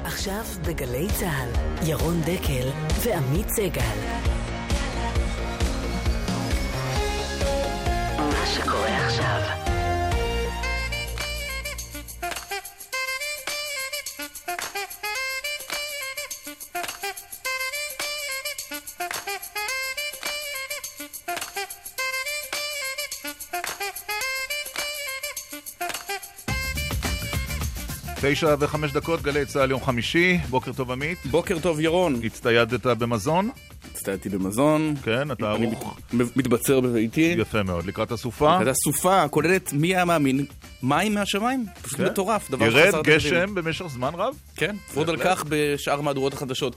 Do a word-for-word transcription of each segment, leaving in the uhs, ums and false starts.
עכשיו בגלי צהל, ירון דקל ועמית סגל. מה שקורה עכשיו. תשע וחמש דקות, גלי צהל יום חמישי. בוקר טוב עמית. בוקר טוב ירון. הצטיידת במזון? הצטיידתי במזון. כן, אתה ערוך. מתבצר בביתי. יפה מאוד. לקראת הסופה? לקראת הסופה, כוללת מי היה מאמין? מים מהשמיים? פשוט מטורף. ירד גשם במשך זמן רב? כן, ועוד על כך בשאר מהדורות החדשות.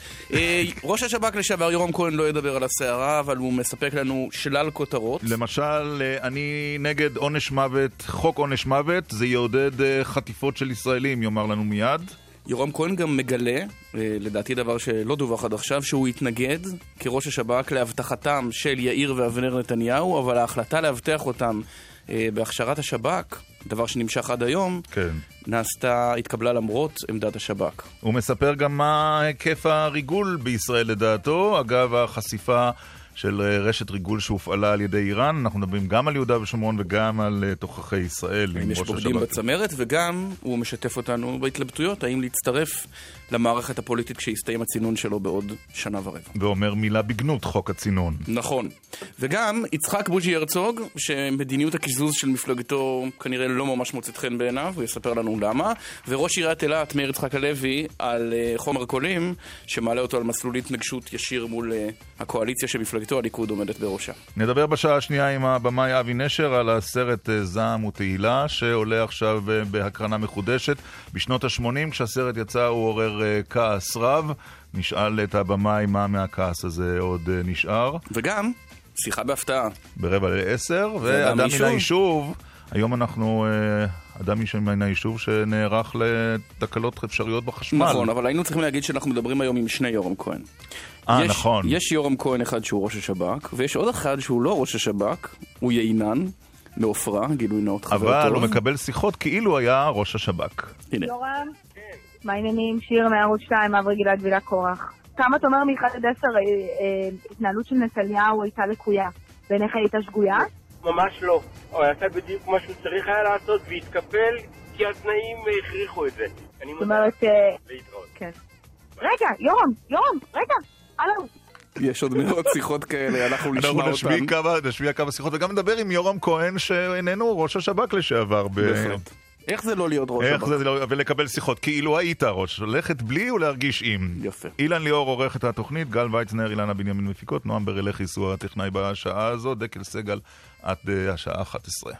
ראש השב"כ לשעבר יורם כהן לא ידבר על הסערה, אבל הוא מספק לנו שלל כותרות. למשל, אני נגד עונש מוות, חוק עונש מוות, זה יעודד חטיפות של ישראלים, יאמר לנו מיד. יורם כהן גם מגלה, לדעתי דבר שלא דווח עד עכשיו, שהוא התנגד כראש השב"כ להבטחתם של יאיר ואבנר נתניהו, אבל ההחלטה להבטח אותם בהכשרת השב"כ, דבר שנמשך עד היום, כן. נעשתה, התקבלה למרות עמדת השב"כ. הוא מספר גם מה היקף הריגול בישראל לדעתו, אגב החשיפה של רשת ריגול שהופעלה על ידי איראן. אנחנו מדברים גם על יהודה ושומרון וגם על תוכחי ישראל. האם יש בוגדים בצמרת, וגם הוא משתף אותנו בהתלבטויות, האם להצטרף למערכת הפוליטית כשיסתיים הצינון שלו בעוד שנה ורבע. ואומר מילה בגנות חוק הצינון. נכון. וגם יצחק בוז'י הרצוג, שמדיניות הקיזוז של מפלגתו כנראה לא ממש מוצאת חן בעיניו, הוא יספר לנו למה. וראש עיריית אילת, מאיר יצחק הלוי, על חומר קולים, שמעלה אותו על מסלול התנגשות ישיר מול הקואליציה שמפלגתו הליכוד עומדת בראשה. נדבר בשעה השנייה עם הבמאי אבי נשר על הסרט זעם ותהילה, שעולה עכשיו בהקרנה מחודשת. בשנות ה-שמונים, כשהסרט יצא, הוא עורר כעס רב. נשאל את הבמאי מה מהכעס הזה עוד נשאר. וגם שיחה בהפתעה. ברבע לעשר, ואדם מן היישוב. היום אנחנו אדם מן היישוב שנערך לתקלות אפשריות בחשמל. נכון, אבל היינו צריכים להגיד שאנחנו מדברים היום עם שני יורם כהן. אה, נכון. יש יורם כהן אחד שהוא ראש השב"כ, ויש עוד אחד שהוא לא ראש השב"כ, הוא יעינן, מאופרה, גילוי נאות חבר טוב. אבל הוא מקבל שיחות כאילו היה ראש השב"כ. הנה. יורם, מה העניינים? שיר מערוץ שתיים, אברי גלעד וילה קורח. כמה אתה אומר מאחד עד עשר, התנהלות של נתניהו הייתה לקויה, בעיניך הייתה שגויה? ממש לא. הוא עשה בדיוק מה שהוא צריך היה לעשות והתקפל כי התנאים הכריחו את זה. זאת אומרת... להתראות. כן. רגע, יורם, יורם, רגע, הלו. יש עוד מאות שיחות כאלה, אנחנו נשמע אותם. אנחנו נשמיע כמה שיחות, וגם נדבר עם יורם כהן, שאיננו ראש השב"כ לשעבר. בהחלט. איך זה לא להיות ראש איך השב"כ? זה לא, ולקבל שיחות, כאילו היית ראש, ללכת בלי ולהרגיש עם. יפה. אילן ליאור עורך את התוכנית, גל ויצנר, אילנה בנימין מפיקות, נועם ברלך יסוע הטכנאי בשעה הזו, דקל סגל עד השעה אחת עשרה.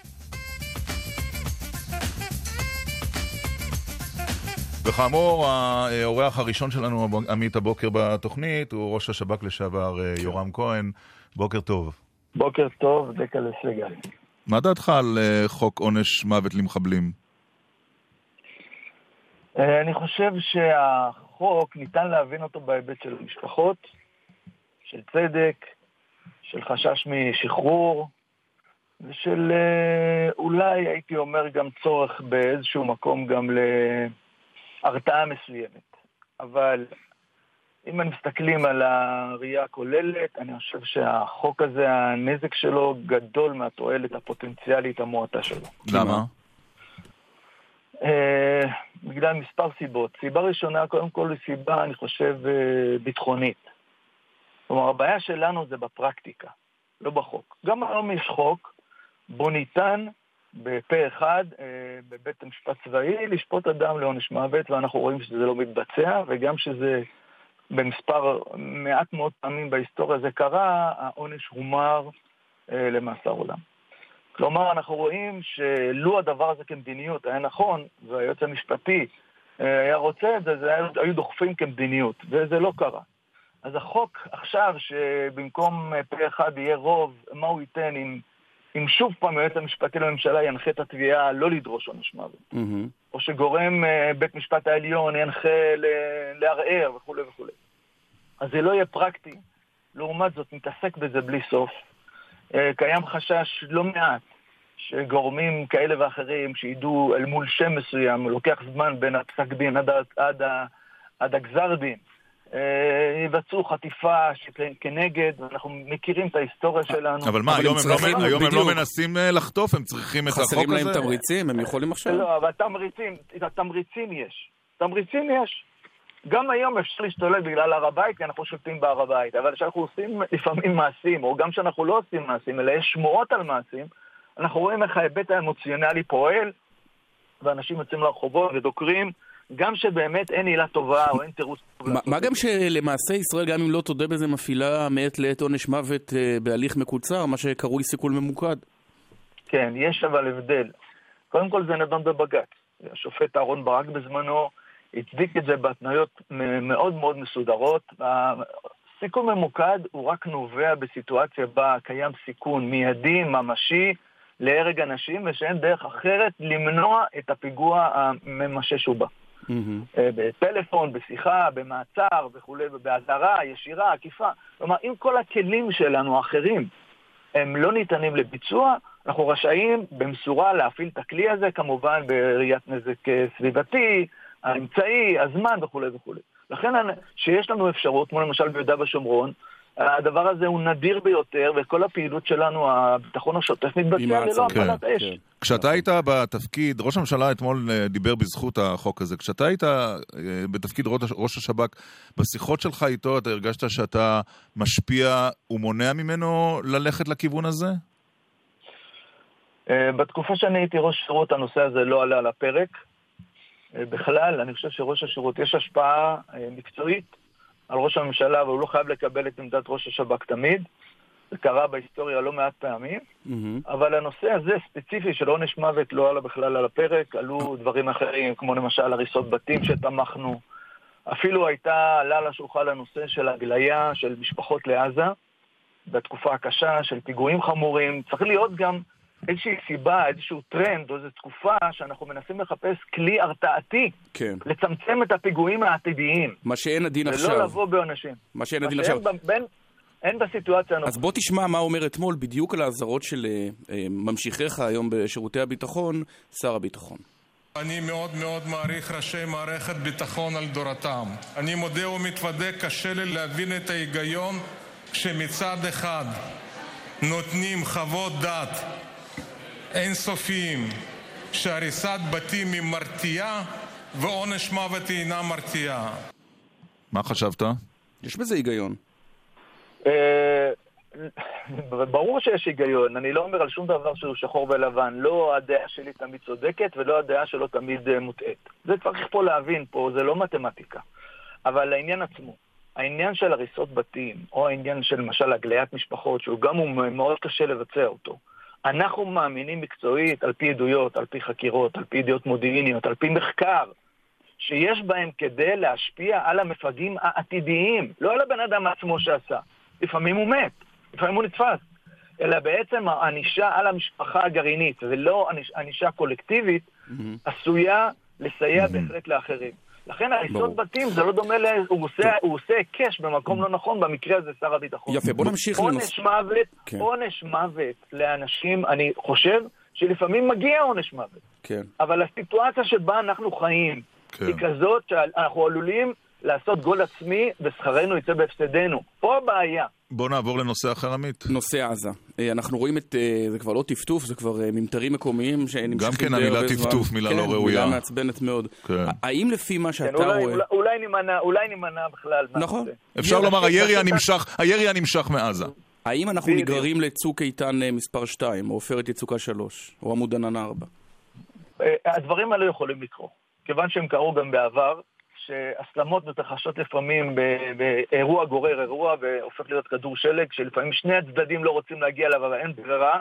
וכאמור, האורח הראשון שלנו, עמית הבוקר בתוכנית, הוא ראש השב"כ לשעבר יורם כהן. בוקר טוב. בוקר טוב, דקל סגל. מה דעתך על חוק עונש מוות למחבלים? אני חושב שהחוק ניתן להבין אותו בהיבט של משפחות, של צדק, של חשש משחרור, ושל אולי הייתי אומר גם צורך באיזשהו מקום גם להרתעה מסוימת. אבל אם אני מסתכלים על הראייה הכוללת, אני חושב שהחוק הזה, הנזק שלו גדול מהתועלת הפוטנציאלית המועטה שלו. למה? אה, בגלל מספר סיבות. סיבה ראשונה, קודם כל, היא סיבה, אני חושב, אה, ביטחונית. כלומר, הבעיה שלנו זה בפרקטיקה, לא בחוק. גם היום יש חוק, בו ניתן בפה אחד, אה, בבית המשפט צבאי, לשפוט אדם לעונש מוות, ואנחנו רואים שזה לא מתבצע, וגם שזה במספר מעט מאוד פעמים בהיסטוריה זה קרה, העונש הומר אה, למאסר עולם. כלומר, אנחנו רואים שלו הדבר הזה כמדיניות היה נכון, והיועץ המשפטי אה, היה רוצה את זה, זה היה, היו דוחפים כמדיניות, וזה לא קרה. אז החוק עכשיו, שבמקום פה אחד יהיה רוב, מה הוא ייתן אם, אם שוב פעם היועץ המשפטי לממשלה ינחה את התביעה לא לדרוש עונש מוות. Mm-hmm. או שגורם אה, בית משפט העליון ינחה ל- לערער וכו' וכו'. אז זה לא יהיה פרקטי. לעומת זאת, נתעסק בזה בלי סוף. אה, קיים חשש לא מעט שגורמים כאלה ואחרים שידעו אל מול שם מסוים, לוקח זמן בין הפסק דין עד, עד עד הגזר דין, יבצעו חטיפה כנגד, ואנחנו מכירים את ההיסטוריה שלנו. אבל מה, היום הם לא מנסים לחטוף, הם צריכים את החוק הזה? חסרים להם תמריצים, הם יכולים עכשיו? לא, אבל תמריצים יש. תמריצים יש. גם היום אפשר להשתולל בגלל הר הבית, כי אנחנו שולטים בהר הבית, אבל כשאנחנו עושים לפעמים מעשים, או גם כשאנחנו לא עושים מעשים, אלא יש שמועות על מעשים, אנחנו רואים איך ההיבט האמוציונלי פועל, ואנשים יוצאים לרחובות ודוקרים, גם שבאמת אין עילה טובה או אין תירוץ. מה גם שלמעשה ישראל, גם אם לא תודה בזה, מפעילה מעת לעת עונש מוות בהליך מקוצר, מה שקרוי סיכול ממוקד. כן, יש אבל הבדל. קודם כל זה נדון בבג"ץ. השופט אהרון ברק בזמנו הצדיק את זה בהתניות מאוד מאוד מסודרות. הסיכול ממוקד הוא רק נובע בסיטואציה בה קיים סיכון מיידי, ממשי, להרג אנשים, ושאין דרך אחרת למנוע את הפיגוע הממשש ובא. Mm-hmm. בפלאפון, בשיחה, במעצר וכו', בהזרה, ישירה, עקיפה. כלומר, אם כל הכלים שלנו האחרים הם לא ניתנים לביצוע, אנחנו רשאים במסורה להפעיל את הכלי הזה, כמובן בראיית נזק סביבתי, האמצעי, הזמן וכו' וכו'. לכן שיש לנו אפשרות, כמו למשל ביהודה ושומרון, הדבר הזה הוא נדיר ביותר, וכל הפעילות שלנו, הביטחון השוטף מתבצע ללא הפעלת אש. כשאתה היית בתפקיד, ראש הממשלה אתמול דיבר בזכות החוק הזה, כשאתה היית בתפקיד ראש השב"כ, בשיחות שלך איתו, אתה הרגשת שאתה משפיע ומונע ממנו ללכת לכיוון הזה? בתקופה שאני הייתי ראש שירות, הנושא הזה לא עלה על הפרק. בכלל, אני חושב שראש השירות יש השפעה מקצועית על ראש הממשלה, אבל הוא לא חייב לקבל את עמדת ראש השב"כ תמיד. זה קרה בהיסטוריה לא מעט פעמים, mm-hmm. אבל הנושא הזה ספציפי של עונש מוות לא עלה בכלל על הפרק, עלו דברים אחרים, כמו למשל הריסות בתים שתמכנו. אפילו הייתה עלה לשולחן הנושא של הגליה של משפחות לעזה, בתקופה הקשה של פיגועים חמורים. צריך להיות גם איזושהי סיבה, איזשהו טרנד, או איזו תקופה שאנחנו מנסים לחפש כלי הרתעתי, כן. לצמצם את הפיגועים העתידיים. מה שאין הדין עכשיו. ולא לבוא בעונשים. מה שאין הדין עכשיו. בין, אין בסיטואציה. אז בוא תשמע מה אומר אתמול בדיוק על ההזרות של אה, ממשיכיך היום בשירותי הביטחון, שר הביטחון. אני מאוד מאוד מעריך ראשי מערכת ביטחון על דורתם. אני מודה ומתוודה, קשה לי להבין את ההיגיון שמצד אחד נותנים חוות דעת אינסופיים שהריסת בתים היא מרתיעה ועונש מוות אינה מרתיעה. מה חשבת? יש בזה היגיון. ברור שיש היגיון. אני לא אומר על שום דבר שהוא שחור ולבן. לא הדעה שלי תמיד צודקת ולא הדעה שלו תמיד מוטעת. זה צריך פה להבין, פה זה לא מתמטיקה. אבל העניין עצמו, העניין של הריסות בתים, או העניין של למשל הגליית משפחות, שהוא גם הוא מאוד קשה לבצע אותו, אנחנו מאמינים מקצועית על פי עדויות, על פי חקירות, על פי ידיעות מודיעיניות, על פי מחקר, שיש בהם כדי להשפיע על המפגעים העתידיים, לא על הבן אדם עצמו שעשה. לפעמים הוא מת, לפעמים הוא נתפס, אלא בעצם הענישה על המשפחה הגרעינית, ולא ענישה קולקטיבית, mm-hmm. עשויה לסייע mm-hmm. בהחלט לאחרים. לכן הריסות בתים זה לא דומה, ל... הוא עושה, הוא עושה קש במקום לא נכון, במקרה הזה שר הביטחון. יפה, בוא נמשיך עונש לנוס... מוות, כן. עונש מוות לאנשים, אני חושב שלפעמים מגיע עונש מוות. כן. אבל הסיטואציה שבה אנחנו חיים, כן. היא כזאת שאנחנו עלולים לעשות גול עצמי, ושכרנו יצא בהפסדנו. פה הבעיה. בוא נעבור לנושא אחר עמית. נושא עזה. אנחנו רואים את, זה כבר לא טפטוף, זה כבר ממטרים מקומיים שנמשכים גם כן המילה טפטוף, מילה כן, לא ראויה. מילה מעצבנת מאוד. כן. האם לפי מה שאתה כן, אולי, רואה... אולי, אולי נימנע, אולי נימנע בכלל. נכון. אפשר לומר, הירי הנמשך, הירי הנמשך מעזה. האם אנחנו נגררים לצוק איתן מספר שתיים, או עופרת יצוקה שלוש, או עמוד ענן ארבע? הדברים האלה יכולים לקרות. כיוון שהם קרו גם בעבר, שהסלמות מתרחשות לפעמים באירוע גורר אירוע והופך להיות כדור שלג, שלפעמים שני הצדדים לא רוצים להגיע אליו, אבל אין ברירה,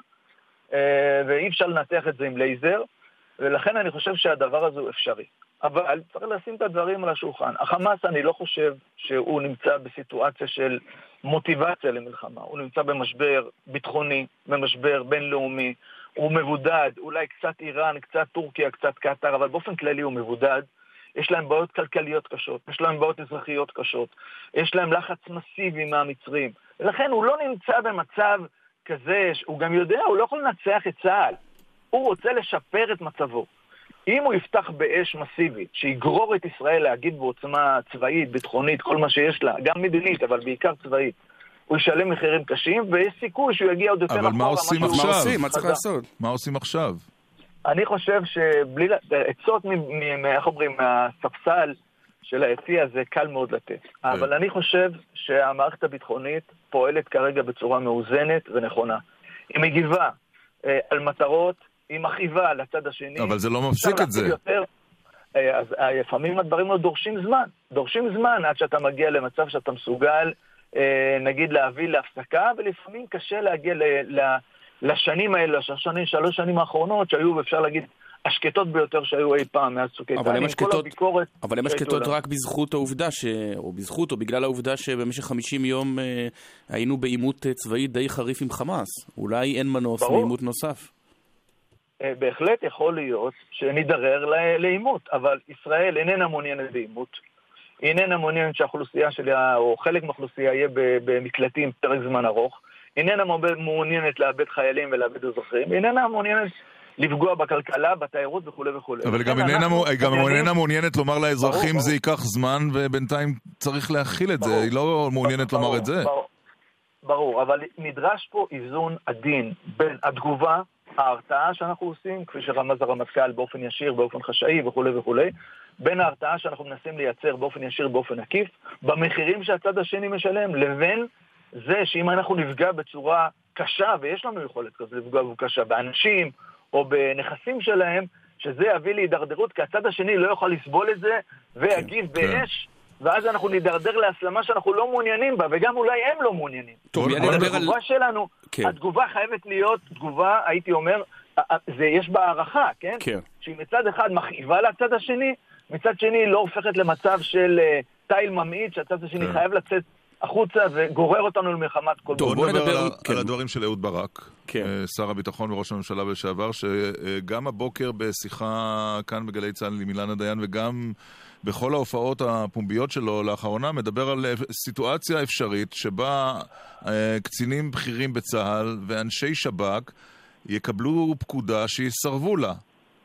ואי אפשר לנתח את זה עם לייזר, ולכן אני חושב שהדבר הזה הוא אפשרי. אבל צריך לשים את הדברים על השולחן. החמאס, אני לא חושב שהוא נמצא בסיטואציה של מוטיבציה למלחמה. הוא נמצא במשבר ביטחוני, במשבר בינלאומי, הוא מבודד, אולי קצת איראן, קצת טורקיה, קצת קטר, אבל באופן כללי הוא מבודד. יש להם בעיות כלכליות קשות, יש להם בעיות אזרחיות קשות, יש להם לחץ מסיבי מהמצרים, ולכן הוא לא נמצא במצב כזה, הוא גם יודע, הוא לא יכול לנצח את צה"ל, הוא רוצה לשפר את מצבו. אם הוא יפתח באש מסיבית, שיגרור את ישראל להגיד בעוצמה צבאית, ביטחונית, כל מה שיש לה, גם מדינית, אבל בעיקר צבאית, הוא ישלם מחירים קשים, ויש סיכוי שהוא יגיע עוד יותר אחורה. אבל מה עושים עכשיו? מה עושים? מה צריך לעשות? מה עושים עכשיו? אני חושב שבלי, עצות, איך אומרים, מהספסל של היציע זה קל מאוד לתת. אבל אני חושב שהמערכת הביטחונית פועלת כרגע בצורה מאוזנת ונכונה. היא מגיבה על מטרות, היא מכאיבה לצד השני. אבל זה לא מפסיק את זה. יותר, אז לפעמים הדברים לא דורשים זמן. דורשים זמן עד שאתה מגיע למצב שאתה מסוגל, נגיד, להביא להפסקה, ולפעמים קשה להגיע ל... ל לשנים האלה, לשנים, שלוש שנים האחרונות, שהיו, אפשר להגיד, השקטות ביותר שהיו אי פעם מאז צוק איתן. אבל הם השקטות רק בזכות העובדה, ש... או בזכות, או בגלל העובדה שבמשך חמישים יום אה, היינו בעימות צבאי די חריף עם חמאס. אולי אין מנוס מעימות נוסף. אה, בהחלט יכול להיות שנדרר לעימות, אבל ישראל איננה מעוניינת בעימות. היא איננה מעוניינת שהאוכלוסייה שלה, או חלק מהאוכלוסייה, יהיה במקלטים פרק זמן ארוך. איננה מעוניינת לאבד חיילים ולאבד אזרחים, איננה מעוניינת לפגוע בכלכלה, בתיירות וכו' וכו'. אבל גם איננה מעוניינת לומר לאזרחים זה ייקח זמן, ובינתיים צריך להכיל את זה, היא לא מעוניינת לומר את זה. ברור, אבל נדרש פה איזון עדין בין התגובה, ההרתעה שאנחנו עושים, כפי שרמז הרמטכ"ל באופן ישיר, באופן חשאי וכו' וכו', בין ההרתעה שאנחנו מנסים לייצר באופן ישיר, באופן עקיף, במחירים שהצד השני משלם, לבין זה שאם אנחנו נפגע בצורה קשה, ויש לנו יכולת כזו לפגוע בקשה, באנשים או בנכסים שלהם, שזה יביא להידרדרות, כי הצד השני לא יוכל לסבול את זה, ויגיב כן, באש, כן. ואז אנחנו נידרדר להסלמה שאנחנו לא מעוניינים בה, וגם אולי הם לא מעוניינים. טוב, התגובה על... שלנו, כן. התגובה חייבת להיות תגובה, הייתי אומר, זה יש בה הערכה, כן? כן. שהיא מצד אחד מכאיבה לצד השני, מצד שני לא הופכת למצב של uh, תיל ממעיט, שהצד השני כן. חייב לצאת החוצה וגורר אותנו למלחמת כל דבר. בוא נדבר על, כן. על הדברים של אהוד ברק, כן. שר הביטחון וראש הממשלה לשעבר, שגם הבוקר בשיחה כאן בגלי צה"ל עם אילנה דיין, וגם בכל ההופעות הפומביות שלו לאחרונה, מדבר על סיטואציה אפשרית שבה קצינים בכירים בצה"ל ואנשי שב"כ יקבלו פקודה שיסרבו לה.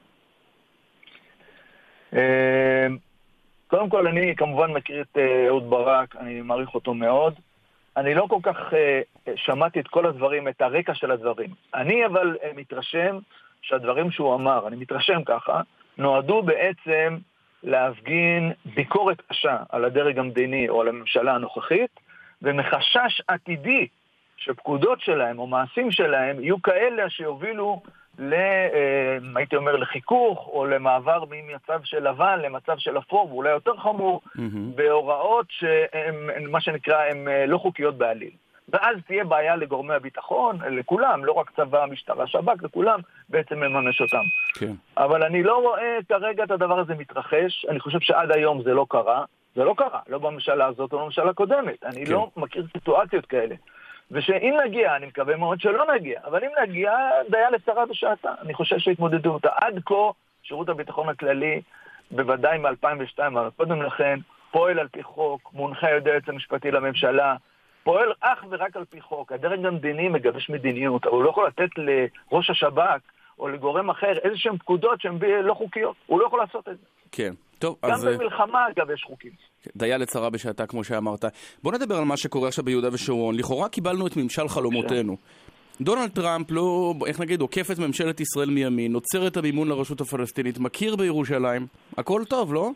קודם כל, אני כמובן מכיר את אהוד ברק, אני מעריך אותו מאוד. אני לא כל כך uh, שמעתי את כל הדברים, את הרקע של הדברים. אני אבל uh, מתרשם שהדברים שהוא אמר, אני מתרשם ככה, נועדו בעצם להפגין ביקורת קשה על הדרג המדיני או על הממשלה הנוכחית, ומחשש עתידי שפקודות שלהם או מעשים שלהם יהיו כאלה שיובילו ל, הייתי אומר, לחיכוך או למעבר ממצב של לבן למצב של אפור, ואולי יותר חמור, mm-hmm. בהוראות שהן, מה שנקרא, הן לא חוקיות בעליל. ואז תהיה בעיה לגורמי הביטחון, לכולם, לא רק צבא, משטרה, שב"כ, לכולם בעצם מממש אותם. כן. אבל אני לא רואה כרגע את הדבר הזה מתרחש, אני חושב שעד היום זה לא קרה, זה לא קרה, לא בממשלה הזאת או בממשלה הקודמת. אני כן. לא מכיר סיטואציות כאלה. ושאם נגיע, אני מקווה מאוד שלא נגיע, אבל אם נגיע, דיה לצרה בשעתה. אני חושב שהתמודדו אותה. עד כה, שירות הביטחון הכללי, בוודאי מ-אלפיים ושתיים, אבל קודם לכן, פועל על פי חוק, מונחה יודע היועץ המשפטי לממשלה, פועל אך ורק על פי חוק. הדרג המדיני מגבש מדיניות, אבל הוא לא יכול לתת לראש השב"כ או לגורם אחר איזשהם פקודות שהן לא חוקיות. הוא לא יכול לעשות את זה. כן. טוב, גם אז... במלחמה, אגב, יש חוקים. דיה לצרה בשעתה, כמו שאמרת. בוא נדבר על מה שקורה עכשיו ביהודה ושומרון. לכאורה קיבלנו את ממשל חלומותינו. דונלד טראמפ לא, איך נגיד, עוקף את ממשלת ישראל מימין, נוצר את המימון לרשות הפלסטינית, מכיר בירושלים. הכל טוב, לא?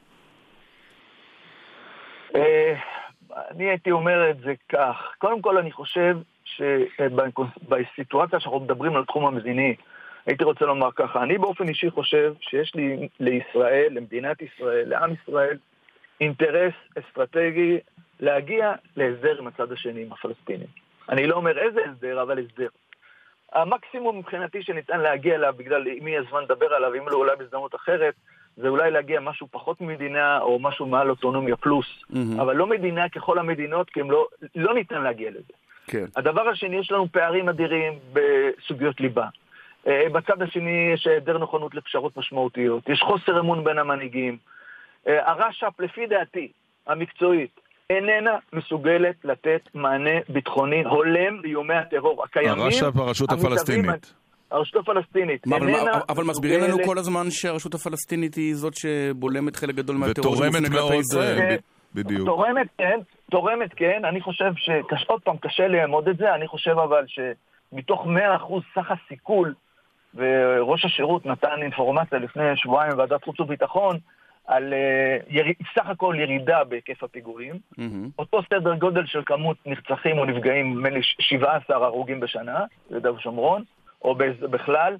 אני הייתי אומר את זה כך. קודם כל, אני חושב שבסיטואציה שאנחנו מדברים על תחום המדיני, הייתי רוצה לומר ככה, אני באופן אישי חושב שיש לי לישראל, למדינת ישראל, לעם ישראל, אינטרס אסטרטגי להגיע להסדר עם הצד השני, עם הפלסטינים. אני לא אומר איזה הסדר, אבל הסדר. המקסימום מבחינתי שניתן להגיע אליו, בגלל אם יהיה זמן לדבר עליו, אם לא אולי בהזדמנות אחרת, זה אולי להגיע משהו פחות ממדינה, או משהו מעל אוטונומיה פלוס, mm-hmm. אבל לא מדינה ככל המדינות, כי הם לא, לא ניתן להגיע לזה. כן. הדבר השני, יש לנו פערים אדירים בסוגיות ליבה. בצד השני יש היעדר נכונות לפשרות משמעותיות, יש חוסר אמון בין המנהיגים. הרש"פ, לפי דעתי המקצועית, איננה מסוגלת לתת מענה ביטחוני הולם לאיומי הטרור הקיימים. הרש"פ, הרשות הפלסטינית. הרשות הפלסטינית. מה, אבל, אבל מסבירים לנו כל הזמן שהרשות הפלסטינית היא זאת שבולמת חלק גדול מהטרור ותורמת מאוד, ישראל. בדיוק. תורמת כן, תורמת כן, אני חושב שעוד פעם קשה לאמוד את זה, אני חושב אבל שמתוך מאה אחוז סך הסיכול, וראש השירות נתן אינפורמציה לפני שבועיים בוועדת חוץ וביטחון, על יר... סך הכל ירידה בהיקף הפיגועים, mm-hmm. אותו סדר גודל של כמות נרצחים או נפגעים שבעה עשר הרוגים בשנה, ביהודה ושומרון, או בכלל,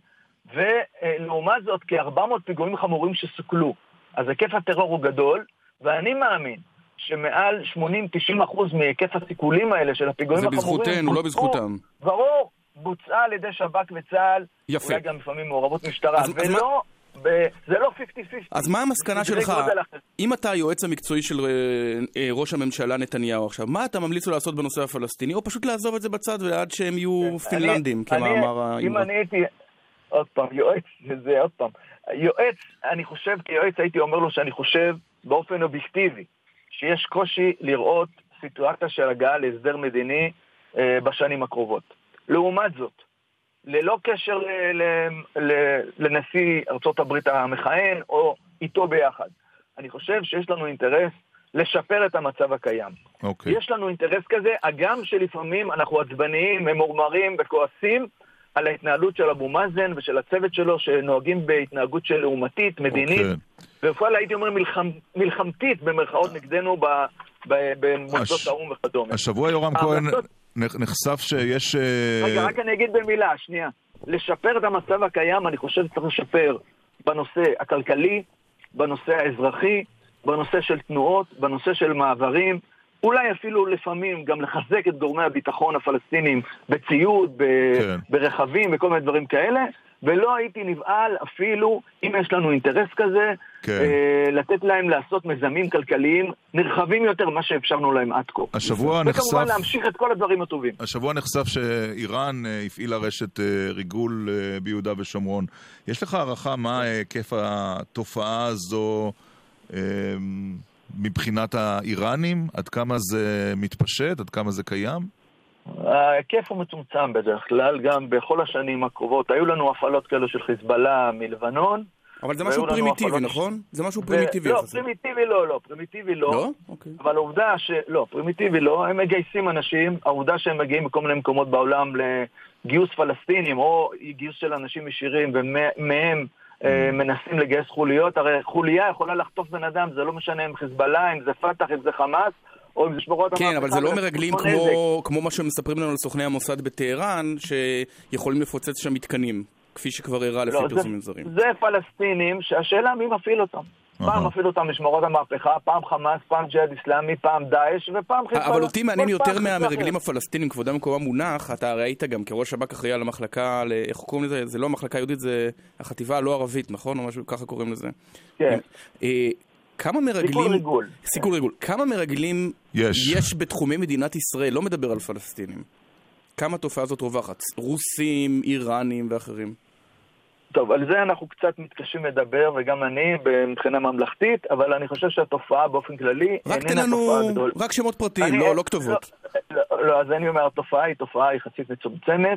ולעומת זאת כ-ארבע מאות פיגועים חמורים שסוכלו. אז היקף הטרור הוא גדול, ואני מאמין שמעל שמונים עד תשעים אחוז מהיקף הסיכולים האלה של הפיגועים החמורים... זה בזכותנו, לא בזכותם. ברור, בוצעה על ידי שב"כ וצה"ל, יפה. אולי גם לפעמים מעורבות משטרה, אז, ולא... אז ב... זה לא חמישים חמישים. אז מה המסקנה שלך? אם אתה היועץ המקצועי של ראש הממשלה נתניהו עכשיו, מה אתה ממליץ לו לעשות בנושא הפלסטיני, או פשוט לעזוב את זה בצד ועד שהם יהיו פינלנדים, כמאמר האמרה? אם אני הייתי, עוד פעם, יועץ, זה עוד פעם, יועץ, אני חושב, כיועץ הייתי אומר לו שאני חושב באופן אובייקטיבי, שיש קושי לראות סיטואציה של הגעה להסדר מדיני אה, בשנים הקרובות. לעומת זאת, ללא קשר ל- ל- ל- לנשיא ארצות הברית המכהן או איתו ביחד. אני חושב שיש לנו אינטרס לשפר את המצב הקיים. Okay. יש לנו אינטרס כזה, הגם שלפעמים אנחנו עצבניים, ממורמרים וכועסים על ההתנהלות של אבו מאזן ושל הצוות שלו שנוהגים בהתנהגות של לאומתית, מדינית, okay. ובפועל הייתי אומר מלחמ... מלחמתית במרכאות נגדנו ב... ב... במוסדות הש... האום וכדומה. השבוע יורם כהן נחשף שיש... רגע, רק אני אגיד במילה, שנייה. לשפר את המצב הקיים, אני חושב שצריך לשפר בנושא הכלכלי, בנושא האזרחי, בנושא של תנועות, בנושא של מעברים, אולי אפילו לפעמים גם לחזק את גורמי הביטחון הפלסטינים בציוד, ב... כן. ברכבים וכל מיני דברים כאלה, ולא הייתי נבעל אפילו, אם יש לנו אינטרס כזה, כן. אה, לתת להם לעשות מזמים כלכליים נרחבים יותר מה שאפשרנו להם עד כה. השבוע נחשף... וכמובן להמשיך את כל הדברים הטובים. השבוע נחשף שאיראן הפעילה רשת ריגול ביהודה ושומרון. יש לך הערכה מה היקף התופעה הזו מבחינת האיראנים? עד כמה זה מתפשט? עד כמה זה קיים? ההיקף הוא מצומצם בדרך כלל, גם בכל השנים הקרובות. היו לנו הפעלות כאלו של חיזבאללה מלבנון. אבל זה משהו פרימיטיבי, נכון? זה משהו פרימיטיבי. לא, פרימיטיבי לא, לא, פרימיטיבי לא. לא? אוקיי. אבל העובדה ש... לא, פרימיטיבי לא, הם מגייסים אנשים, העובדה שהם מגיעים בכל מיני מקומות בעולם לגיוס פלסטינים, או גיוס של אנשים ישירים, ומהם מנסים לגייס חוליות. הרי חוליה יכולה לחטוף בן אדם, זה לא משנה אם חיזבאללה, אם זה פתח, אם זה חמאס, או אם זה שמורות המהפכה. כן, אבל זה לא מרגלים כמו, כמו מה שמספרים לנו על סוכני המוסד בטהרן, שיכולים לפוצץ שם מתקנים, כפי שכבר הראה לפי פרסומים זרים. זה פלסטינים, שהשאלה מי מפעיל אותם. פעם מפעיל אותם משמורות המהפכה, פעם חמאס, פעם ג'יהאד אסלאמי, פעם דאעש, ופעם חיזבאללה. אבל אותי מעניין יותר מהמרגלים הפלסטינים, כבודם מקומם מונח, אתה הרי היית גם כראש שב"כ אחראי על המחלקה, איך קוראים לזה? זה לא המחלקה היהודית, זה החטיבה הלא ערבית, נכון? או משהו ככה קוראים לזה. כן. כמה מרגלים... סיכול ריגול. סיכול ריגול. כמה מרגלים יש. יש בתחומי מדינת ישראל, לא מדבר על פלסטינים. כמה התופעה הזאת רווחת? רוסים, איראנים ואחרים. טוב, על זה אנחנו קצת מתקשים לדבר, וגם אני מבחינה ממלכתית, אבל אני חושב שהתופעה באופן כללי... רק תן לנו, רק שמות פרטיים, לא, לא כתובות. לא, לא, אז אני אומר, התופעה היא תופעה יחסית מצומצמת,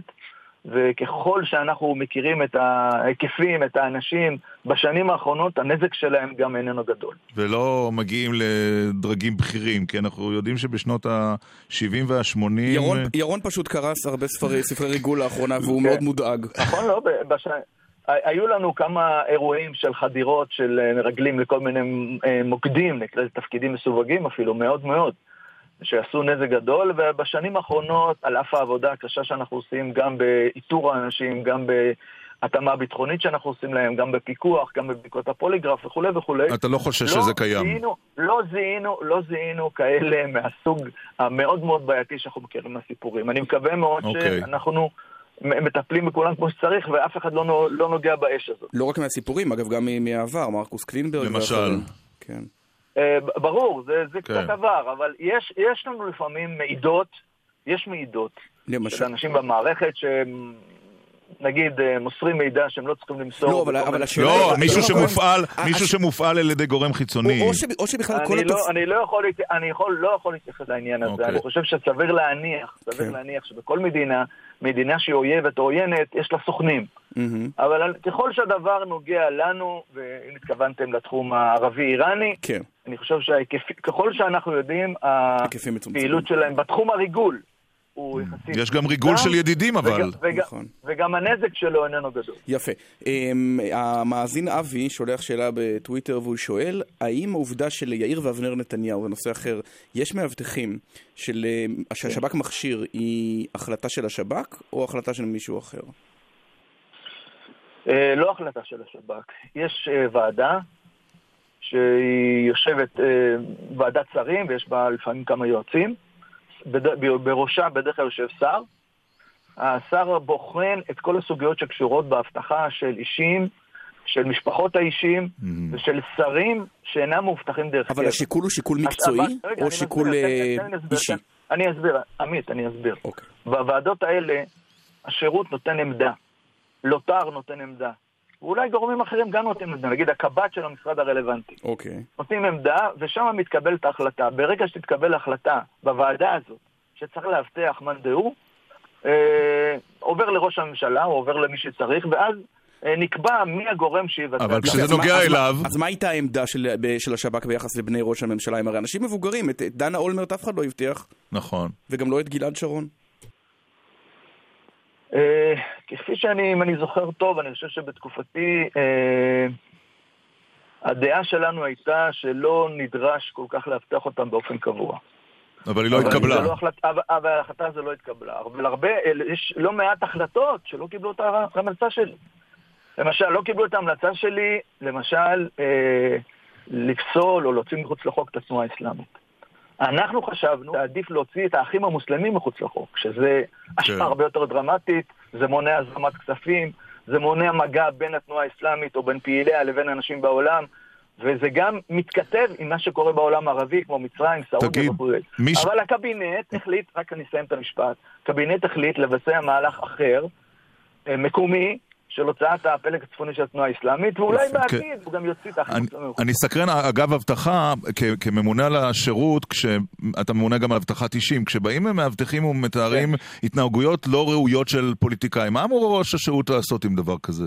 וככל שאנחנו מכירים את ההיקפים, את האנשים, בשנים האחרונות הנזק שלהם גם איננו גדול. ולא מגיעים לדרגים בכירים, כי אנחנו יודעים שבשנות ה-שבעים וה-שמונים... ירון, ירון פשוט קרס הרבה ספרי, ספרי ריגול לאחרונה, והוא מאוד מודאג. נכון, לא, בשנים... היו לנו כמה אירועים של חדירות של מרגלים לכל מיני מוקדים, תפקידים מסווגים אפילו, מאוד מאוד, שעשו נזק גדול, ובשנים האחרונות, על אף העבודה הקשה שאנחנו עושים, גם באיתור האנשים, גם בהתאמה ביטחונית שאנחנו עושים להם, גם בפיקוח, גם בבדיקות הפוליגרף וכו' וכו'. אתה לא חושב שזה לא קיים? זיהינו, לא זיהינו, לא זיהינו כאלה מהסוג המאוד מאוד בעייתי שאנחנו מכירים מהסיפורים. אני מקווה מאוד okay. שאנחנו... מטפלים בכולם כמו שצריך, ואף אחד לא, לא נוגע באש הזאת. לא רק מהסיפורים, אגב, גם מהעבר, מרקוס קלינברג. למשל. כן. Uh, ברור, זה, זה כן. קצת עבר, אבל יש, יש לנו לפעמים מעידות, יש מעידות. למשל. של אנשים במערכת נגיד, מוסרים מידע שהם לא צריכים למסור. לא, אבל, אבל השאלה... לא, מישהו שמופעל, מישהו שמופעל על ידי גורם חיצוני. או, ש, או שבכלל כל אני, לא, אני לא יכול, אני יכול, לא יכול להתייחס לעניין הזה. אוקיי. אני חושב שסביר להניח, סביר להניח שבכל מדינה, מדינה שהיא אויבת או עוינת, יש לה סוכנים. אבל ככל שהדבר נוגע לנו, ואם התכוונתם לתחום הערבי-איראני, אני חושב שככל שאנחנו יודעים, הפעילות שלהם בתחום הריגול, יש גם ריגול של ידידים, אבל. וגם הנזק שלו איננו גדול. יפה. המאזין אבי שולח שאלה בטוויטר, והוא שואל, האם העובדה של יאיר ואבנר נתניהו, בנושא אחר, יש מאבטחים שהשב"כ מכשיר, היא החלטה של השב"כ, או החלטה של מישהו אחר? לא החלטה של השב"כ. יש ועדה, שהיא יושבת ועדת שרים, ויש בה לפעמים כמה יועצים, בראשה בדרך כלל יושב שר. השר בוחן את כל הסוגיות שקשורות בהבטחה של אישים, של משפחות האישים, ושל שרים שאינם מובטחים דרך קבע. אבל השיקול הוא שיקול מקצועי, או שיקול אישי? אני אסביר, עמית, אני אסביר. בוועדות האלה, השירות נותן עמדה, לוטר נותן עמדה, ואולי גורמים אחרים גם נותנים עמדה, נגיד הקב"ט של המשרד הרלוונטי. אוקיי. נותנים עמדה, ושם מתקבלת ההחלטה. ברגע שתתקבל החלטה בוועדה הזאת, שצריך להבטח מאן דהוא, אה, עובר לראש הממשלה, או עובר למי שצריך, ואז אה, נקבע מי הגורם שיבצע. אבל כשזה נוגע אליו... אז מה הייתה העמדה של, של השב"כ ביחס לבני ראש הממשלה? הם הרי אנשים מבוגרים, את דנה אולמרט אף אחד לא הבטיח. נכון. וגם לא את גלעד שרון. Uh, כפי שאני, אם אני זוכר טוב, אני חושב שבתקופתי uh, הדעה שלנו הייתה שלא נדרש כל כך להבטח אותם באופן קבוע. אבל היא לא התקבלה. לא החלט, אבל, אבל ההחלטה הזו לא התקבלה. אבל הרבה, יש לא מעט החלטות שלא קיבלו את ההמלצה שלי. למשל, לא קיבלו את ההמלצה שלי, למשל, uh, לפסול או להוציא מחוץ לחוק את התנועה האסלאמית. אנחנו חשבנו שעדיף להוציא את האחים המוסלמים מחוץ לחוק, שזה השפעה הרבה יותר דרמטית, זה מונע הזרמת כספים, זה מונע מגע בין התנועה האסלאמית או בין פעיליה לבין אנשים בעולם, וזה גם מתכתב עם מה שקורה בעולם הערבי, כמו מצרים, סעודיה וכו'. מיש... אבל הקבינט החליט, רק אני אסיים את המשפט, הקבינט החליט לבצע מהלך אחר, מקומי, של הוצאת הפלג הצפוני של התנועה האסלאמית, ואולי בעתיד הוא גם יוציא את האחים המוסלמים. אני סקרן, אגב, הבטחה, כממונה על השירות, כשאתה ממונה גם על הבטחת אישים, כשבאים הם מאבטחים ומתארים התנהגויות לא ראויות של פוליטיקאים, מה אמור ראש השירות לעשות עם דבר כזה?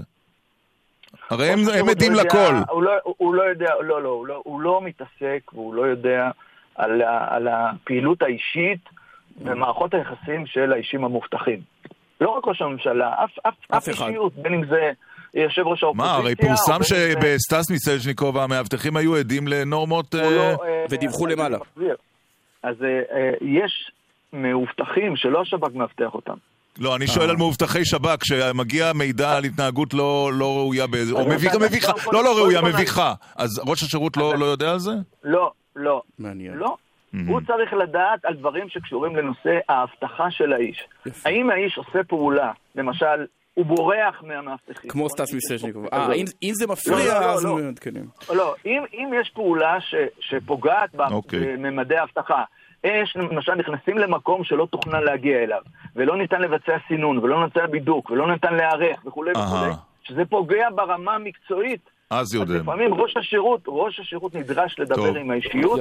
הרי הם עדים לכל. הוא לא יודע, לא, לא, הוא לא מתעסק, והוא לא יודע על הפעילות האישית ומערכות היחסים של האישים המובטחים. לא רק ראש הממשלה, אף, אף, אף אישיות, בין אם זה יושב ראש האופוזיציה... מה, הרי פורסם שבסטס מיסז'ניקוב המאבטחים היו עדים לנורמות... ודיווחו למעלה. אז יש מאובטחים שלא השב"כ מאבטח אותם. לא, אני שואל על מאובטחי שב"כ, שמגיע מידע על התנהגות לא ראויה באיזה... או מביכה, לא לא ראויה, מביכה. אז ראש השירות לא יודע על זה? לא, לא. לא. הוא צריך לדעת על דברים שקשורים לנושא ההבטחה של האיש. האם האיש עושה פעולה, למשל, הוא בורח מהמאבטחים. כמו סטס מיסז'ניקוב. אה, אם זה מפריע, אז הוא מתקדם. לא, אם יש פעולה שפוגעת בממדי ההבטחה, יש, למשל, נכנסים למקום שלא תוכנן להגיע אליו, ולא ניתן לבצע סינון, ולא ניתן בידוק, ולא ניתן להיערך, וכו' וכו', שזה פוגע ברמה המקצועית, אז יודעים. לפעמים ראש השירות, ראש השירות נדרש לדבר עם האישיות,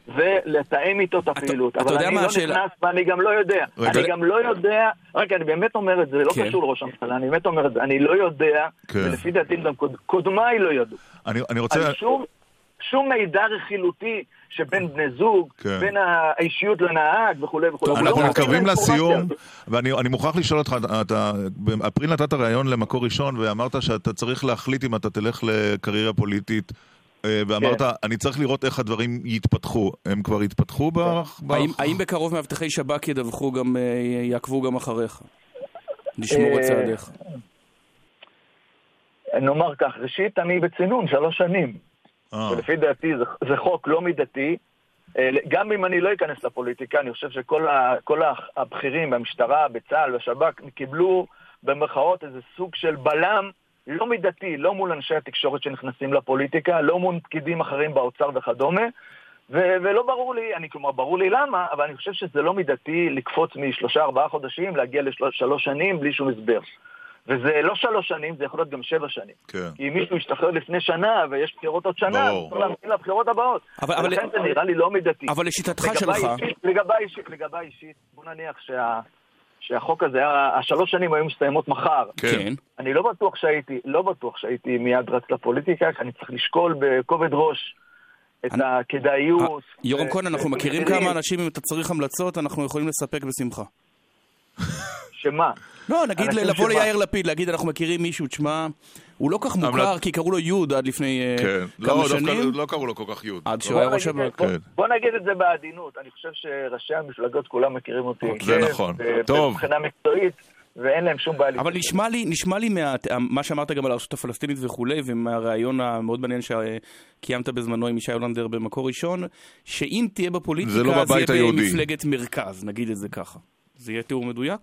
ולתאם איתו את הפעילות. אבל אני לא נכנס, ואני גם לא יודע. אני גם לא יודע, רק אני באמת אומר את זה, זה לא קשור לראש הממשלה, אני באמת אומר את זה, אני לא יודע, ולפי דעתי גם קודמיי לא ידעו. אני רוצה... שום מידע רכילותי שבין בני זוג, בין האישיות לנהג וכו' וכו'. אנחנו מתקרבים לסיום, ואני מוכרח לשאול אותך, באפריל נתת רעיון למקור ראשון, ואמרת שאתה צריך להחליט אם אתה תלך לקריירה פוליטית, ואמרת, אני צריך לראות איך הדברים יתפתחו. הם כבר יתפתחו? האם בקרוב מאבטחי שב"כ ידווחו גם, יעקבו גם אחריך? לשמור את צעדיך. נאמר כך, ראשית, אני בצינון שלוש שנים. ולפי דעתי זה, זה חוק לא מידתי. גם אם אני לא אכנס לפוליטיקה, אני חושב שכל ה, כל הבכירים במשטרה, בצה"ל, בשב"כ, קיבלו במרכאות איזה סוג של בלם לא מידתי, לא מול אנשי התקשורת שנכנסים לפוליטיקה, לא מול פקידים אחרים באוצר וכדומה, ו- ולא ברור לי, אני כלומר ברור לי למה, אבל אני חושב שזה לא מידתי לקפוץ משלושה ארבעה חודשים, להגיע לשלוש שנים בלי שום הסבר. וזה לא שלוש שנים, זה יכול להיות גם שבע שנים. כן. כי אם מישהו ישתחרר לפני שנה, ויש בחירות עוד שנה, אז צריך להמתין לבחירות הבאות. אבל, אבל... ולכן זה נראה לי לא מידתי. אבל לשיטתך שלך... לגבי אישית, לגבי אישית, בוא נניח שה... שהחוק הזה, השלוש שנים היו מסתיימות מחר. כן. אני לא בטוח שהייתי, לא בטוח שהייתי מיד רץ לפוליטיקה, כי אני צריך לשקול בכובד ראש את הכדאיות. יורם כהן, אנחנו מכירים כמה אנשים, אם אתה צריך המלצות, אנחנו יכולים לספק בשמחה. שמה? לא, נגיד לבוא ליאיר לפיד, להגיד אנחנו מכירים מישהו, תשמע, הוא לא כך מוכר, כי קראו לו יוד עד לפני כמה שנים. לא קראו לו כל כך יוד. עד שהוא היה ראש שב"כ. בוא נגיד את זה בעדינות, אני חושב שראשי המפלגות כולם מכירים אותי. זה נכון, טוב. מבחינה מקצועית, ואין להם שום בעיה. אבל נשמע לי, נשמע לי מה שאמרת גם על הרשות הפלסטינית וכולי, ומהרעיון המאוד מעניין שקיימת בזמנו עם ישי הולנדר במקור ראשון, שאם תהיה בפוליטיקה, זה יהיה במפלגת מרכז, נגיד את זה ככה. זה יהיה תיאור מדויק?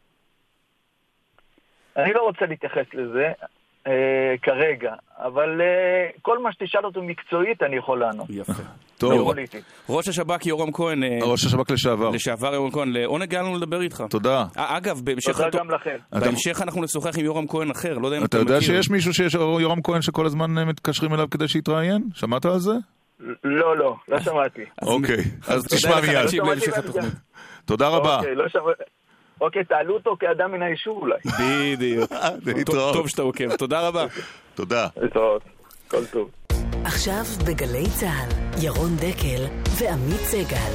אני לא רוצה להתייחס לזה אה, כרגע, אבל אה, כל מה שתשאל אותו מקצועית אני יכול לענות. יפה. טוב. ראש השב"כ יורם כהן. ראש השב"כ לשעבר. לשעבר יורם כהן. לעונג לנו לדבר איתך. תודה. אגב, בהמשך... תודה גם לכם. בהמשך אנחנו נשוחח עם יורם כהן אחר, לא יודע אם אתה יודע שיש מישהו שיש יורם כהן שכל הזמן מתקשרים אליו כדי שיתראיין? שמעת על זה? לא, לא, לא שמעתי. אוקיי, אז תשמע מיד. תודה רבה. אוקיי, לא שמעתי. אוקיי, תעלו אותו כאדם מן היישוב אולי. בדיוק. טוב שאתה עוקב, תודה רבה. תודה. להתראות, כל טוב. עכשיו בגלי צהל, ירון דקל ועמית סגל.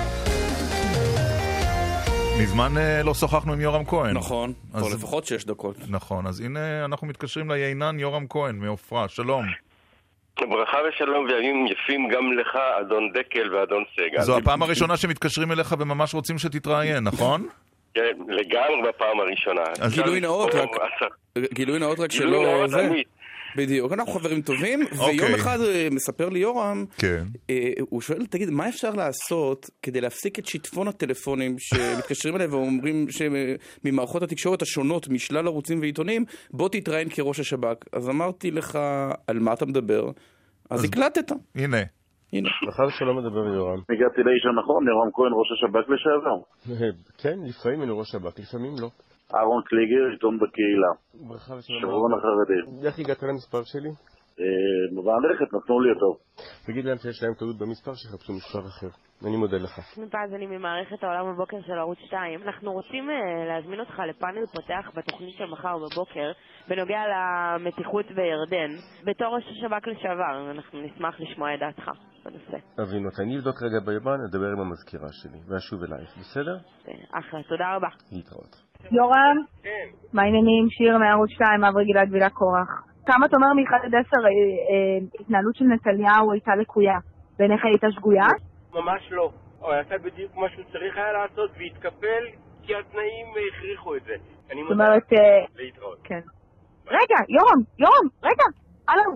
מזמן לא שוחחנו עם יורם כהן. נכון, פה לפחות שש דקות. נכון, אז הנה אנחנו מתקשרים ליינן יורם כהן מעופרה, שלום. ברכה ושלום וימים יפים גם לך, אדון דקל ואדון סגל. זו הפעם הראשונה שמתקשרים אליך וממש רוצים שתתראיין, נכון? כן, לגמרי בפעם הראשונה. גילוי נאות רק, גילוי נאות רק שלא זה. בדיוק, אנחנו חברים טובים, ויום אחד מספר לי יורם, הוא שואל, תגיד, מה אפשר לעשות כדי להפסיק את שיטפון הטלפונים שמתקשרים אליהם ואומרים שממערכות התקשורת השונות, משלל ערוצים ועיתונים, בוא תתראיין כראש השב"כ. אז אמרתי לך, על מה אתה מדבר? אז הקלטת. הנה. הנה. לך שלא מדבר יורם. הגעתי לאיש הנכון, יורם כהן ראש השב"כ לשעבר. כן, לפעמים אני ראש השב"כ, לפעמים לא. אהרון קליגר, עיתון בקהילה. ברכה ושלום. שרון החרדי. איך הגעת למספר שלי? במערכת, נתנו לי אותו. תגיד להם שיש להם טעות במספר, שחפשו מספר אחר. אני מודה לך. מפז, אני ממערכת העולם בבוקר של ערוץ שתיים. אנחנו רוצים להזמין אותך לפאנל פותח בתוכנית של מחר בבוקר, בנוגע למתיחות בירדן. בתור ראש השב"כ לשעבר, אנחנו נשמח לשמוע את דעתך בנושא. אבינות, אני אבדוק רגע ביומן, אדבר עם המזכירה שלי, ואשוב אלייך, בסדר? אחלה, תודה רבה. להתראות. יורם? כן. מה העניינים? שיר מערוץ שתיים, אברי גלעד וילה קורח. כמה אתה אומר מאחד עד עשר, התנהלות של נתניהו הייתה לקויה? בעיניך הייתה שגויה? ממש לא. הוא עשה בדיוק מה שהוא צריך היה לעשות והתקפל כי התנאים הכריחו את זה. אני זאת אומרת... להתראות. כן. רגע, יורם, יורם, רגע, הלו.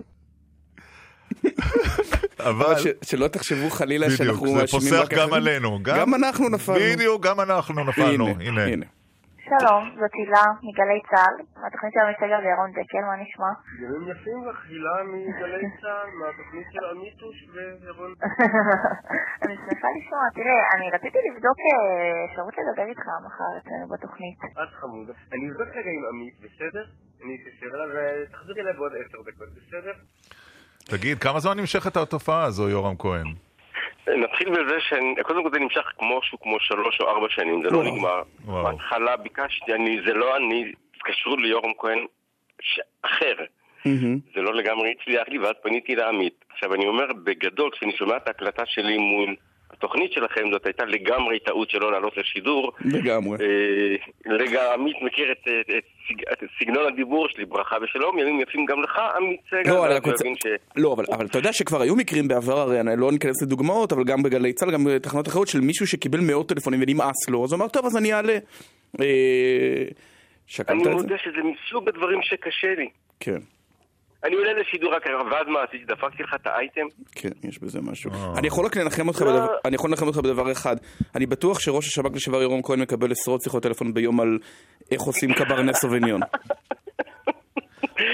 אבל שלא תחשבו חלילה שאנחנו מאשימים... בדיוק, זה פוסח גם עלינו. גם אנחנו נפלנו. בדיוק, גם אנחנו נפלנו. הנה. שלום, זאת הילה מגלי צהל, מהתוכנית של עמית סגל וירון דקל, מה נשמע? ימים יפים לך, הילה מגלי צהל, מהתוכנית של עמיתוש וירון. אני שמחה לשמוע, תראה, אני רציתי לבדוק אפשרות לדבר איתך מחר אצלנו בתוכנית. את חמודה. אני אבדוק רגע עם עמית, בסדר? אני אתקשר אליו ותחזרי אליי בעוד עשר דקות, בסדר? תגיד, כמה זמן נמשכת התופעה הזו, יורם כהן? נתחיל בזה שקודם כל זה נמשך משהו כמו שלוש או ארבע שנים, זה לא נגמר. בהתחלה ביקשתי, זה לא אני, התקשרו ליורם כהן אחר. זה לא לגמרי הצליח לי, ואז פניתי לעמית. עכשיו אני אומר, בגדול, כשאני שומע את ההקלטה שלי מול התוכנית שלכם, זאת הייתה לגמרי טעות שלא לעלות לשידור. לגמרי. לגמרי, עמית מכיר את, את, את סגנון הדיבור שלי, ברכה ושלום, ימים יפים גם לך, עמית סגל. לא, אבל, רוצה... ש... לא אבל, אבל אתה יודע שכבר היו מקרים בעבר, הרי אני לא ניכנס לדוגמאות, אבל גם בגלי צהל, גם בתחנות אחרות של מישהו שקיבל מאות טלפונים ונמאס לו, אז הוא אמר, טוב, אז אני אעלה. שקלת את זה? אני מודה שזה מסוג הדברים שקשה לי. כן. אני עולה לשידור רק ואז מה עשיתי? דפקתי לך את האייטם? כן, יש בזה משהו. אני יכול רק לנחם אותך בדבר, אני יכול לנחם אותך בדבר אחד. אני בטוח שראש השב"כ לשעבר יורם כהן מקבל עשרות שיחות טלפון ביום על איך עושים קברנס סוביניון.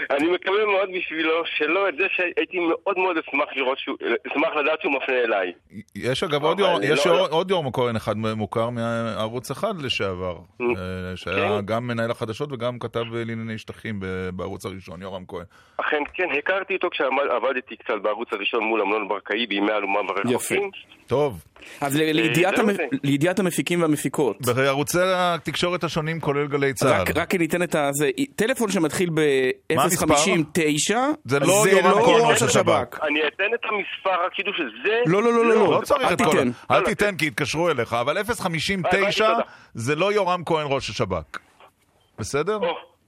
אני מקווה מאוד בשבילו שלא את זה שהייתי מאוד מאוד אשמח לראות שהוא, אשמח לדעת שהוא מפנה אליי. יש אגב עוד יום, יש עוד יום כהן אחד מוכר מערוץ אחד לשעבר, שהיה גם מנהל החדשות וגם כתב לענייני שטחים בערוץ הראשון, יורם כהן. אכן כן, הכרתי איתו כשעבדתי קצת בערוץ הראשון מול אמנון ברקאי בימי אלומה ברחוקים. טוב. אז לידיעת המפיקים והמפיקות. בערוצי התקשורת השונים כולל גלי צהל. רק ניתן את זה, טלפון שמתחיל ב-אפס חמישים תשע, זה לא יורם כהן ראש השב"כ. אני אתן את המספר, רק ידעו שזה... לא, לא, לא, לא. לא צריך את כל... אל תיתן כי יתקשרו אליך, אבל אפס חמישים תשע זה לא יורם כהן ראש השב"כ. בסדר?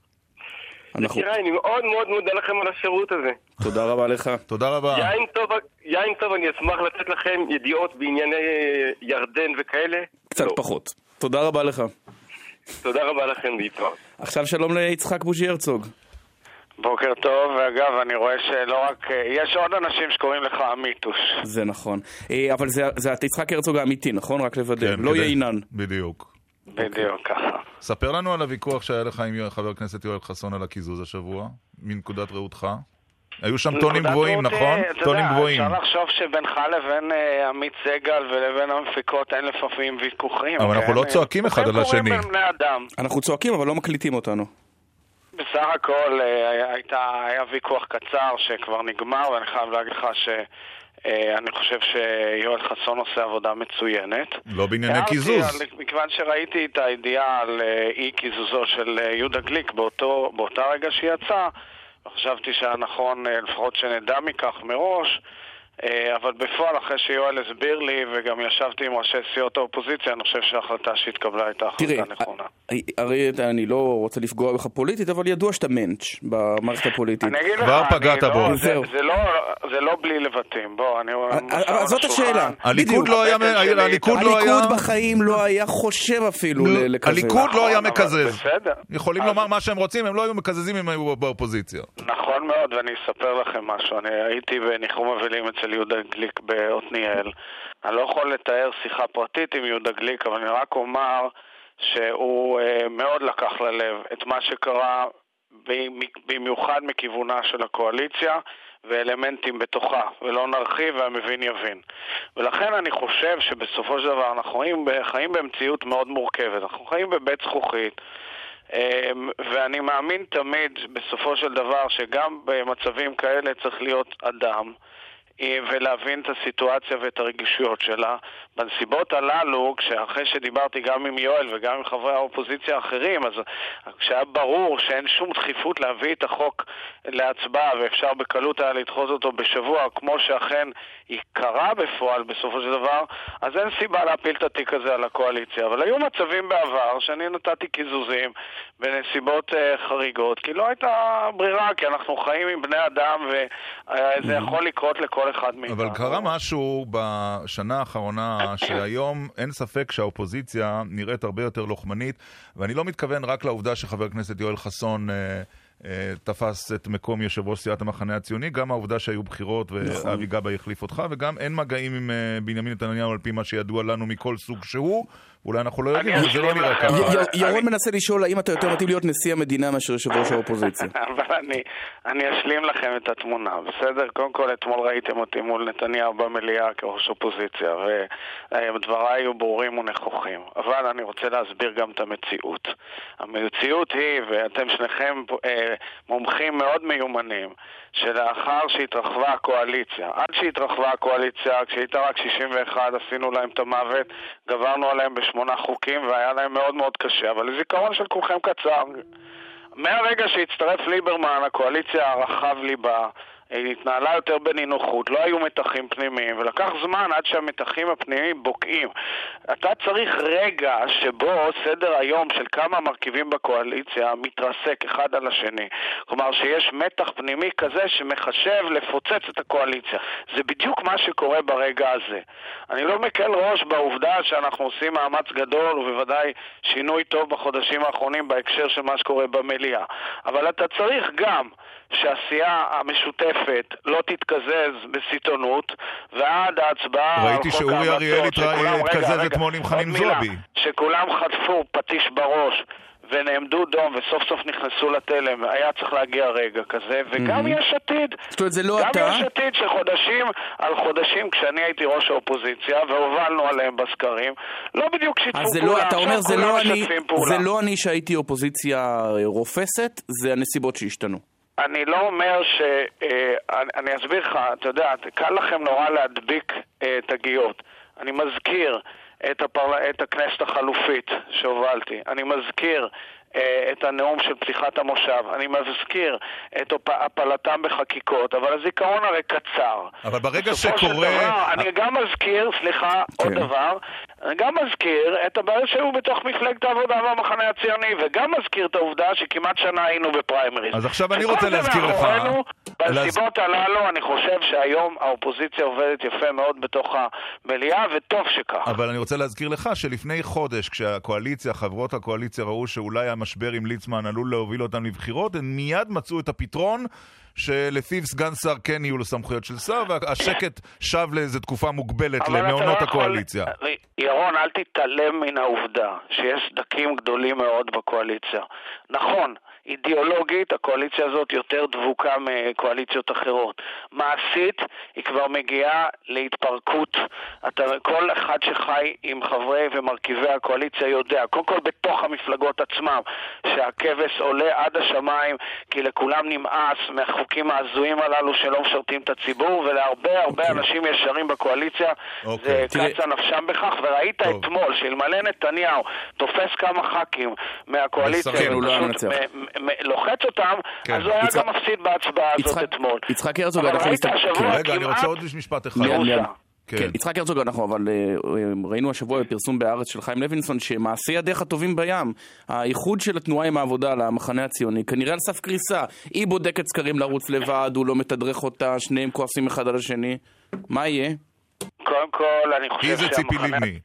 יקירה, אני מאוד מאוד מודה לכם על השירות הזה. תודה רבה לך. תודה רבה. יין טוב, יין טוב, אני אשמח לתת לכם ידיעות בענייני ירדן וכאלה. קצת פחות. תודה רבה לך. תודה רבה לכם להתראות. עכשיו שלום ליצחק בוז'י הרצוג. בוקר טוב, ואגב, אני רואה שלא רק... יש עוד אנשים שקוראים לך אמיתוש. זה נכון. אבל זה יצחק הרצוג האמיתי, נכון? רק לוודא. לא יינן. בדיוק. בדיוק ככה. ספר לנו על הוויכוח שהיה לך עם חבר הכנסת יואל חסון על הקיזוז השבוע, מנקודת ראותך. היו שם טונים גבוהים, נכון? טונים גבוהים. אפשר לחשוב שבינך לבין עמית סגל ולבין המפיקות אין לפעמים ויכוחים. אבל אנחנו לא צועקים אחד על השני. אנחנו צועקים, אבל לא מקליטים אותנו. בסך הכל היה ויכוח קצר שכבר נגמר, ואני חייב להגיד לך ש... אני חושב שיואל חסון עושה עבודה מצוינת. לא בענייני קיזוז. מכיוון שראיתי את הידיעה על אי קיזוזו של יהודה גליק באותו, באותה רגע שיצא, חשבתי שהיה נכון לפחות שנדע מכך מראש, אבל בפועל אחרי שיואל הסביר לי וגם ישבתי עם ראשי סיעות האופוזיציה, אני חושב שההחלטה שהתקבלה הייתה החלטה נכונה. הרי אני לא רוצה לפגוע בך פוליטית, אבל ידוע שאתה מנץ' במערכת הפוליטית. כבר פגעת בו. זה לא בלי לבטים, בוא. זאת השאלה. הליכוד לא היה... הליכוד בחיים לא היה חושב אפילו לקזז. הליכוד לא היה מקזז. יכולים לומר מה שהם רוצים, הם לא היו מקזזים אם היו באופוזיציה. נכון מאוד, ואני אספר לכם משהו. אני הייתי בניחום אבלים אצל יהודה גליק בעתניאל. אני לא יכול לתאר שיחה פרטית עם יהודה גליק, אבל אני רק אומר שהוא אה, מאוד לקח ללב את מה שקרה במיוחד מכיוונה של הקואליציה ואלמנטים בתוכה, ולא נרחיב והמבין יבין. ולכן אני חושב שבסופו של דבר אנחנו חיים, חיים במציאות מאוד מורכבת. אנחנו חיים בבית זכוכית, ואני מאמין תמיד בסופו של דבר שגם במצבים כאלה צריך להיות אדם ולהבין את הסיטואציה ואת הרגישויות שלה. בנסיבות הללו, כשאחרי שדיברתי גם עם יואל וגם עם חברי האופוזיציה האחרים, אז כשהיה ברור שאין שום דחיפות להביא את החוק להצבעה ואפשר בקלות היה לדחות אותו בשבוע, כמו שאכן היא קרה בפועל בסופו של דבר, אז אין סיבה להפיל את התיק הזה על הקואליציה. אבל היו מצבים בעבר שאני נתתי קיזוזים בנסיבות uh, חריגות, כי לא הייתה ברירה, כי אנחנו חיים עם בני אדם וזה יכול לקרות לכל אחד מאיתנו. אבל קרה משהו בשנה האחרונה שהיום אין ספק שהאופוזיציה נראית הרבה יותר לוחמנית, ואני לא מתכוון רק לעובדה שחבר הכנסת יואל חסון אה, אה, תפס את מקום יושב ראש סיעת המחנה הציוני, גם העובדה שהיו בחירות ואבי גבאי החליף אותך, וגם אין מגעים עם אה, בנימין נתניהו על פי מה שידוע לנו מכל סוג שהוא, אולי אנחנו לא יודעים, אבל זה לא נראה ככה. ירון מנסה לשאול האם אתה יותר מתאים להיות נשיא המדינה מאשר יושב ראש האופוזיציה. אבל אני אשלים לכם את התמונה, בסדר? קודם כל, אתמול ראיתם אותי מול נתניהו במליאה כראש אופוזיציה, ודבריי היו ברורים ונכוחים. אבל אני רוצה להסביר גם את המציאות. המציאות היא, ואתם שניכם מומחים מאוד מיומנים, שלאחר שהתרחבה הקואליציה, עד שהתרחבה הקואליציה, כשהייתה רק שישים ואחת, עשינו להם את המוות, גברנו עליהם בשמונה חוקים, והיה להם מאוד מאוד קשה, אבל לזיכרון של כולכם קצר. מהרגע שהצטרף ליברמן, הקואליציה הרחב ליבה, היא התנהלה יותר בנינוחות, לא היו מתחים פנימיים, ולקח זמן עד שהמתחים הפנימיים בוקעים. אתה צריך רגע שבו סדר היום של כמה מרכיבים בקואליציה מתרסק אחד על השני. כלומר שיש מתח פנימי כזה שמחשב לפוצץ את הקואליציה. זה בדיוק מה שקורה ברגע הזה. אני לא מקל ראש בעובדה שאנחנו עושים מאמץ גדול, ובוודאי שינוי טוב בחודשים האחרונים בהקשר של מה שקורה במליאה. אבל אתה צריך גם שהעשייה המשותפת לא תתקזז בסיטונות, ועד ההצבעה... ראיתי שאורי אריאל התקזז אתמול עם חנין זועבי. שכולם חטפו פטיש בראש, ונעמדו דום וסוף סוף נכנסו לתלם, היה צריך להגיע רגע כזה, וגם יש עתיד. זאת אומרת, זה לא גם אתה? יש עתיד שחודשים על חודשים, כשאני הייתי ראש האופוזיציה, והובלנו עליהם בסקרים, לא בדיוק שיתפו פעולה. אז אתה אומר, זה לא אני שהייתי אופוזיציה רופסת, זה הנסיבות שהשתנו. אני לא אומר ש... אני אסביר לך, אתה יודע, קל לכם נורא להדביק תגיות. אני מזכיר את, הפר... את הכנסת החלופית שהובלתי. אני מזכיר את הנאום של פתיחת המושב. אני מזכיר את הפלתם בחקיקות, אבל הזיכרון הרי קצר. אבל ברגע שקורה... דבר, אני גם מזכיר, סליחה, כן. עוד דבר, אני גם מזכיר את הבעיה שהיו בתוך מפלגת העבודה והמחנה הציוני, וגם מזכיר את העובדה שכמעט שנה היינו בפריימריז. אז עכשיו אני רוצה להזכיר לך... בסיבות הללו אני חושב שהיום האופוזיציה עובדת יפה מאוד בתוך המליאה, וטוב שכך. אבל אני רוצה להזכיר לך שלפני חודש, כשהקואליציה, חברות הקואליציה ראו שאולי המשבר עם ליצמן עלול להוביל אותם לבחירות, הם מיד מצאו את הפתרון שלפיו סגן שר כן יהיו לו סמכויות של שר, והשקט שב לאיזו תקופה מוגבלת למעונות הקואליציה. ירון, אל תתעלם מן העובדה שיש סדקים גדולים מאוד בקואליציה. נכון, אידיאולוגית הקואליציה הזאת יותר דבוקה מקואליציות אחרות. מעשית היא כבר מגיעה להתפרקות. אתה, כל אחד שחי עם חברי ומרכיבי הקואליציה יודע, קודם כל בתוך המפלגות עצמם, שהכבש עולה עד השמיים, כי לכולם נמאס מהחוקים העזויים הללו שלא משרתים את הציבור, ולהרבה הרבה okay. אנשים ישרים בקואליציה okay. זה תראה... קצה נפשם בכך, וראית טוב. אתמול שאלמלא נתניהו תופס כמה ח"כים מהקואליציה ופשוט לוחץ אותם, כן. אז הוא היה יצחק... גם מפסיד בהצבעה הזאת יצחק... אתמול. יצחק הרצוג, אנחנו מסתכל... כן, רגע, אני רוצה עוד משפט אחד. כן. כן, יצחק הרצוג, אנחנו אבל ראינו השבוע בפרסום בארץ של חיים לוינסון שמעשי ידיך טובים בים. האיחוד של התנועה עם העבודה למחנה הציוני כנראה על סף קריסה. היא בודקת סקרים לרוץ לבד, הוא לא מתדרך אותה, שניהם כועסים אחד על השני. מה יהיה? קודם כל, אני חושב שהמחנה... היא זה ציפי לבני.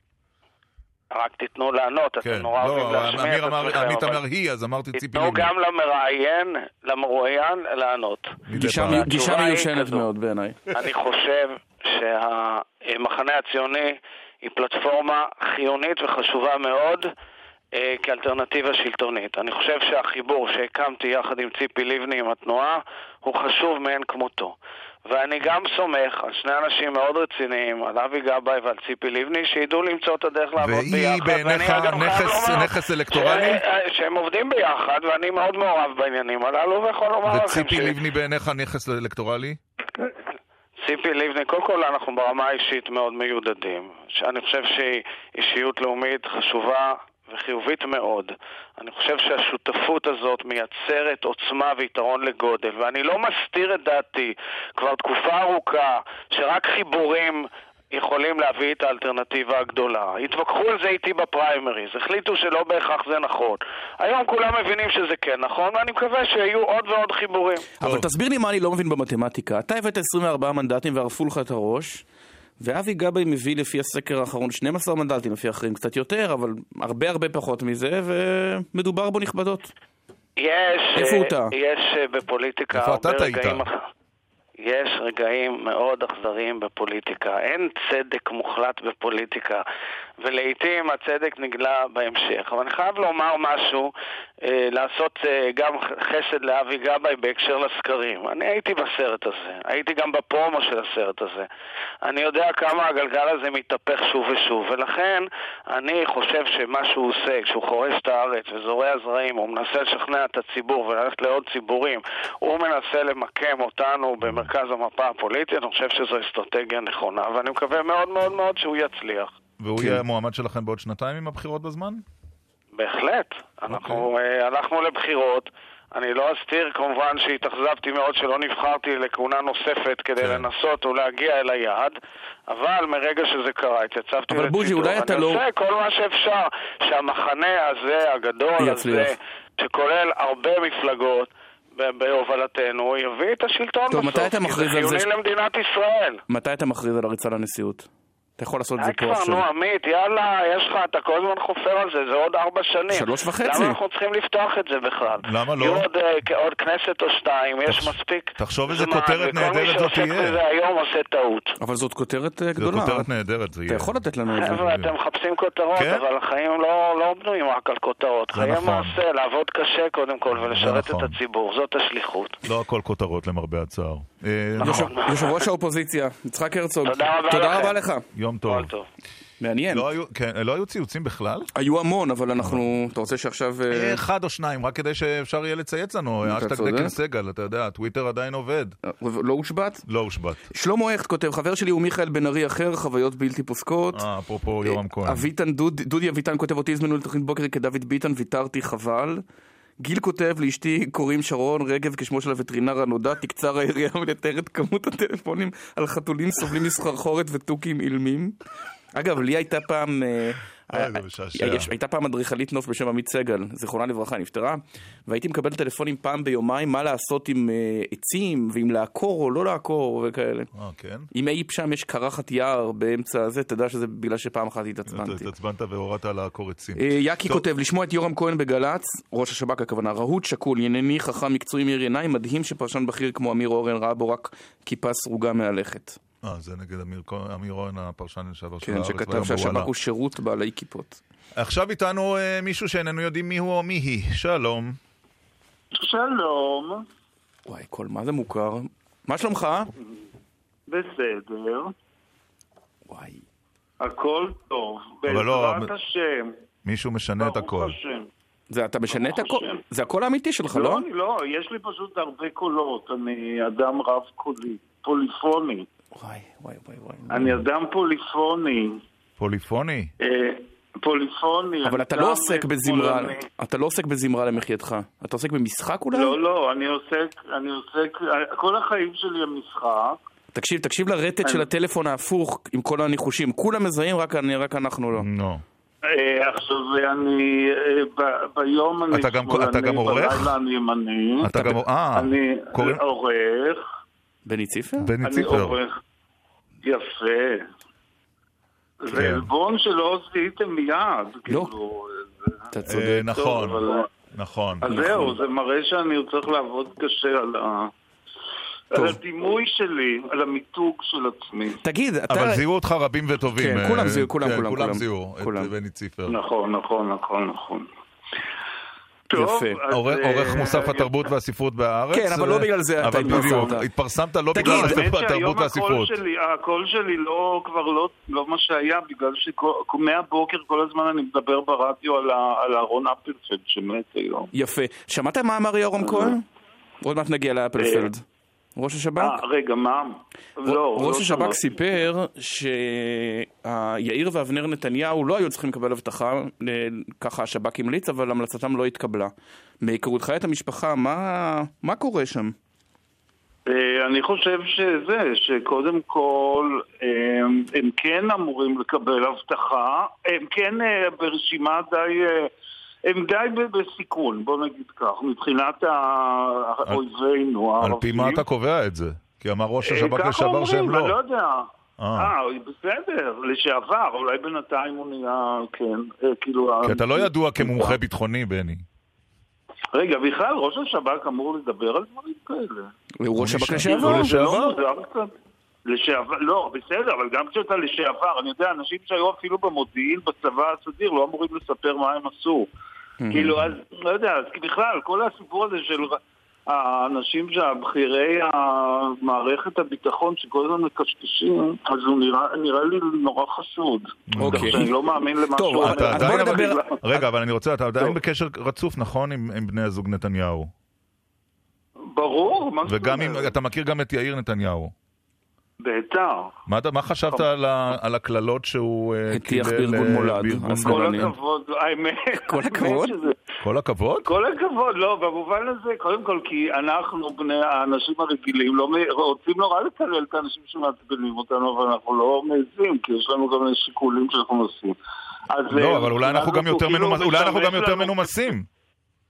רק תיתנו לענות, כן. אתם נורא אוהבים להשמיע את עצמכם. עמית אמר היא, אז אמרתי ציפי לבני. תיתנו גם למראיין, למרואיין, לענות. גישה מיושנת מאוד בעיניי. אני חושב שהמחנה הציוני היא פלטפורמה חיונית וחשובה מאוד אה, כאלטרנטיבה שלטונית. אני חושב שהחיבור שהקמתי יחד עם ציפי לבני עם התנועה הוא חשוב מאין כמותו. ואני גם סומך על שני אנשים מאוד רציניים, על אבי גבאי ועל ציפי לבני, שידעו למצוא את הדרך לעבוד ביחד. והיא בעיניך נכס, נכס אלקטורלי? ש... שהם עובדים ביחד, ואני מאוד מעורב בעניינים הללו, ויכול לומר לכם ש... וציפי לבני בעיניך נכס אלקטורלי? ציפי לבני, קודם כל אנחנו ברמה האישית מאוד מיודדים, שאני חושב שהיא אישיות לאומית חשובה וחיובית מאוד. אני חושב שהשותפות הזאת מייצרת עוצמה ויתרון לגודל, ואני לא מסתיר את דעתי כבר תקופה ארוכה שרק חיבורים יכולים להביא את האלטרנטיבה הגדולה. התווכחו על זה איתי בפריימריז, החליטו שלא בהכרח זה נכון. היום כולם מבינים שזה כן נכון, ואני מקווה שיהיו עוד ועוד חיבורים. אבל תסביר לי מה אני לא מבין במתמטיקה. אתה הבאת עשרים וארבעה מנדטים וערפו לך את הראש, ואבי גבאי מביא לפי הסקר האחרון שנים עשר מנדטים, לפי אחרים קצת יותר, אבל הרבה הרבה פחות מזה, ומדובר בו נכבדות. יש, איפה אותה? יש בפוליטיקה הרבה רגעים אחרים. יש רגעים מאוד אכזריים בפוליטיקה. אין צדק מוחלט בפוליטיקה, ולעיתים הצדק נגלה בהמשך. אבל אני חייב לומר משהו, אה, לעשות אה, גם חסד לאבי גבאי בהקשר לסקרים. אני הייתי בסרט הזה, הייתי גם בפרומו של הסרט הזה. אני יודע כמה הגלגל הזה מתהפך שוב ושוב, ולכן אני חושב שמה שהוא עושה, כשהוא חורש את הארץ וזורע זרעים, הוא מנסה לשכנע את הציבור וללכת לעוד ציבורים, הוא מנסה למקם אותנו במרכז המפה הפוליטית. אני חושב שזו אסטרטגיה נכונה, ואני מקווה מאוד מאוד מאוד שהוא יצליח. והוא יהיה המועמד שלכם בעוד שנתיים עם הבחירות בזמן? בהחלט. אנחנו הלכנו לבחירות. אני לא אסתיר כמובן שהתאכזבתי מאוד שלא נבחרתי לכהונה נוספת כדי לנסות ולהגיע אל היעד, אבל מרגע שזה קרה התייצבתי לצידו. אני עושה כל מה שאפשר שהמחנה הזה הגדול הזה, שכולל הרבה מפלגות בהובלתנו, יביא את השלטון בסוף, כי זה חיוני למדינת ישראל. מתי אתה מכריז על הריצה לנשיאות? אתה יכול לעשות את זה פה עכשיו. עכשיו. נו, עמית, יאללה, יש לך, אתה כל הזמן חופר על זה, זה עוד ארבע שנים. שלוש וחצי. למה אנחנו צריכים לפתוח את זה בכלל? למה לא? יהיו עוד, עוד כנסת או שתיים, יש מספיק. תחשוב איזה כותרת נהדרת זאת תהיה. וכל מי שעוסק בזה היום עושה טעות. אבל זאת כותרת גדולה. זאת כותרת נהדרת, זה יהיה. אתה יכול לתת לנו את זה. חבר'ה, אתם מחפשים כותרות, אבל החיים לא בנויים רק על כותרות. חיי מעשה, לעבוד קשה קודם כל ולשרת את הציבור, זאת השליחות. לא הכל כותרות למרבה הצער. יושב ראש האופוזיציה, יצחק הרצוג. תודה רבה לך. יום טוב. מעניין. לא היו, כן, לא היו ציוצים בכלל? היו המון, אבל אנחנו, אתה רוצה שעכשיו... אחד או שניים, רק כדי שאפשר יהיה לצייץ לנו. אשטג דקל סגל, אתה יודע, טוויטר עדיין עובד. לא הושבת? לא הושבת. שלמה הכט כותב, חבר שלי הוא מיכאל בן ארי אחר, חוויות בלתי פוסקות. אה, אפרופו יורם כהן. אביטן, דודי אביטן כותב, אותי הזמנו לתוכנית בוקר כדוד ביטן, ויתרתי חבל. גיל כותב, לאשתי קוראים שרון רגב כשמו של הווטרינר הנודע, תקצר העירייה ולתאר את כמות הטלפונים על חתולים סובלים מסחרחורת וטוקים אילמים. אגב, לי הייתה פעם... הייתה פעם אדריכלית נוף בשם עמית סגל, זיכרונה לברכה, נפטרה, והייתי מקבל טלפונים פעם ביומיים מה לעשות עם עצים, ועם לעקור או לא לעקור וכאלה. אם אי שם יש קרחת יער באמצע הזה, תדע שזה בגלל שפעם אחת התעצבנתי. התעצבנת והורדת לעקור עצים. יקי כותב, לשמוע את יורם כהן בגלץ, ראש השב"כ הכוונה, רהוט שקול, ענייני, חכם, מקצועי, מאיר עיניים, מדהים שפרשן בכיר כמו אמיר אורן ראה בו רק כיפה סרוגה מהלכת. אה, זה נגד אמיר אורן, הפרשן לשעבר של הארץ. כן, שכתב שהשב"כ הוא שירות בעלי כיפות. עכשיו איתנו אה, מישהו שאיננו יודעים מי הוא או מי היא. שלום. שלום. וואי, כל מה זה מוכר. מה שלומך? בסדר. וואי. הכל טוב. בעזרת לא, השם. מישהו משנה את הכל. השם. זה אתה משנה את הכל? זה הקול האמיתי שלך, לא? לא, לא, יש לי פשוט הרבה קולות. אני אדם רב קולי. פוליפוני. וואי, וואי, וואי, וואי. אני אדם פוליפוני. פוליפוני? פוליפוני. אבל אתה לא עוסק בזמרה, אתה לא עוסק בזמרה למחייתך. אתה עוסק במשחק אולי? לא, לא, אני עוסק, אני עוסק, כל החיים שלי הם משחק. תקשיב, תקשיב לרטט של הטלפון ההפוך עם כל הניחושים. כולם מזהים, רק אנחנו לא. לא. עכשיו אני, ביום אני שמאלני, בלילה אני ימני. אני עורך. בני ציפר? בני ציפר. אני עורך. יפה. זה אלבון שלא עשיתם מיד. לא. אתה צודק. נכון, נכון. אז זהו, זה מראה שאני צריך לעבוד קשה על ה... על הדימוי שלי, על המיתוג של עצמי. תגיד, אתה... אבל זיהו אותך רבים וטובים. כן, כולם זיהו, כולם, כולם. כולם זיהו את בני ציפר. נכון, נכון, נכון, נכון. יפה. עורך מוסף התרבות והספרות בארץ. כן, אבל לא בגלל זה אתה התפרסמת. התפרסמת לא בגלל התרבות והספרות. הקול שלי לא, כבר לא מה שהיה, בגלל שמהבוקר כל הזמן אני מדבר ברדיו על אהרון אפלפלד שמת היום. יפה. שמעת מה אמר יורם כהן? עוד מעט נגיע לאפלפלד. ראש השב"כ? רגע, מה? לא. ראש השב"כ סיפר שיאיר ואבנר נתניהו לא היו צריכים לקבל הבטחה, ככה השב"כ המליץ, אבל המלצתם לא התקבלה. מהיכרותך את המשפחה, מה קורה שם? אני חושב שזה, שקודם כל הם כן אמורים לקבל הבטחה, הם כן ברשימה די... הם די בסיכון, בוא נגיד כך, מבחינת האויבינו הערבים. על פי מה אתה קובע את זה? כי אמר ראש השב"כ לשעבר שהם לא. אני לא יודע. אה, בסדר, לשעבר, אולי בינתיים הוא נהיה, כן, כאילו... כי אתה לא ידוע כמומחה ביטחוני, בני. רגע, בכלל, ראש השב"כ אמור לדבר על דברים כאלה. הוא ראש השב"כ לשעבר? לשעבר, לא, בסדר, אבל גם כשאתה לשעבר, אני יודע, אנשים שהיו אפילו במודיעין, בצבא הסדיר, לא אמורים לספר מה הם עשו. כאילו, אז, לא יודע, אז בכלל, כל הסיפור הזה של האנשים שהבחירי המערכת הביטחון שכל הזמן מקשקשים, אז הוא נראה לי נורא חשוד. אוקיי. שאני לא מאמין למה שהוא אומר. רגע, אבל אני רוצה, אתה עדיין בקשר רצוף, נכון, עם בני הזוג נתניהו? ברור, מה זאת אומרת? וגם אם, אתה מכיר גם את יאיר נתניהו. בעיקר. מה חשבת על הכללות שהוא הטיח בארגון מולד? כל הכבוד, האמת. כל הכבוד? כל הכבוד? כל הכבוד, לא, במובן הזה, קודם כל, כי אנחנו, בני האנשים הרגילים, רוצים נורא לקלל את האנשים שמעצבנים אותנו, אבל אנחנו לא מעזים, כי יש לנו גם שיקולים שאנחנו עושים. לא, אבל אולי אנחנו גם יותר מנומסים.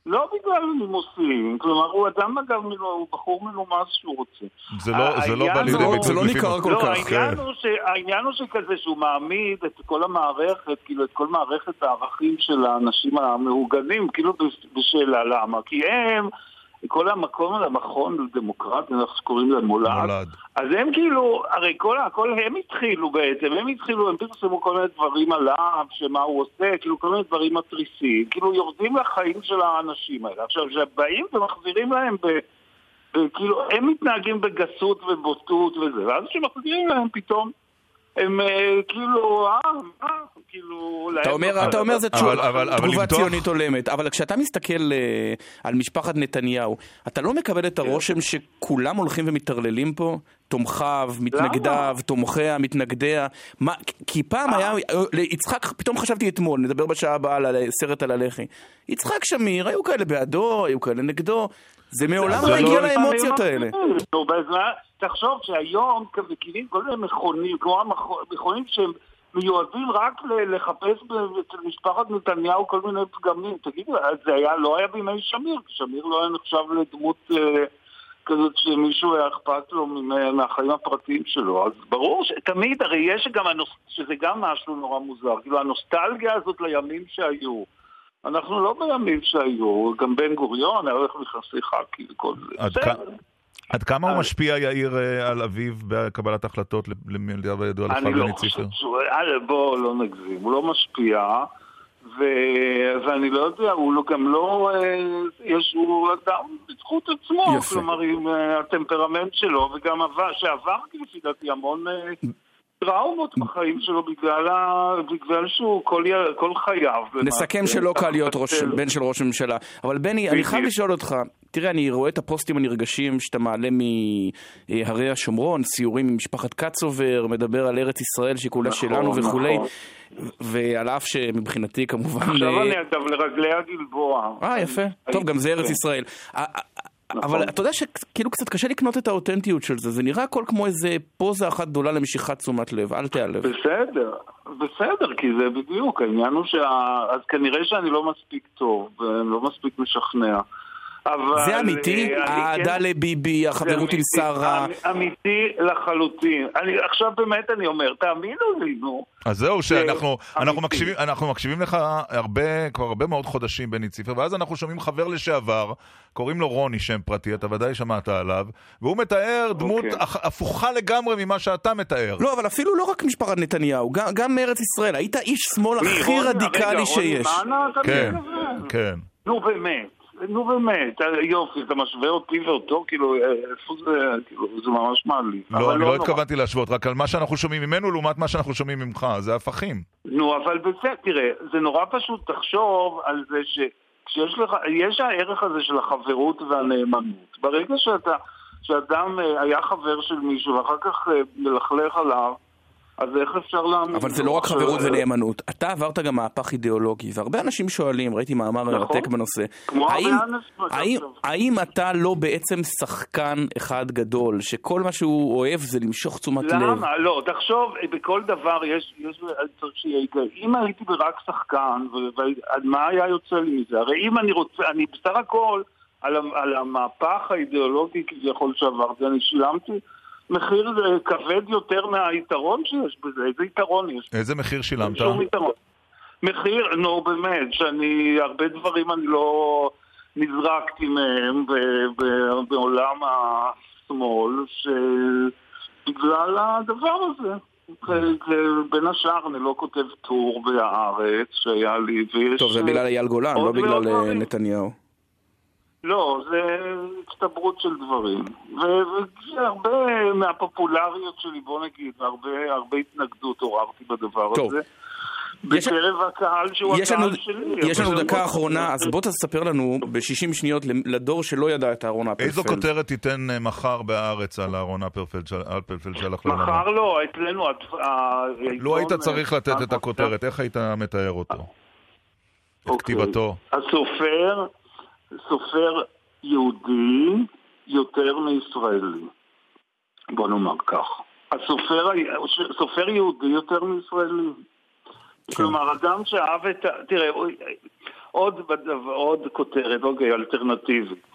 לא בגלל נימוסים, כלומר הוא אדם אגב, הוא בחור מנומס שהוא רוצה. זה לא בא לידי ביטוי. זה לא ניכר כל כך. העניין הוא שכזה שהוא מעמיד את כל המערכת, כאילו את כל מערכת הערכים של האנשים המהוגנים, כאילו בשאלה למה, כי הם, כל המקום המכון לדמוקרטיה, אנחנו שקוראים להם מולד, אז הם כאילו, הרי כל הכל הם התחילו בעצם, הם התחילו, הם פרסמו כל מיני דברים עליו, שמה הוא עושה, כאילו כל מיני דברים מטריסים, כאילו יורדים לחיים של האנשים האלה. עכשיו, שבאים ומחזירים להם ב... כאילו, הם מתנהגים בגסות ובוטות וזה, ואז שמחזירים להם פתאום, הם כאילו, אה, אה, כאילו... אתה אומר, אתה אומר זה תגובה ציונית הולמת, אבל כשאתה מסתכל על משפחת נתניהו, אתה לא מקבל את הרושם שכולם הולכים ומתרללים פה? תומכיו, מתנגדיו, תומכיה, מתנגדיה? כי פעם היה, יצחק, פתאום חשבתי אתמול, נדבר בשעה הבאה על סרט על הלח"י. יצחק שמיר, היו כאלה בעדו, היו כאלה נגדו. זה מעולם לא הגיע לאמוציות האלה. תחשוב שהיום מכירים כל מיני מכונים, כמו מכונים שהם מיועדים רק לחפש אצל משפחת נתניהו כל מיני פגמים. תגידו, זה היה, לא היה בימי שמיר, שמיר לא היה נחשב לדמות כזאת שמישהו היה אכפת לו מהחיים הפרטיים שלו. אז ברור שתמיד, הרי יש גם, שזה גם משהו נורא מוזר, כאילו הנוסטלגיה הזאת לימים שהיו. אנחנו לא בימים שהיו, גם בן גוריון היה הולך לחסי חכי וכל זה. עד כמה הוא משפיע יאיר על אביו בקבלת החלטות למידע וידוע לך בני ציפר? בוא לא נגזים, הוא לא משפיע, ואני לא יודע, הוא גם לא, הוא אדם בזכות עצמו, כלומר עם הטמפרמנט שלו, וגם שעבר לפי דעתי המון טראומות בחיים שלו בגלל שהוא כל חייו. נסכם שלא קל להיות בן של ראש הממשלה. אבל בני, אני חייב לשאול אותך, תראה, אני רואה את הפוסטים הנרגשים שאתה מעלה מהרי השומרון, סיורים עם משפחת קצובר, מדבר על ארץ ישראל שכולה שלנו וכולי, ועל אף שמבחינתי כמובן... עכשיו אני אגב לרגלי הגלבוע. אה, יפה. טוב, גם זה ארץ ישראל. אבל אתה יודע שכאילו קצת קשה לקנות את האותנטיות של זה, זה נראה הכל כמו איזה פוזה אחת גדולה למשיכת תשומת לב, אל תיעלב. בסדר, בסדר, כי זה בדיוק, העניין הוא שה... אז כנראה שאני לא מספיק טוב, ולא מספיק משכנע. זה אמיתי? העדה לביבי, החברות עם שרה. אמיתי לחלוטין. עכשיו באמת אני אומר, תאמינו לי, נו. אז זהו, שאנחנו מקשיבים לך הרבה, כבר הרבה מאוד חודשים בני ציפר, ואז אנחנו שומעים חבר לשעבר, קוראים לו רוני, שם פרטי, אתה ודאי שמעת עליו, והוא מתאר דמות הפוכה לגמרי ממה שאתה מתאר. לא, אבל אפילו לא רק משפחת נתניהו, גם מארץ ישראל, היית איש שמאל הכי רדיקלי שיש. כן, כן. נו באמת. נו באמת, יופי, אתה משווה אותי ואותו, כאילו, איפה זה, כאילו, זה ממש מעליב. לא, אני לא התכוונתי להשוות, רק על מה שאנחנו שומעים ממנו, לעומת מה שאנחנו שומעים ממך, זה הפכים. נו, אבל בסדר, תראה, זה נורא פשוט תחשוב על זה שכשיש לך, יש הערך הזה של החברות והנאמנות. ברגע שאתה, שאדם היה חבר של מישהו, ואחר כך מלכלך עליו, אז איך אפשר להאמין? אבל זה לא רק חברות ונאמנות. אתה עברת גם מהפך אידיאולוגי, והרבה אנשים שואלים, ראיתי מאמר מרתק בנושא, האם אתה לא בעצם שחקן אחד גדול, שכל מה שהוא אוהב זה למשוך תשומת לב? למה? לא, תחשוב, בכל דבר יש, צריך שיהיה היגיון. אם הייתי רק שחקן, מה היה יוצא לי מזה? הרי אם אני רוצה, אני בסך הכל, על המהפך האידיאולוגי כביכול שעברתי, אני שילמתי מחיר כבד יותר מהיתרון שיש בזה. איזה יתרון יש? איזה מחיר שילמת? שום יתרון. מחיר, נו באמת, שאני, הרבה דברים אני לא נזרקתי מהם בעולם השמאל, שבגלל הדבר הזה. בין השאר אני לא כותב טור בהארץ שהיה לי. טוב, זה בגלל אייל גולן, לא בגלל נתניהו. לא, זה הצטברות של דברים. והרבה מהפופולריות שלי, בוא נגיד, הרבה, הרבה התנגדות עוררתי בדבר הזה. בקרב הקהל שהוא הקהל שלי. יש לנו דקה אחרונה, אז בוא תספר לנו ב-שישים שניות לדור שלא ידע את אהרון אפלפלד. איזו כותרת תיתן מחר בארץ על אהרון אפלפלד שלך לעולמו? מחר לא, אצלנו... לא היית צריך לתת את הכותרת, איך היית מתאר אותו? את כתיבתו. הסופר... סופר יהודי יותר מישראלי. בוא נאמר כך. הסופר, סופר יהודי יותר מישראלי. כלומר, אדם שאהב את... תראה, עוד, עוד כותרת, אוקיי, אלטרנטיבית.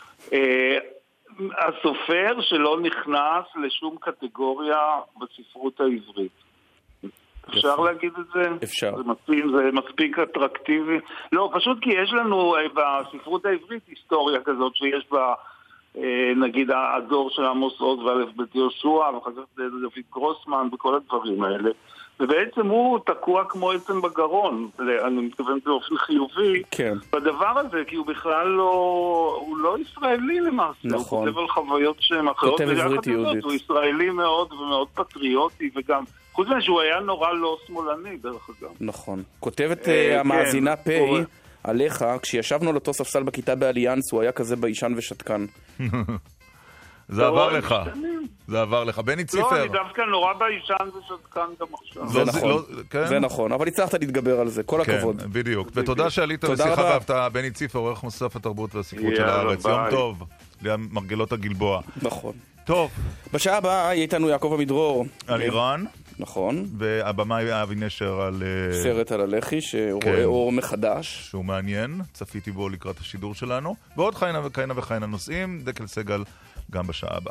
הסופר שלא נכנס לשום קטגוריה בספרות העברית. אפשר להגיד את זה? אפשר. זה מספיק, זה מספיק אטרקטיבי. לא, פשוט כי יש לנו בספרות העברית היסטוריה כזאת שיש בה, נגיד, הדור של עמוס עוז ואלף בית יהושע, ואחר כך דוד גרוסמן וכל הדברים האלה. ובעצם הוא תקוע כמו עצם בגרון, אני מתכוון באופן חיובי, כן. בדבר הזה, כי הוא בכלל לא, הוא לא ישראלי למעשה, נכון. הוא כותב על חוויות שהן אחרות, כותב עברית יהודית. הוא ישראלי מאוד ומאוד פטריוטי, וגם, חוץ מזה שהוא היה נורא לא שמאלני דרך אגב. נכון. כותבת אה, המאזינה כן, פי הוא... עליך, כשישבנו על אותו ספסל בכיתה באליאנס, הוא היה כזה בישן ושתקן. זה עבר לך, זה עבר לך. בני ציפר. לא, אני דווקא נורא בישן ושתקן גם עכשיו. זה נכון, זה נכון, אבל הצלחת להתגבר על זה, כל הכבוד. כן, בדיוק. ותודה שעלית לשיחה ואהבת. בני ציפר, עורך מוסף התרבות והספרות של הארץ. יום טוב, למרגלות הגלבוע. נכון. טוב. בשעה הבאה יהיה איתנו יעקב עמידרור. על איראן. נכון. והבמאי אבי נשר על... סרט על הלח"י, שרואה אור מחדש. שהוא מעניין, צפיתי בו לקראת השידור שלנו. ועוד חיינה וכהנה וכהנה נושאים. דקל סגל גם בשעה הבאה.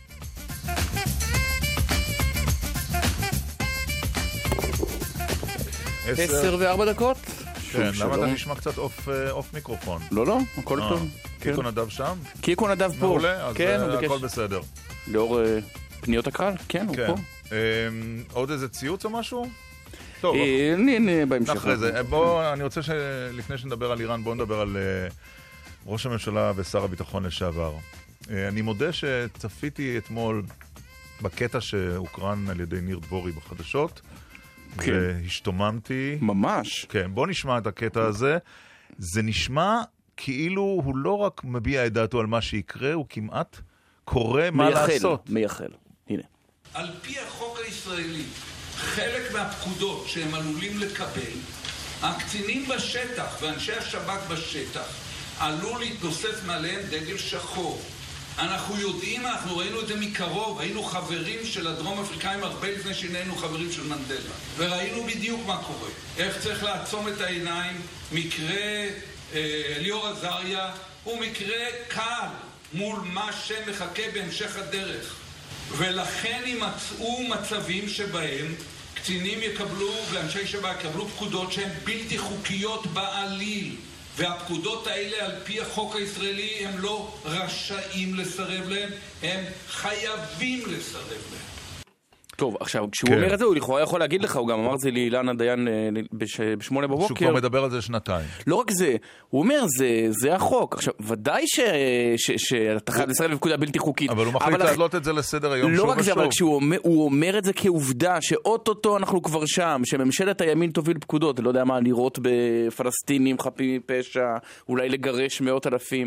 עשר וארבע דקות. כן, למה אתה נשמע קצת אוף מיקרופון? לא, לא, הכל טוב. קיקו נדב שם? קיקו נדב פה. מעולה, אז הכל בסדר. לאור פניות הקהל? כן, הוא פה. עוד איזה ציוץ או משהו? טוב, נהנה בהמשך. אחרי זה. בואו, אני רוצה שלפני שנדבר על איראן, בואו נדבר על ראש הממשלה ושר הביטחון לשעבר. אני מודה שצפיתי אתמול בקטע שהוקרן על ידי ניר דבורי בחדשות, כן. והשתוממתי. ממש. כן, בוא נשמע את הקטע הזה. זה נשמע כאילו הוא לא רק מביע את דעתו על מה שיקרה, הוא כמעט קורא מה מייחל, לעשות. מייחל, הנה. על פי החוק הישראלי, חלק מהפקודות שהם עלולים לקבל, הקצינים בשטח ואנשי השב"כ בשטח עלול להתנוסס מעליהם דגל שחור. אנחנו יודעים, אנחנו ראינו את זה מקרוב, היינו חברים של הדרום אפריקאים הרבה לפני שנהיינו חברים של מנדלה, וראינו בדיוק מה קורה, איך צריך לעצום את העיניים. מקרה אה, ליאור עזריה הוא מקרה קל מול מה שמחכה בהמשך הדרך, ולכן יימצאו מצבים שבהם קצינים יקבלו ואנשי שב"כ יקבלו פקודות שהן בלתי חוקיות בעליל, והפקודות האלה על פי החוק הישראלי הם לא רשאים לסרב להם, הם חייבים לסרב להם. טוב, עכשיו, כשהוא כן. אומר את זה, הוא לכאורה יכול להגיד לך, הוא גם אמר זה לאילנה דיין בש... בשמונה בבוקר. שהוא כבר מדבר על זה שנתיים. לא רק זה, הוא אומר, זה, זה החוק. עכשיו, ודאי ש... ש... שאתה חייב לסרב לפקודה בלתי חוקית. אבל הוא מחליט להעלות את זה לסדר היום לא שוב ושוב. לא רק זה, אבל כשהוא אומר, הוא אומר את זה כעובדה, שאוטוטו אנחנו כבר שם, שממשלת הימין תוביל פקודות, לא יודע מה, לראות בפלסטינים חפים מפשע, אולי לגרש מאות אלפים.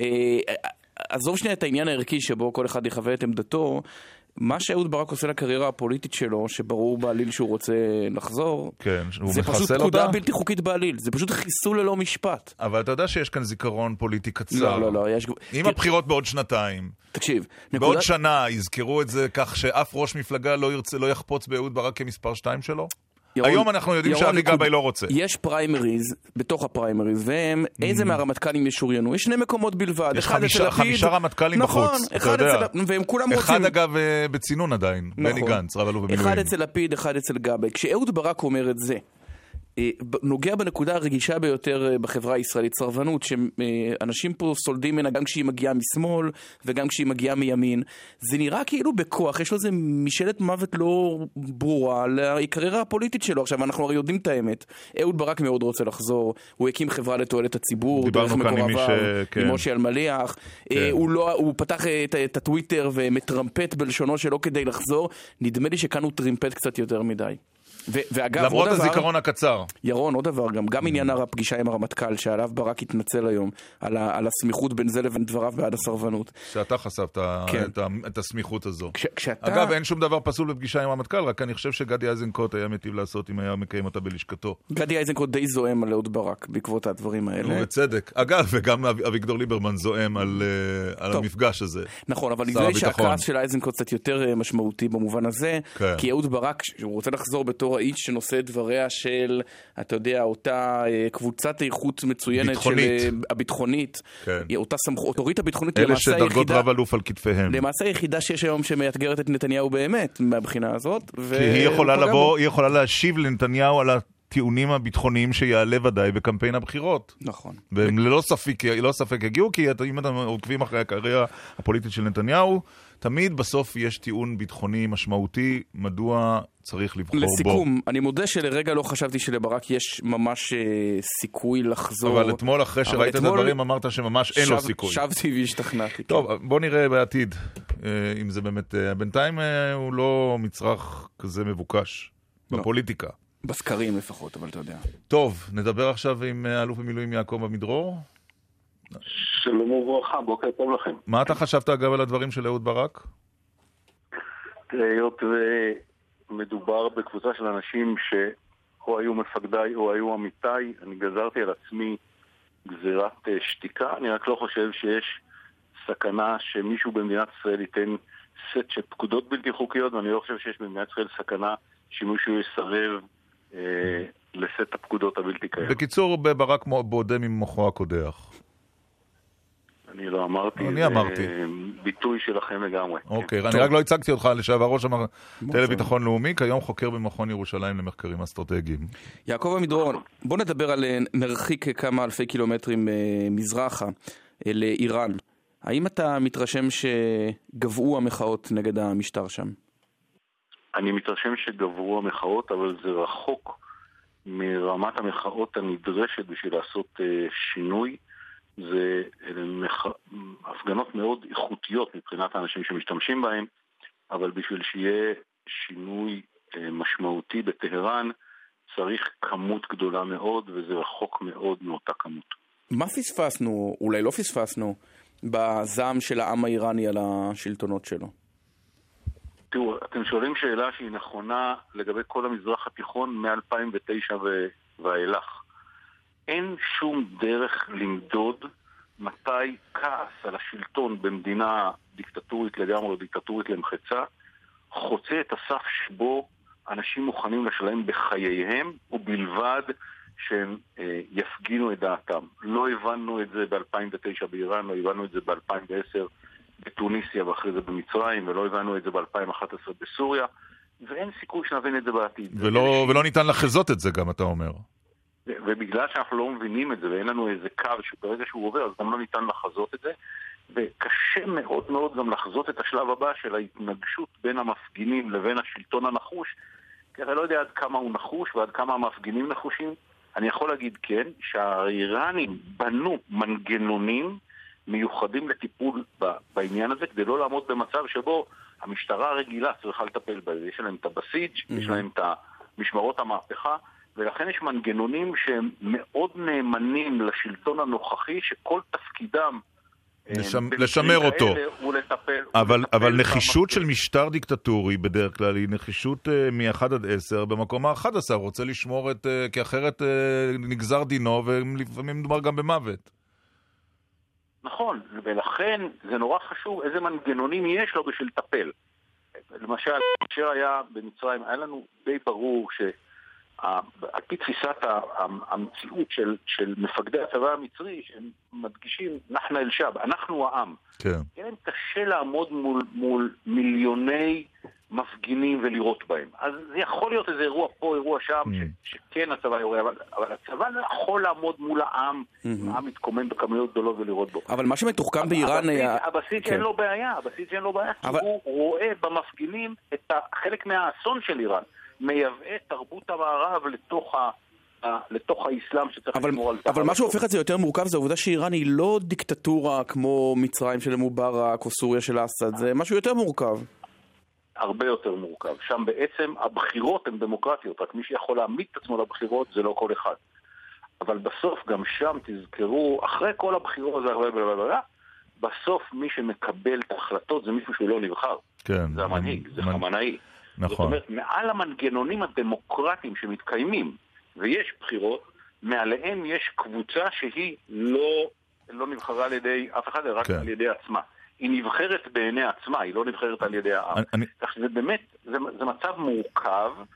עזוב שנייה את העניין הערכי שבו כל אחד יחווה את עמדתו, מה שאהוד ברק עושה לקריירה הפוליטית שלו, שברור בעליל שהוא רוצה לחזור, כן, זה פשוט פקודה בלתי חוקית בעליל, זה פשוט חיסול ללא משפט. אבל אתה יודע שיש כאן זיכרון פוליטי קצר. לא, לא, לא. יש... עם הבחירות בעוד שנתיים. תקשיב. בעוד נקודה... שנה יזכרו את זה כך שאף ראש מפלגה לא ירצה, לא יחפוץ באהוד ברק כמספר שתיים שלו? ירון, היום אנחנו יודעים שאבי גבאי לא רוצה. יש פריימריז, בתוך הפריימריז, והם, איזה מהרמטכ"לים ישוריינו? יש שני מקומות בלבד. יש חמישה, חמישה רמטכ"לים בחוץ. נכון, אחד אצל... והם כולם רוצים... אחד אגב בצינון עדיין, בני גנץ, רב אלוף במילואים. אחד אצל לפיד, אחד אצל גבאי. כשאהוד ברק אומר את זה, נוגע בנקודה הרגישה ביותר בחברה הישראלית, סרבנות, שאנשים פה סולדים ממנה גם כשהיא מגיעה משמאל וגם כשהיא מגיעה מימין. זה נראה כאילו בכוח, יש לו איזה משאלת מוות לא ברורה לקריירה הפוליטית שלו. עכשיו אנחנו הרי יודעים את האמת, אהוד ברק מאוד רוצה לחזור, הוא הקים חברה לתועלת הציבור, דרך מקורביו, עם משה אלמליח, הוא, לא, הוא פתח את, את הטוויטר ומטרמפט בלשונו שלו כדי לחזור. נדמה לי שכאן הוא טרימפט קצת יותר מדי. ו- ואגב, למרות הזיכרון הקצר. ירון, עוד דבר, גם, גם עניין הפגישה עם הרמטכ"ל, שעליו ברק התנצל היום, על, ה- על הסמיכות בין זה לבין דבריו בעד הסרבנות. שאתה חשפת כן. את, ה- את הסמיכות הזו. כש- כשאתה... אגב, אין שום דבר פסול בפגישה עם הרמטכ"ל, רק אני חושב שגדי איזנקוט היה מטיב לעשות אם היה מקיים אותה בלשכתו. גדי איזנקוט די זועם על אהוד ברק, בעקבות הדברים האלה. ובצדק. אגב, וגם אביגדור ליברמן זועם על, על המפגש הזה. נכון, אבל נדמה לי שהכעס של איזנקוט קצת יותר משמעותי במובן הזה, כן. כי אהוד ברק, שהוא רוצה לחזור בתור נוראית שנושא את דבריה של, אתה יודע, אותה קבוצת איכות מצוינת ביטחונית. של הביטחונית, כן. אותה סמכות, אוטוריטה ביטחונית, אלה שדרגות רב אלוף על כתפיהם. למעשה היחידה שיש היום שמאתגרת את נתניהו באמת, מהבחינה הזאת. ו... כי היא יכולה לבוא, היא יכולה להשיב לנתניהו על הטיעונים הביטחוניים שיעלה ודאי בקמפיין הבחירות. נכון. והם ללא ספק, לא ספק הגיעו, כי אם אתם עוקבים אחרי הקריירה הפוליטית של נתניהו, תמיד בסוף יש טיעון ביטחוני משמעותי, מדוע צריך לבחור בו. לסיכום, אני מודה שלרגע לא חשבתי שלברק יש ממש אה, סיכוי לחזור. אבל אתמול אחרי שראית את הדברים אמרת שממש אין שב, לו סיכוי. שבתי והשתכנעתי. טוב, כן. בוא נראה בעתיד, אה, אם זה באמת, אה, בינתיים אה, הוא לא מצרך כזה מבוקש לא. בפוליטיקה. בסקרים לפחות, אבל אתה יודע. טוב, נדבר עכשיו עם אלוף במילואים יעקב עמידרור. שלום וברכה, בוקר טוב לכם. מה אתה חשבת אגב על הדברים של אהוד ברק? היות ומדובר בקבוצה של אנשים שאו היו מפקדיי או היו עמיתיי, אני גזרתי על עצמי גזירת שתיקה. אני רק לא חושב שיש סכנה שמישהו במדינת ישראל ייתן סט של פקודות בלתי חוקיות, ואני לא חושב שיש במדינת ישראל סכנה שמישהו יסרב אה, לסט הפקודות הבלתי קיים. בקיצור, ברק בודם עם מוחו הקודח. אני לא אמרתי. אני אמרתי. ביטוי שלכם לגמרי. אוקיי, אני רק לא הצגתי אותך לשעבר ראש המטה לביטחון לאומי, כיום חוקר במכון ירושלים למחקרים אסטרטגיים. יעקב עמידרור, בוא נדבר על נרחיק כמה אלפי קילומטרים מזרחה לאיראן. האם אתה מתרשם שגבעו המחאות נגד המשטר שם? אני מתרשם שגברו המחאות, אבל זה רחוק מרמת המחאות הנדרשת בשביל לעשות שינוי. זה מח... הפגנות מאוד איכותיות מבחינת האנשים שמשתמשים בהם, אבל בשביל שיהיה שינוי משמעותי בטהרן צריך כמות גדולה מאוד, וזה רחוק מאוד מאותה כמות. מה פספסנו, אולי לא פספסנו, בזעם של העם האיראני על השלטונות שלו? תראו, אתם שואלים שאלה שהיא נכונה לגבי כל המזרח התיכון מ-אלפיים ותשע ו... ואילך. אין שום דרך למדוד מתי כעס על השלטון במדינה דיקטטורית לגמרי או דיקטטורית למחצה חוצה את הסף שבו אנשים מוכנים לשלם בחייהם ובלבד שהם אה, יפגינו את דעתם. לא הבנו את זה ב-אלפיים ותשע באיראן, לא הבנו את זה ב-אלפיים ועשר בתוניסיה ואחרי זה במצרים, ולא הבנו את זה ב-אלפיים ואחת עשרה בסוריה, ואין סיכוי שנבין את זה בעתיד. ולא, ולא ניתן לחזות את זה גם, אתה אומר. ובגלל שאנחנו לא מבינים את זה ואין לנו איזה קו שברגע שהוא עובר אז גם לא ניתן לחזות את זה, וקשה מאוד מאוד גם לחזות את השלב הבא של ההתנגשות בין המפגינים לבין השלטון הנחוש, כי אני לא יודע עד כמה הוא נחוש ועד כמה המפגינים נחושים. אני יכול להגיד כן שהאיראנים בנו מנגנונים מיוחדים לטיפול בעניין הזה כדי לא לעמוד במצב שבו המשטרה הרגילה צריכה לטפל בזה. יש להם את הבסיג', יש להם את משמרות המהפכה, ולכן יש מנגנונים שהם מאוד נאמנים לשלטון הנוכחי, שכל תפקידם לשמ... לשמר אותו. ולטפל, אבל, ולטפל אבל נחישות של משטר דיקטטורי בדרך כלל היא נחישות uh, מ-אחד עד עשר במקום ה-אחד עשר, רוצה לשמור את, uh, כי אחרת uh, נגזר דינו ולפעמים מדובר גם במוות. נכון, ולכן זה נורא חשוב איזה מנגנונים יש לו בשביל לטפל. למשל, כאשר היה במצרים, היה לנו די ברור ש... על פי תפיסת המציאות של, של מפקדי הצבא המצרי, שהם מדגישים, נחנה אל שב, אנחנו העם. כן. כן, קשה לעמוד מול, מול מיליוני מפגינים ולראות בהם. אז זה יכול להיות איזה אירוע פה, אירוע שם, mm. ש, שכן הצבא יורה, אבל, אבל הצבא לא יכול לעמוד מול העם, mm-hmm. העם מתקומם בכמויות גדולות ולראות בו. אבל מה שמתוחכם באיראן היה... הבסיס שאין לו בעיה, הבסיס שאין לו בעיה, אבל... כי הוא רואה במפגינים את חלק מהאסון של איראן. מייבא תרבות המערב לתוך, ה, לתוך האסלאם שצריך לשמור על תחת. אבל מה שהופך את זה יותר מורכב זה העובדה שאיראן היא לא דיקטטורה כמו מצרים של מובארק או סוריה של אסד, זה משהו יותר מורכב. הרבה יותר מורכב. שם בעצם הבחירות הן דמוקרטיות, רק מי שיכול להעמיד את עצמו לבחירות זה לא כל אחד. אבל בסוף גם שם תזכרו, אחרי כל הבחירות זה הרבה בלבלבלה, בסוף מי שמקבל את ההחלטות זה מישהו שהוא לא נבחר. כן. זה המנהיג, זה חמנאי. נכון. זאת אומרת, מעל המנגנונים הדמוקרטיים שמתקיימים, ויש בחירות, מעליהם יש קבוצה שהיא לא, לא נבחרה על ידי אף אחד, רק כן. על ידי עצמה. היא נבחרת בעיני עצמה, היא לא נבחרת על ידי העם. אני... כך שזה באמת, זה, זה מצב מורכב,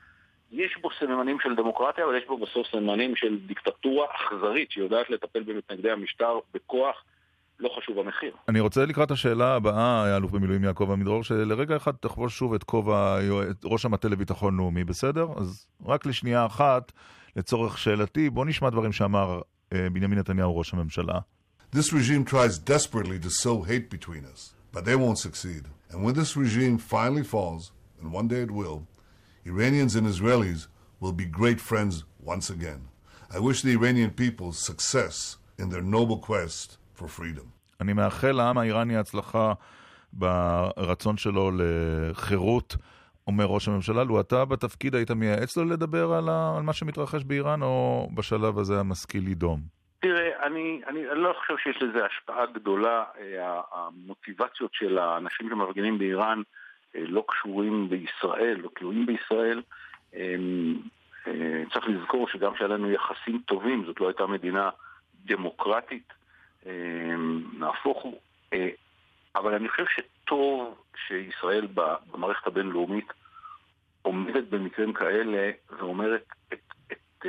יש בו סממנים של דמוקרטיה, אבל יש בו בסוף סממנים של דיקטטורה אכזרית, שיודעת לטפל במתנגדי המשטר בכוח, לא חשוב המחיר. אני רוצה לקראת השאלה הבאה, האלוף במילואים יעקב עמידרור, שלרגע אחד תחבוש שוב את כובע ראש המטה לביטחון לאומי, בסדר? אז רק לשנייה אחת, לצורך שאלתי, בוא נשמע דברים שאמר בנימין נתניהו ראש הממשלה. This regime tries desperately to sow hate between us, but they won't succeed. And when this regime finally falls, and one day it will, Iranians and Israelis will be great friends once again. I wish the Iranian people success in their noble quest for freedom. אני מאחל לעם האיראני הצלחה ברצון שלו לחירות, אומר ראש הממשלה. לו אתה בתפקיד היית מייעץ לו לדבר על, ה... על מה שמתרחש באיראן, או בשלב הזה המשכיל לדום? תראה, אני, אני, אני לא חושב שיש לזה השפעה גדולה. המוטיבציות של האנשים שמפגינים באיראן לא קשורים בישראל, לא תלויים בישראל. צריך לזכור שגם שלנו יחסים טובים, זאת לא הייתה מדינה דמוקרטית, נהפוך הוא. אבל אני חושב שטוב שישראל במערכת הבינלאומית עומדת במקרים כאלה ואומרת את, את,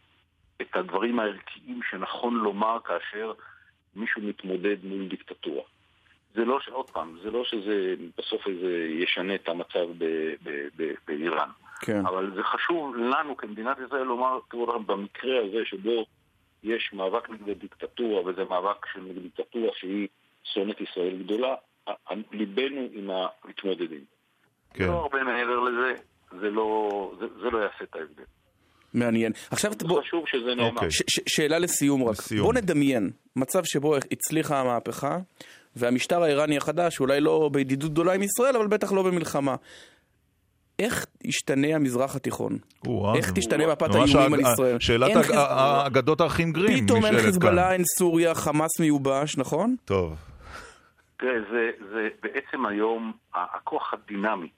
את הדברים הערכיים שנכון לומר כאשר מישהו מתמודד מול דיקטטורה. זה לא ש... עוד פעם, זה לא שזה בסוף איזה ישנה את המצב ב... ב... ב... באיראן. כן. אבל זה חשוב לנו כמדינת ישראל לומר, תראו לכם, במקרה הזה שבו יש מאבק נגד דיקטטורה, וזה מאבק של נגד דיקטטורה שהיא שונאת ישראל גדולה, ליבנו עם המתמודדים. כן. לא הרבה מעבר לזה, זה לא, זה, זה לא יעשה את ההבדל. מעניין. עכשיו בוא... חשוב שזה נאמר. ש- ש- שאלה לסיום רק. לסיום. בוא נדמיין מצב שבו הצליחה המהפכה, והמשטר האיראני החדש, אולי לא בידידות גדולה עם ישראל, אבל בטח לא במלחמה. איך ישתנה המזרח התיכון? איך תשתנה מפת האיומים על ישראל? שאלת האגדות האחים גרים. פתאום אין חיזבאללה, אין סוריה, חמאס מיובש, נכון? טוב. תראה, זה, זה בעצם היום הכוח הדינמי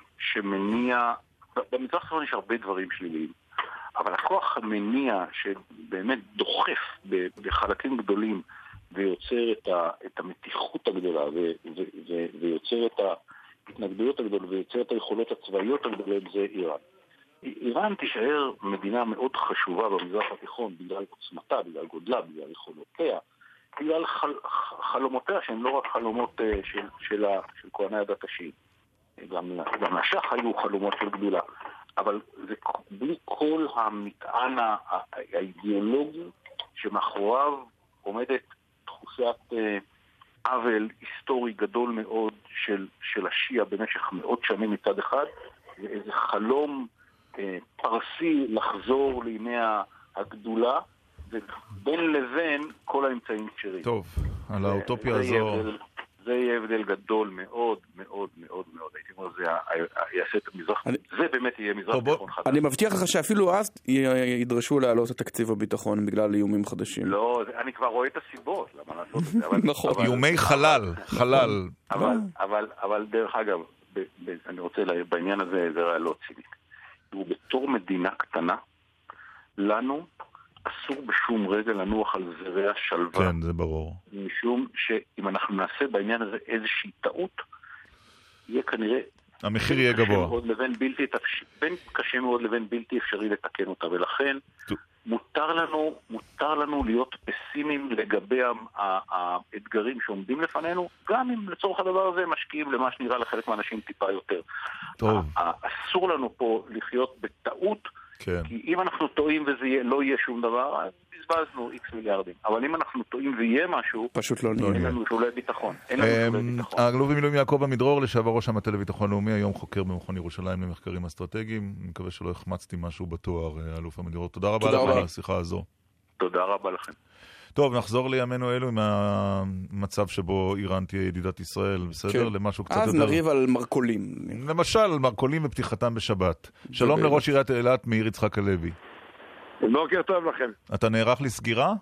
שמניע, במזרח התיכון יש הרבה דברים שליליים, אבל הכוח המניע שבאמת דוחף בחלקים גדולים ויוצר את, ה, את המתיחות הגדולה ו, ו, ו, ויוצר את ההתנגדויות הגדולות ויוצר את היכולות הצבאיות הגדולות, זה איראן. איראן תישאר מדינה מאוד חשובה במזרח התיכון בגלל עוצמתה, בגלל גודלה, בגלל יכולותיה, בגלל חל, חלומותיה שהן לא רק חלומות של, של, של כהני הדת השיעית. גם, גם לשח היו חלומות של גדולה. אבל זה בלי כל המטען האידיאולוגי שמאחוריו עומדת תחושת עוול היסטורי גדול מאוד של, של השיעה במשך מאות שנים מצד אחד, ואיזה חלום אה, פרסי לחזור לימי הגדולה, ובין לבין כל האמצעים כשרים. טוב, על האוטופיה הזו... הבדל, זה יהיה הבדל גדול מאוד מאוד מאוד מאוד. הייתי אומר, זה יעשה את המזרח... אני... זה באמת יהיה מזרח תיכון חדש. אני מבטיח לך שאפילו אז ידרשו להעלות את תקציב הביטחון בגלל איומים חדשים. לא, אני כבר רואה את הסיבות. למה לעשות את זה? נכון. איומי חלל, חלל. אבל דרך אגב, אני רוצה בעניין הזה, זה ראה לא ציניק. בתור מדינה קטנה, לנו אסור בשום רגע לנוח על זרי השלווה. כן, זה ברור. משום שאם אנחנו נעשה בעניין הזה איזושהי טעות, יהיה כנראה... המחיר יהיה גבוה. מאוד לבין בלתי, בין קשה מאוד לבין בלתי אפשרי לתקן אותה, ולכן מותר לנו, מותר לנו להיות פסימיים לגבי האתגרים שעומדים לפנינו, גם אם לצורך הדבר הזה משקיעים למה שנראה לחלק מהאנשים טיפה יותר. טוב. אסור לנו פה לחיות בטעות, כן. כי אם אנחנו טועים וזה יהיה, לא יהיה שום דבר, אז בזבזנו איקס מיליארדים. אבל אם אנחנו טועים ויהיה משהו, פשוט לא נהיה. אין לנו שולי ביטחון. אין לנו שולי ביטחון. האלוף במילואים יעקב עמידרור, לשעבר ראש המטה לביטחון לאומי, היום חוקר במכון ירושלים למחקרים אסטרטגיים. אני מקווה שלא החמצתי משהו בתואר, האלוף עמידרור. תודה רבה לך על השיחה הזו. תודה רבה לכם. טוב, נחזור לימינו אלו עם המצב שבו איראן תהיה ידידת ישראל, בסדר? למשהו קצת יותר... אז נריב על מרקולים. למשל, על מרקולים ופתיחתם בשבת. שלום לראש עיריית אילת, מאיר יצחק הלוי. בוקר טוב לכם. אתה נערך לסגירה?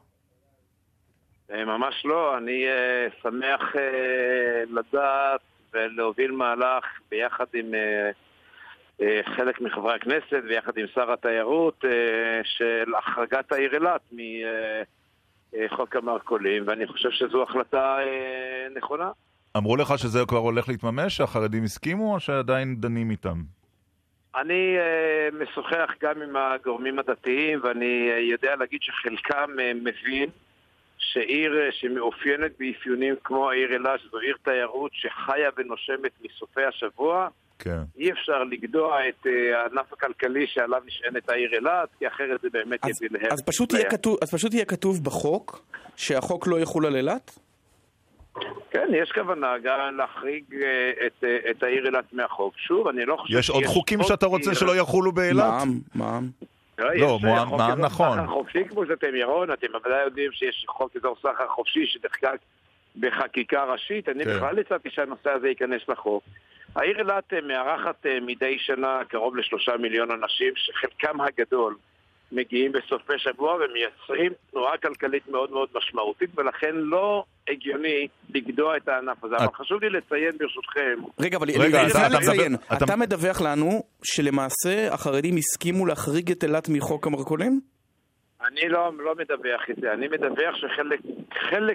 ממש לא, אני uh, שמח uh, לדעת ולהוביל מהלך ביחד עם uh, uh, חלק מחברי הכנסת ויחד עם שר התיירות uh, של החרגת העיר אילת מחוק uh, uh, המרקולים, ואני חושב שזו החלטה uh, נכונה. אמרו לך שזה כבר הולך להתממש, שהחרדים הסכימו או שעדיין דנים איתם? אני uh, משוחח גם עם הגורמים הדתיים, ואני uh, יודע להגיד שחלקם uh, מבין שעיר uh, שמאופיינת באפיונים כמו העיר אילת, שזו עיר תיירות שחיה ונושמת מסופי השבוע, כן. אי אפשר לגדוע את uh, הענף הכלכלי שעליו נשענת העיר אילת, כי אחרת זה באמת אז, יביא להם. אז, פשוט יהיה כתוב, אז פשוט יהיה כתוב בחוק שהחוק לא יחול על אילת? כן, יש כוונה גם להחריג את, את העיר אילת מהחוק. שוב, אני לא חושב... יש עוד חוקים שאתה רוצה שלא יחולו באילת? מע"מ, מע"מ. לא, מע"מ נכון. סחר חופשי כמו שאתם ירון, אתם בוודאי יודעים שיש חוק אזור סחר חופשי שנחקק בחקיקה ראשית. אני בכלל הצעתי שהנושא הזה ייכנס לחוק. העיר אילת מארחת מדי שנה קרוב לשלושה מיליון אנשים, שחלקם הגדול מגיעים בסופי שבוע ומייצרים תנועה כלכלית מאוד מאוד משמעותית, ולכן לא הגיוני לגדוע את הענף הזה. אבל חשוב לי לציין ברשותכם... רגע, אבל לפני לציין, אתה מדווח לנו שלמעשה החרדים הסכימו להחריג את אילת מחוק המרכולים? אני לא, לא מדווח את זה. אני מדווח שחלק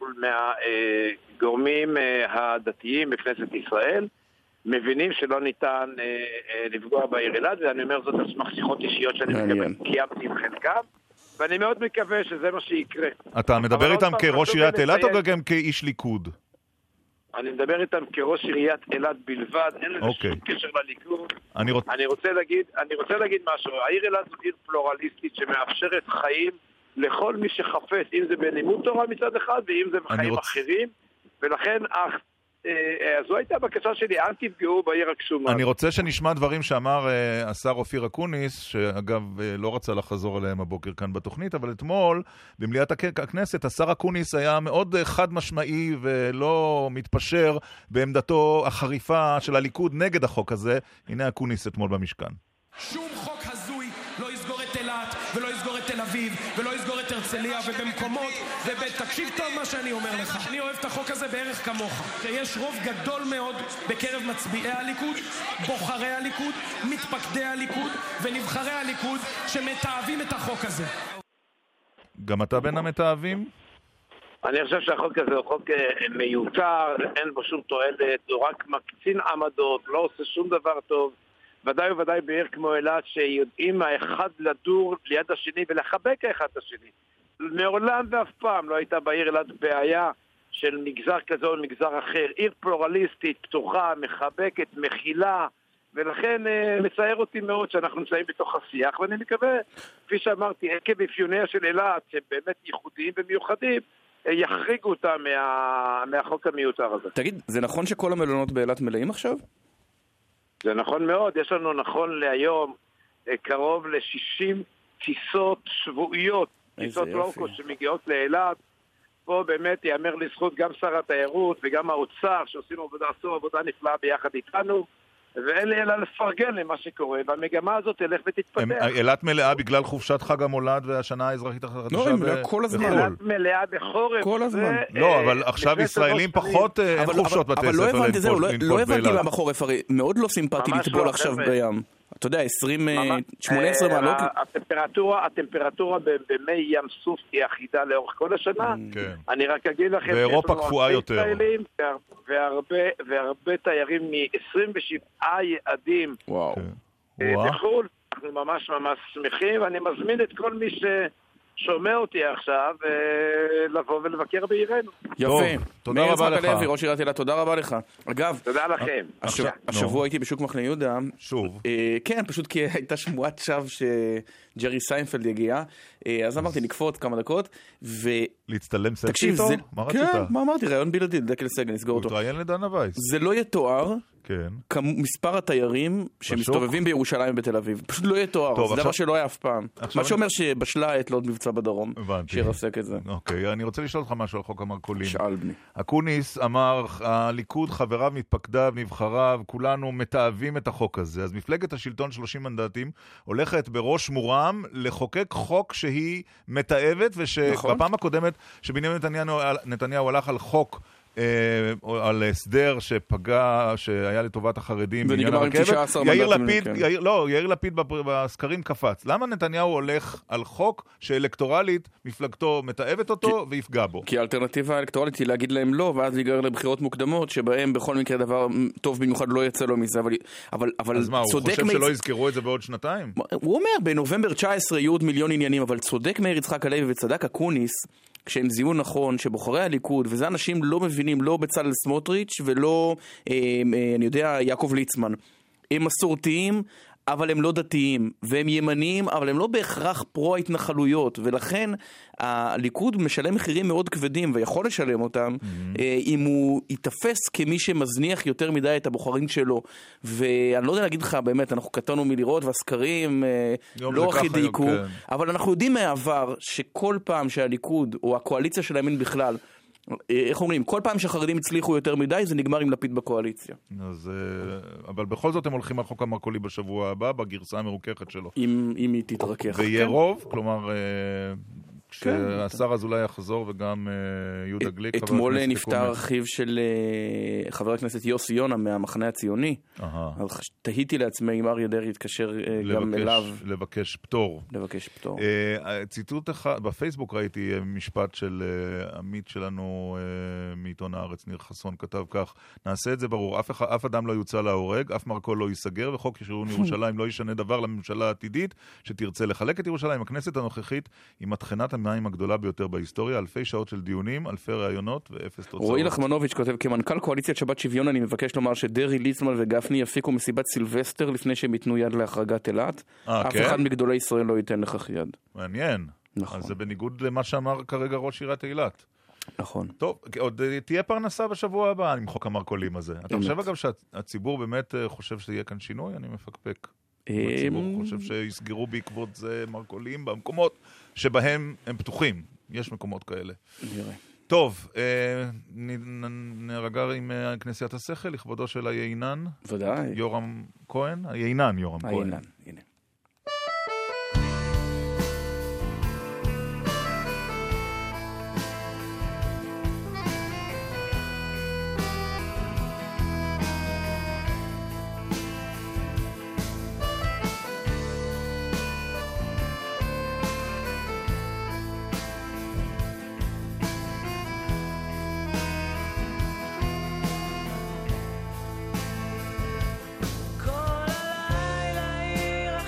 מהגורמים הדתיים בכנסת ישראל מבינים שלא ניתן אה, אה, לפגוע בעיר אילת, ואני אומר זאת על סמך שיחות אישיות שאני קיימתי עם חלקם, ואני מאוד מקווה שזה מה שיקרה. אתה מדבר איתם כראש עיריית אילת או גם כאיש ליכוד? אני מדבר איתם כראש עיריית אילת בלבד, אין לזה אוקיי. שום קשר לליכוד. אני, רוצ... אני, רוצה להגיד, אני רוצה להגיד משהו. העיר אילת זו עיר פלורליסטית שמאפשרת חיים לכל מי שחפש, אם זה בלימוד תורה מצד אחד, ואם זה בחיים רוצ... אחרים, ולכן אך אז זו הייתה הבקשה שלי, אל תפגעו בעיר הקסומה. אני רוצה שנשמע דברים שאמר uh, השר אופיר אקוניס, שאגב uh, לא רצה לחזור עליהם הבוקר כאן בתוכנית, אבל אתמול במליאת הכנסת השר אקוניס היה מאוד uh, חד משמעי ולא מתפשר בעמדתו החריפה של הליכוד נגד החוק הזה. הנה אקוניס אתמול במשכן. שום חוק הזוי לא יסגור את אילת ולא יסגור את תל אביב ולא יסגור את הרצליה ובמקומות ותקשיב טוב מה שאני אומר לך, אני אוהב את החוק הזה בערך כמוך, שיש רוב גדול מאוד בקרב מצביעי הליכוד, בוחרי הליכוד, מתפקדי הליכוד ונבחרי הליכוד שמתאהבים את החוק הזה. גם אתה בין המתאהבים? אני חושב שהחוק הזה הוא חוק מיותר, אין בו שום תועלת, הוא רק מקצין עמדות, לא עושה שום דבר טוב, ודאי וודאי בעיר כמו אילת שיודעים האחד לדור ליד השני ולחבק האחד השני. מעולם ואף פעם לא הייתה בעיר אילת בעיה של מגזר כזה או מגזר אחר. עיר פלורליסטית, פתוחה, מחבקת, מכילה, ולכן אה, מצער אותי מאוד שאנחנו נמצאים בתוך השיח, ואני מקווה, כפי שאמרתי, עקב אפיוניה של אילת, שהם באמת ייחודיים ומיוחדים, אה, יחריגו אותה מה, מהחוק המיותר הזה. תגיד, זה נכון שכל המלונות באילת מלאים עכשיו? זה נכון מאוד, יש לנו נכון להיום אה, קרוב ל-שישים טיסות שבועיות, טיסות לוקוס שמגיעות לאילת. פה באמת יאמר לזכות גם שר התיירות וגם האוצר שעושים עבודה, עשו עבודה נפלאה ביחד איתנו, ואין לי אלא לפרגן למה שקורה, והמגמה הזאת תלך ותתפתח. אילת מלאה בגלל חופשת חג המולד והשנה האזרחית החדשה. לא, היא מלאה כל הזמן. אילת מלאה בחורף. כל הזמן. לא, אבל עכשיו ישראלים פחות אין חופשות בתי ספר. אבל לא הבנתי זהו, לא הבנתי למה חורף, הרי מאוד לא סימפטי לטבול עכשיו בים. אתה יודע, עשרים, שמונה עשרה מעלות. הטמפרטורה, הטמפרטורה במי ים סוף היא אחידה לאורך כל השנה. אני רק אגיד לכם, באירופה קפואה יותר. והרבה תיירים מ-עשרים ושבעה יעדים בחו"ל. אנחנו ממש ממש שמחים, ואני מזמין את כל מי ששומע אותי עכשיו לבוא ולבקר בעירנו. יפה. תודה רבה לך. ראש עיריית אילת, תודה רבה לך. אגב, תודה לכם. השבוע הייתי בשוק מחנה יהודה. שוב. כן, פשוט כי הייתה שמועת שווא שג'רי סיינפלד יגיע. אז אמרתי, נקפוץ כמה דקות. להצטלם סלפי איתו? מה רצית? כן, מה אמרתי? רעיון בלעדי, דקל סגל, נסגור אותו. הוא התראיין לדנה וייס. זה לא יתואר. כן. מספר התיירים שמסתובבים בירושלים ובתל אביב. פשוט לא יתואר, זה דבר שלא היה אף פעם. מה שאומר שבשלה את לא עוד מבצע בדרום. שירסק את זה. אוקיי, אני רוצה לשאול אותך משהו על חוק המרכולים. שאל בני. אקוניס אמר, הליכוד, חבריו, מתפקדיו, נבחריו, כולנו מתאהבים את החוק הזה. אז מפלגת השלטון שלושים מנדטים הולכת בראש מורם לחוקק חוק שהיא מתאהבת, ושבפעם הקודמת שבנימין נתניהו הלך על חוק על הסדר שפגע, שהיה לטובת החרדים בעניין ונגמר עם תשעה עשר מנדטים. לא, יאיר לפיד בסקרים קפץ. למה נתניהו הולך על חוק שאלקטורלית מפלגתו מתאהבת אותו ויפגע בו? כי האלטרנטיבה האלקטורלית היא להגיד להם לא, ואז להיגרר לבחירות מוקדמות, שבהם בכל מקרה דבר טוב במיוחד לא יצא לו מזה. אז מה, הוא חושב שלא יזכרו את זה בעוד שנתיים? הוא אומר, בנובמבר תשע עשרה יהיו עוד מיליון עניינים, אבל צודק מאיר יצחק הלוי וצדק אקוניס, כשהם זיהו נכון שבוחרי הליכוד, וזה אנשים לא מבינים, לא בצלאל סמוטריץ' ולא, אה, אה, אני יודע, יעקב ליצמן. הם מסורתיים, אבל הם לא דתיים, והם ימניים, אבל הם לא בהכרח פרו ההתנחלויות, ולכן הליכוד משלם מחירים מאוד כבדים, ויכול לשלם אותם, mm-hmm. אם הוא יתפס כמי שמזניח יותר מדי את הבוחרים שלו, ואני לא יודע להגיד לך, באמת, אנחנו קטנו מלראות, והסקרים לא הכי דייקו, כן. אבל אנחנו יודעים מהעבר, שכל פעם שהליכוד, או הקואליציה של הימין בכלל, איך אומרים, כל פעם שהחרדים הצליחו יותר מדי, זה נגמר עם לפיד בקואליציה. אז, אבל בכל זאת הם הולכים על חוק המרכולי בשבוע הבא, בגרסה המרוככת שלו. אם, אם היא תתרכך. ויהיה רוב, כלומר, כשהשר אזולאי יחזור וגם יהודה גליק. אתמול נפטר אחיו של חבר הכנסת יוסי יונה מהמחנה הציוני. אז תהיתי לעצמי אם אריה דרעי יתקשר גם אליו. לבקש פטור. לבקש פטור. ציטוט אחד, בפייסבוק ראיתי משפט של עמית שלנו מעיתון הארץ, ניר חסון, כתב כך: נעשה את זה ברור, אף, אף אדם לא יוצא להורג, אף מרכול לא ייסגר, וחוק שריון ירושלים לא ישנה דבר לממשלה העתידית שתרצה לחלק את ירושלים. הכנסת הנוכחית היא מתחנת המים הגדולה ביותר בהיסטוריה, אלפי שעות של דיונים, אלפי רעיונות ואפס תוצאות. רועי לחמנוביץ' כותב, כמנכ"ל קואליציית שבת שוויון אני מבקש לומר שדרי, ליצמן וגפני יפיקו מסיבת סילבסטר לפני שהם ייתנו יד להחרגת אילת. אף אחד מגדולי ישראל לא ייתן לכך יד. מעניין. אז זה בניגוד למה שאמר כרגע ראש עיריית אילת. נכון. טוב, עוד תהיה פרנסה בשבוע הבא עם חוק המרכולים הזה. אתה חושב אגב שהציבור באמת חושב שיהיה כאן שינוי? אני מפקפק. הציבור חושב שיסגרו בעקבות זה מרכולים במקומות שבהם הם פתוחים. יש מקומות כאלה. נראה. טוב, נרגע עם כנסיית השכל, לכבודו של היינן. ודאי. יורם כהן? היינן יורם כהן. היינן, הנה. כל הלילה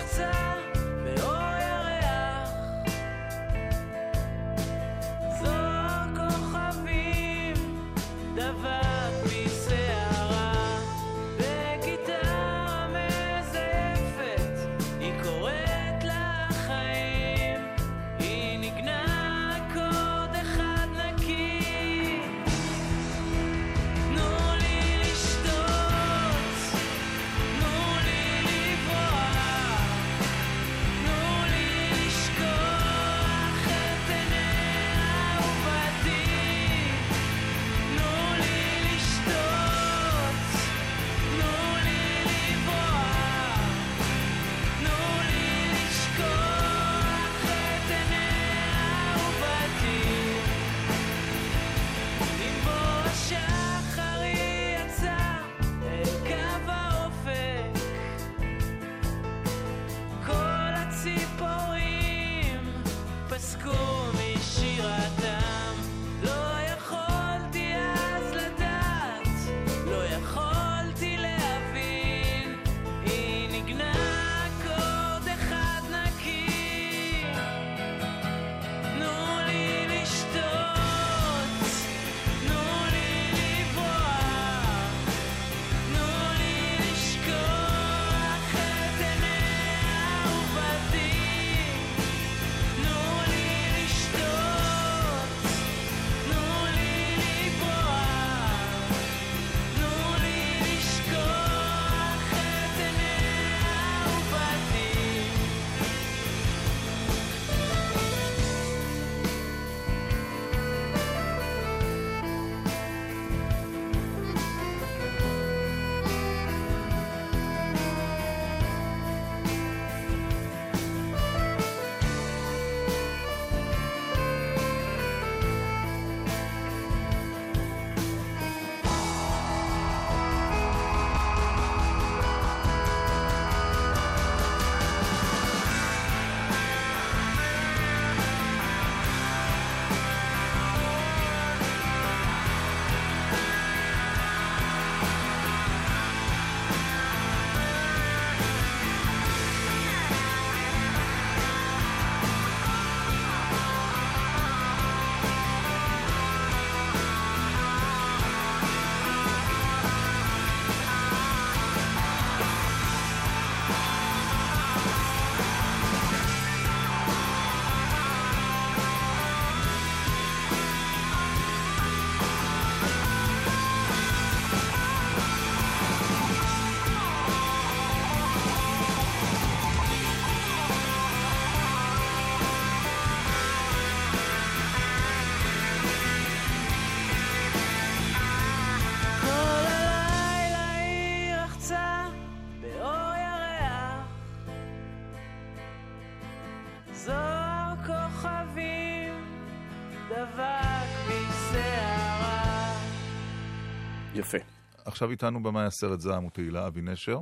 יפה. עכשיו איתנו במאי הסרט זעם ותהילה, אבי נשר.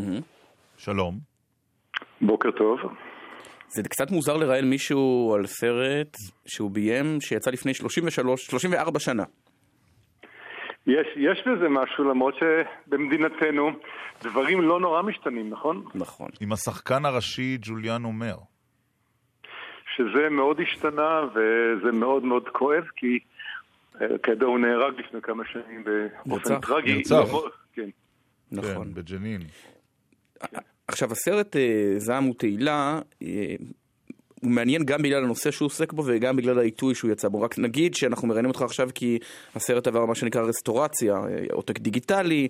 שלום. בוקר טוב. זה קצת מוזר לראיין מישהו על סרט שהוא ביים שיצא לפני שלושים ושלוש, שלושים וארבע שנה. יש, יש בזה משהו, למרות שבמדינתנו דברים לא נורא משתנים, נכון? נכון. עם השחקן הראשי ג'וליאן אומר. שזה מאוד השתנה וזה מאוד מאוד כואב, כי כדאו הוא נהרג לפני כמה שנים באופן טרגי. נרצח. כן. נכון. כן, בג'נין. עכשיו, הסרט זעם ותהילה הוא מעניין גם בגלל הנושא שהוא עוסק בו וגם בגלל העיתוי שהוא יצא בו. רק נגיד שאנחנו מראיינים אותך עכשיו כי הסרט עבר מה שנקרא רסטורציה, עותק דיגיטלי,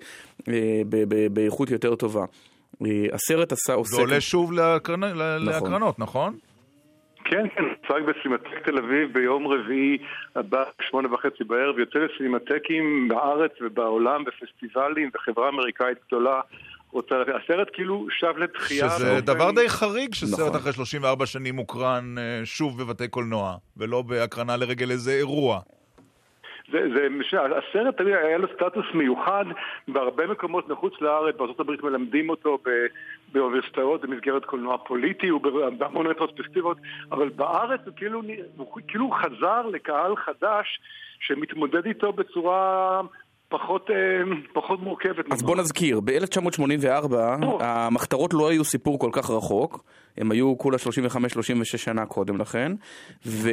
באיכות יותר טובה. הסרט עשה... זה עולה שוב להקרנות, נכון? כן, כן, צג בסינמטק תל אביב ביום רביעי הבא, שמונה וחצי בערב, יוצא לסינמטקים בארץ ובעולם, בפסטיבלים, וחברה אמריקאית גדולה. הסרט כאילו שב לתחייה. שזה דבר די חריג שסרט אחרי שלושים וארבע שנים מוקרן שוב בבתי קולנוע, ולא בהקרנה לרגל איזה אירוע. זה, זה, הסרט היה לו סטטוס מיוחד בהרבה מקומות מחוץ לארץ, בארצות הברית מלמדים אותו באוניברסיטאות במסגרת קולנוע פוליטי ובהמון רטרוספקטיבות, אבל בארץ הוא כאילו, הוא כאילו חזר לקהל חדש שמתמודד איתו בצורה פחות, פחות מורכבת. אז בוא נזכיר, ב-אלף תשע מאות שמונים וארבע המחתרות לא היו סיפור כל כך רחוק, הם היו כולה שלושים וחמש שלושים ושש שנה קודם לכן, ו...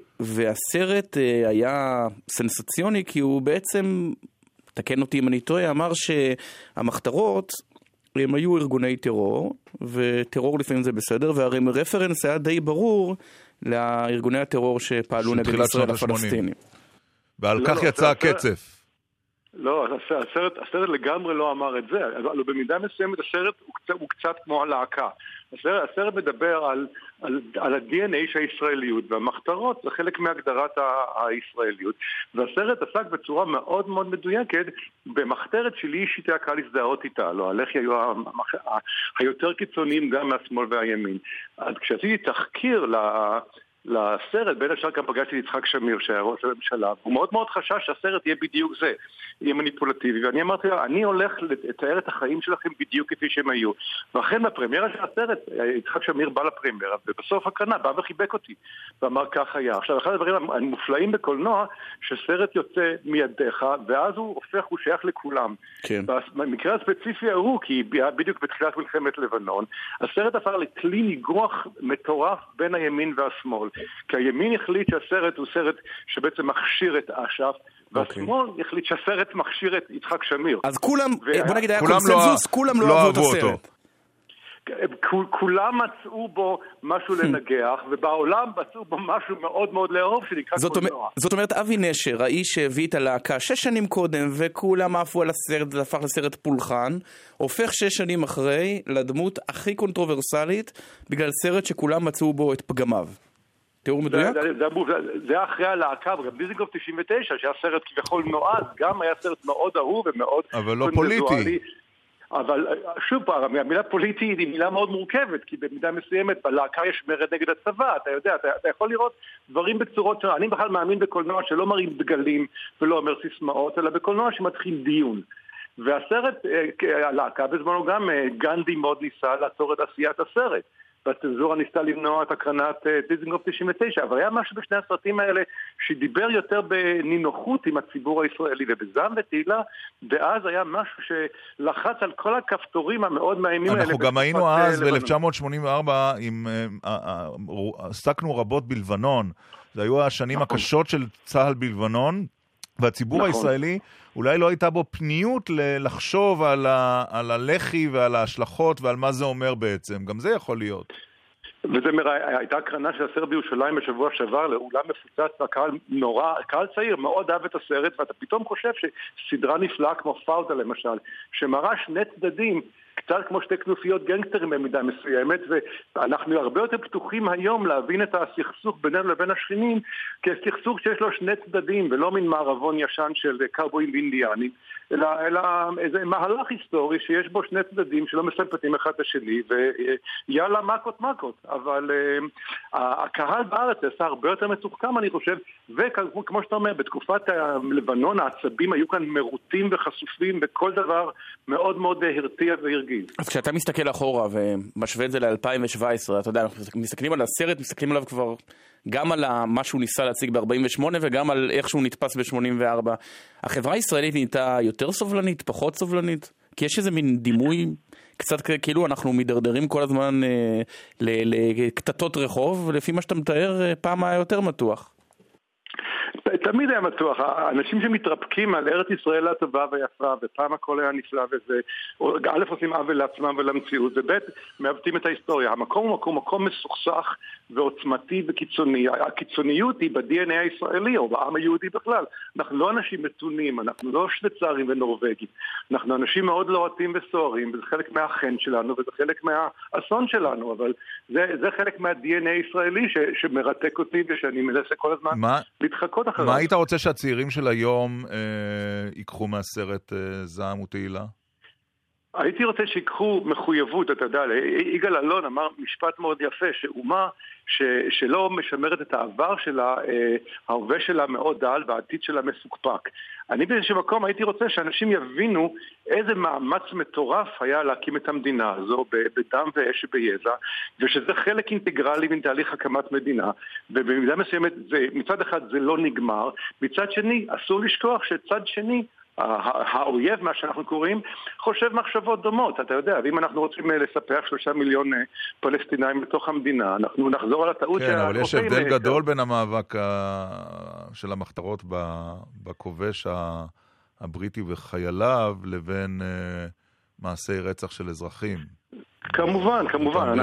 והסרט היה סנסציוני כי הוא בעצם, תקן אותי אם אני טועה, אמר שהמחתרות הם היו ארגוני טרור, וטרור לפעמים זה בסדר, והרי רפרנס היה די ברור לארגוני הטרור שפעלו נגד ישראל הפלסטינים. ועל כך יצא הקצף. לא, הסרט, הסרט לגמרי לא אמר את זה, אבל במידה מסוימת הסרט הוא קצת, הוא קצת כמו הלהקה. הסרט, הסרט מדבר על, על, על ה-די אן איי של הישראליות, והמחתרות זה חלק מהגדרת הישראליות. והסרט עסק בצורה מאוד מאוד מדויקת במחתרת שלי אישית היה קל להזדהות איתה, לא, הלח"י היו המח... היותר קיצוניים גם מהשמאל והימין. אז כשעשיתי תחקיר ל... לסרט, בין השאר גם פגשתי את יצחק שמיר שהיה ראש הממשלה, הוא מאוד מאוד חשש שהסרט יהיה בדיוק זה, יהיה מניפולטיבי, ואני אמרתי לה, אני הולך לתאר את החיים שלכם בדיוק כפי שהם היו, ואכן בפרמיירה של הסרט, יצחק שמיר בא לפרמיירה, ובסוף הקרנה בא וחיבק אותי, ואמר כך היה. עכשיו, אחד הדברים המופלאים בקולנוע, שסרט יוצא מידיך, ואז הוא הופך, הוא שייך לכולם. כן. במקרה הספציפי הוא, כי בדיוק בתחילת מלחמת לבנון, הסרט הפך לכלי ניגוח מטורף בין הימין והשמאל. כי הימין החליט שהסרט הוא סרט שבעצם מכשיר את אש"ף, והשמאל החליט שהסרט מכשיר את יצחק שמיר. אז כולם, בוא נגיד, היה קונצנזוס, כולם לא אהבו את הסרט. כולם מצאו בו משהו לנגח, ובעולם מצאו בו משהו מאוד מאוד לאהוב שנקרא קולנוע. זאת אומרת, אבי נשר, האיש שהביא את הלהקה שש שנים קודם, וכולם עפו על הסרט, זה הפך לסרט פולחן, הופך שש שנים אחרי לדמות הכי קונטרוברסלית, בגלל סרט שכולם מצאו בו את פגמיו. תיאור מדויק? זה, זה, זה, זה אחרי הלהקה, וגם דיזנגוף תשעים ותשע, שהיה סרט כביכול נועד, גם היה סרט מאוד אהוב ומאוד... אבל לא פוליטי. אבל שוב פעם, המילה פוליטי היא מילה מאוד מורכבת, כי במידה מסוימת בלהקה יש מרד נגד הצבא, אתה יודע, אתה, אתה יכול לראות דברים בצורות שונות. אני בכלל מאמין בקולנוע שלא מראים דגלים ולא אומר סיסמאות, אלא בקולנוע שמתחיל דיון. והסרט, הלהקה בזמנו גם, גנדי מאוד ניסה לעצור את עשיית הסרט. והצנזורה ניסתה למנוע את הקרנת דיזנגוף תשעים ותשע, אבל היה משהו בשני הסרטים האלה שדיבר יותר בנינוחות עם הציבור הישראלי, ובזעם ותהילה, ואז היה משהו שלחץ על כל הכפתורים המאוד מאיימים האלה. אנחנו גם היינו אז ב-אלף תשע מאות שמונים וארבע, עסקנו רבות בלבנון, זה היו השנים הקשות של צה"ל בלבנון, והציבור הישראלי אולי לא הייתה בו פניות לחשוב על, ה, על הלח"י ועל ההשלכות ועל מה זה אומר בעצם. גם זה יכול להיות. וזה מראה, הייתה הקרנה של הסרט בירושלים בשבוע שעבר לאולם מפוצץ, והקהל נורא, קהל צעיר מאוד אהב את הסרט, ואתה פתאום חושב שסדרה נפלאה כמו פאודה למשל, שמראה שני צדדים קצת כמו שתי כנופיות גנגסטרים במידה מסוימת, ואנחנו הרבה יותר פתוחים היום להבין את הסכסוך בינינו לבין השכנים, כסכסוך שיש לו שני צדדים, ולא מין מערבון ישן של קאובויים ואינדיאנים, אלא, אלא איזה מהלך היסטורי שיש בו שני צדדים שלא מסמפתים אחד לשני, ויאללה מכות מכות. אבל uh, הקהל בארץ עשה הרבה יותר מתוחכם, אני חושב, וכמו שאתה אומר, בתקופת לבנון העצבים היו כאן מרוטים וחשופים, וכל דבר מאוד מאוד הרתיע והרגיז. אז כשאתה מסתכל אחורה ומשווה את זה ל-אלפיים שבע עשרה, אתה יודע, אנחנו מסתכלים על הסרט, מסתכלים עליו כבר גם על מה שהוא ניסה להציג ב-ארבעים ושמונה וגם על איך שהוא נתפס ב-שמונים וארבע. החברה הישראלית נהייתה יותר סובלנית, פחות סובלנית? כי יש איזה מין דימוי קצת כאילו אנחנו מדרדרים כל הזמן אה, לקטטות רחוב, לפי מה שאתה מתאר אה, פעם היה יותר מתוח. תמיד היה מתוח, האנשים שמתרפקים על ארץ ישראל הטובה ויפה, ופעם הכל היה נפלא וזה, א' עושים עוול לעצמם ולמציאות, וב' מעוותים את ההיסטוריה. המקום הוא מקום, מקום מסוכסך ועוצמתי וקיצוני. הקיצוניות היא ב-די אן איי הישראלי, או בעם היהודי בכלל. אנחנו לא אנשים מתונים, אנחנו לא שוויצרים ונורווגים. אנחנו אנשים מאוד לוהטים וסוערים, וזה חלק מהחן שלנו, וזה חלק מהאסון שלנו, אבל זה, זה חלק מה-די אן איי הישראלי ש, שמרתק אותי, ושאני מנסה כל הזמן מה? להתחקות אחריו. מה היית רוצה שהצעירים של היום אה, ייקחו מהסרט אה, זעם ותהילה? הייתי רוצה שיקחו מחויבות, אתה יודע, יגאל אלון אמר משפט מאוד יפה, שאומה ש, שלא משמרת את העבר שלה, אה, ההווה שלה מאוד דל והעתיד שלה מסופק. אני באיזשהו מקום הייתי רוצה שאנשים יבינו איזה מאמץ מטורף היה להקים את המדינה הזו בדם ואש וביזע, ושזה חלק אינטגרלי מן תהליך הקמת מדינה, ובמידה מסוימת זה, מצד אחד זה לא נגמר, מצד שני אסור לשכוח שצד שני האויב, מה שאנחנו קוראים, חושב מחשבות דומות, אתה יודע, ואם אנחנו רוצים לספח שלושה מיליון פלסטינאים בתוך המדינה, אנחנו נחזור על הטעות כן, אבל יש הבדל גדול בין המאבק של המחתרות בכובש הבריטי וחייליו, לבין מעשי רצח של אזרחים. כמובן, כמובן,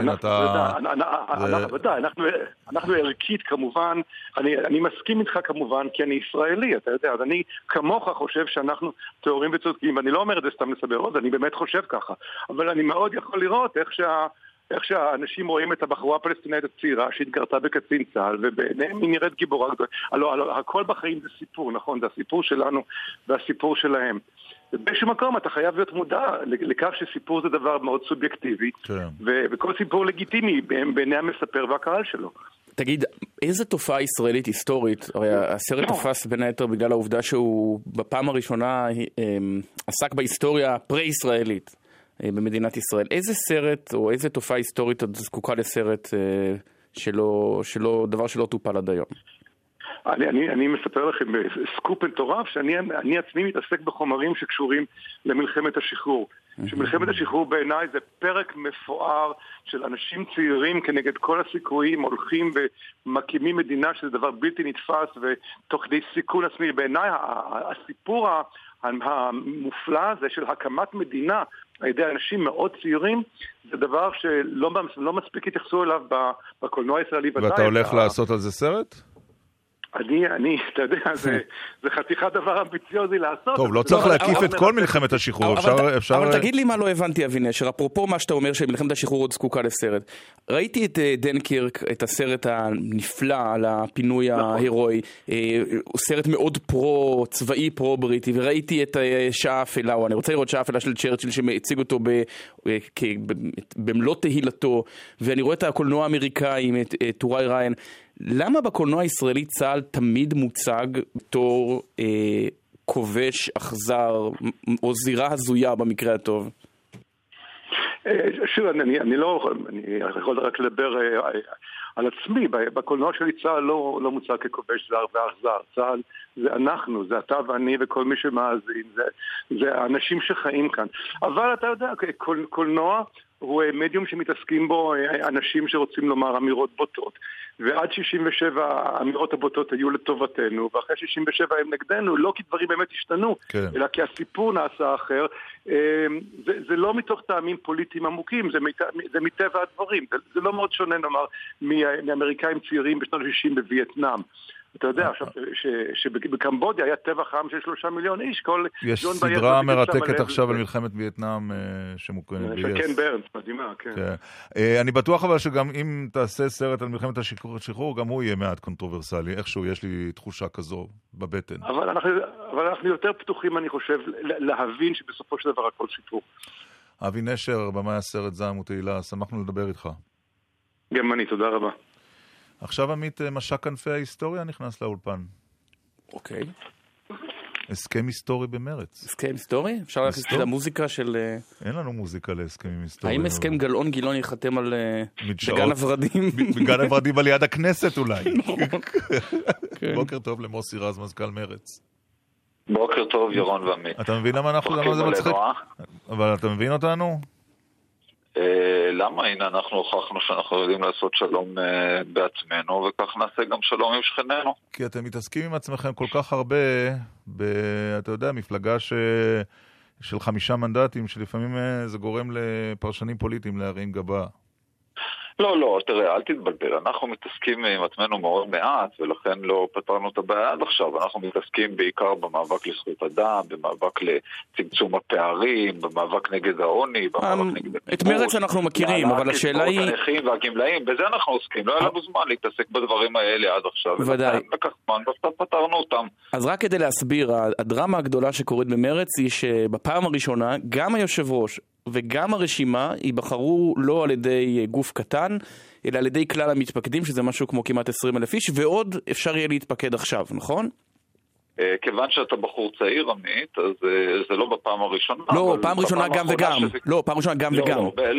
אנחנו ערכית כמובן, אני מסכים איתך כמובן, כי אני ישראלי, אתה יודע, אז אני כמוך חושב שאנחנו תיאורים וצודקים, ואני לא אומר את זה סתם לסבר עוד, אני באמת חושב ככה, אבל אני מאוד יכול לראות איך שה... איך שהאנשים רואים את הבחורה הפלסטינאית הצעירה שהתגרתה בקצין צה"ל, וביניהם היא נראית גיבורה גדולה. הלוא, הלוא, הכל בחיים זה סיפור, נכון? זה הסיפור שלנו והסיפור שלהם. ובאיזשהו מקום אתה חייב להיות מודע לכך שסיפור זה דבר מאוד סובייקטיבי, כן. ו- וכל סיפור לגיטימי בעיני המספר והקהל שלו. תגיד, איזה תופעה ישראלית היסטורית, הרי הסרט תפס בין היתר בגלל העובדה שהוא בפעם הראשונה עסק בהיסטוריה פרה-ישראלית במדינת ישראל. איזה סרט או איזה תופעה היסטורית את זקוקה לסרט שלא, שלא, דבר שלא טופל עד היום? אני, אני, אני מספר לכם בסקופ מטורף שאני אני עצמי מתעסק בחומרים שקשורים למלחמת השחרור. שמלחמת השחרור בעיניי זה פרק מפואר של אנשים צעירים כנגד כל הסיכויים הולכים ומקימים מדינה שזה דבר בלתי נתפס ותוך כדי סיכון עצמי. בעיניי הסיפור המופלא הזה של הקמת מדינה על ידי אנשים מאוד צעירים זה דבר שלא לא מספיק התייחסו אליו בקולנוע הישראלי. ואתה הולך לעשות על זה סרט? אני, אני, אתה יודע, זה, זה חתיכת דבר אמביציוזי לעשות. טוב, לא צריך להקיף את כל מלחמת השחרור. אבל תגיד לי מה לא הבנתי, אבי נשר, אפרופו מה שאתה אומר שמלחמת השחרור עוד זקוקה לסרט. ראיתי את דנקירק, את הסרט הנפלא על הפינוי ההירואי, הוא סרט מאוד פרו, צבאי פרו-בריטי, וראיתי את שעה אפלה, או אני רוצה לראות שעה אפלה של צ'רצ'יל שמציג אותו במלוא תהילתו, ואני רואה את הקולנוע האמריקאי עם טוראי ריין. למה בקולנוע הישראלי צה"ל תמיד מוצג בתור אה, כובש, אכזר, או זירה הזויה במקרה הטוב? שוב, אני, אני לא, אני יכול רק לדבר אה, על עצמי, בקולנוע שלי צה"ל לא, לא מוצג ככובש זר ואכזר, צה"ל זה אנחנו, זה אתה ואני וכל מי שמאזין, זה, זה האנשים שחיים כאן. אבל אתה יודע, קול, קולנוע הוא מדיום שמתעסקים בו אנשים שרוצים לומר אמירות בוטות. ועד שישים ושבע האמירות הבוטות היו לטובתנו, ואחרי שישים ושבע הם נגדנו, לא כי דברים באמת השתנו, כן. אלא כי הסיפור נעשה אחר. זה, זה לא מתוך טעמים פוליטיים עמוקים, זה, מת, זה מטבע הדברים. זה, זה לא מאוד שונה, נאמר, מאמריקאים צעירים בשנות ה-שישים בווייטנאם. אתה יודע, עכשיו, שבקמבודיה היה טבח עם של שלושה מיליון איש, כל... יש סדרה מרתקת עכשיו על מלחמת וייטנאם שמוקרנת ב-yes. כן, ברנס, מדהימה, כן. אני בטוח אבל שגם אם תעשה סרט על מלחמת השחרור, גם הוא יהיה מעט קונטרוברסלי, איכשהו יש לי תחושה כזו בבטן. אבל אנחנו יותר פתוחים, אני חושב, להבין שבסופו של דבר הכל סיפור. אבי נשר, במאי הסרט זעם ותהילה, שמחנו לדבר איתך. גם אני, תודה רבה. עכשיו עמית משק כנפי ההיסטוריה נכנס לאולפן. אוקיי. הסכם היסטורי במרץ. הסכם היסטורי? אפשר להכניס את המוזיקה של... אין לנו מוזיקה להסכמים היסטוריים. האם הסכם גלאון גילון יחתם על... בגן הוורדים? בגן הוורדים על יד הכנסת אולי. בוקר טוב למוסי רז, מזכ"ל מרץ. בוקר טוב, ירון ועמית. אתה מבין למה אנחנו, למה זה מצחיק? אבל אתה מבין אותנו? למה? הנה אנחנו הוכחנו שאנחנו יודעים לעשות שלום בעצמנו, וכך נעשה גם שלום עם שכנינו. כי אתם מתעסקים עם עצמכם כל כך הרבה, אתה יודע, מפלגה של חמישה מנדטים, שלפעמים זה גורם לפרשנים פוליטיים להרים גבה. לא, לא, תראה, אל תתבלבל. אנחנו מתעסקים עם עצמנו מאוד מעט, ולכן לא פתרנו את הבעיה עד עכשיו. אנחנו מתעסקים בעיקר במאבק לזכויות אדם, במאבק לצמצום הפערים, במאבק נגד העוני, במאבק נגד... את מרץ אנחנו מכירים, אבל השאלה היא... הנכים והגמלאים, בזה אנחנו עוסקים. לא היה לנו זמן להתעסק בדברים האלה עד עכשיו. ודאי. לקח זמן, בסוף פתרנו אותם. אז רק כדי להסביר, הדרמה הגדולה שקורית במרץ היא שבפעם הראשונה, גם היושב ראש וגם הרשימה ייבחרו לא על ידי גוף קטן, אלא על ידי כלל המתפקדים, שזה משהו כמו כמעט עשרים אלף איש, ועוד אפשר יהיה להתפקד עכשיו, נכון? כיוון שאתה בחור צעיר, עמית, אז זה לא בפעם הראשונה. לא, פעם ראשונה גם וגם. לא, פעם ראשונה גם וגם.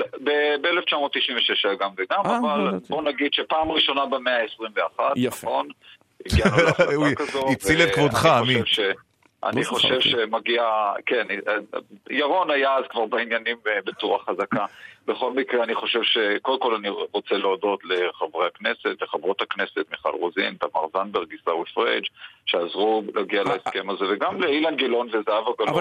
ב-אלף תשע מאות תשעים ושש היה גם וגם, אבל בוא נגיד שפעם ראשונה במאה ה-עשרים ואחת, נכון? הגענו להחלטה כזו. הציל את כבודך, עמית. אני חושב שמגיע, כן, ירון היה אז כבר בעניינים בצורה חזקה. בכל מקרה, אני חושב שקודם כל אני רוצה להודות לחברי הכנסת, לחברות הכנסת, מיכל רוזין, תמר זנדברג, עיסאווי פריג', שעזרו להגיע להסכם הזה, וגם לאילן גילאון וזהבה גלאון,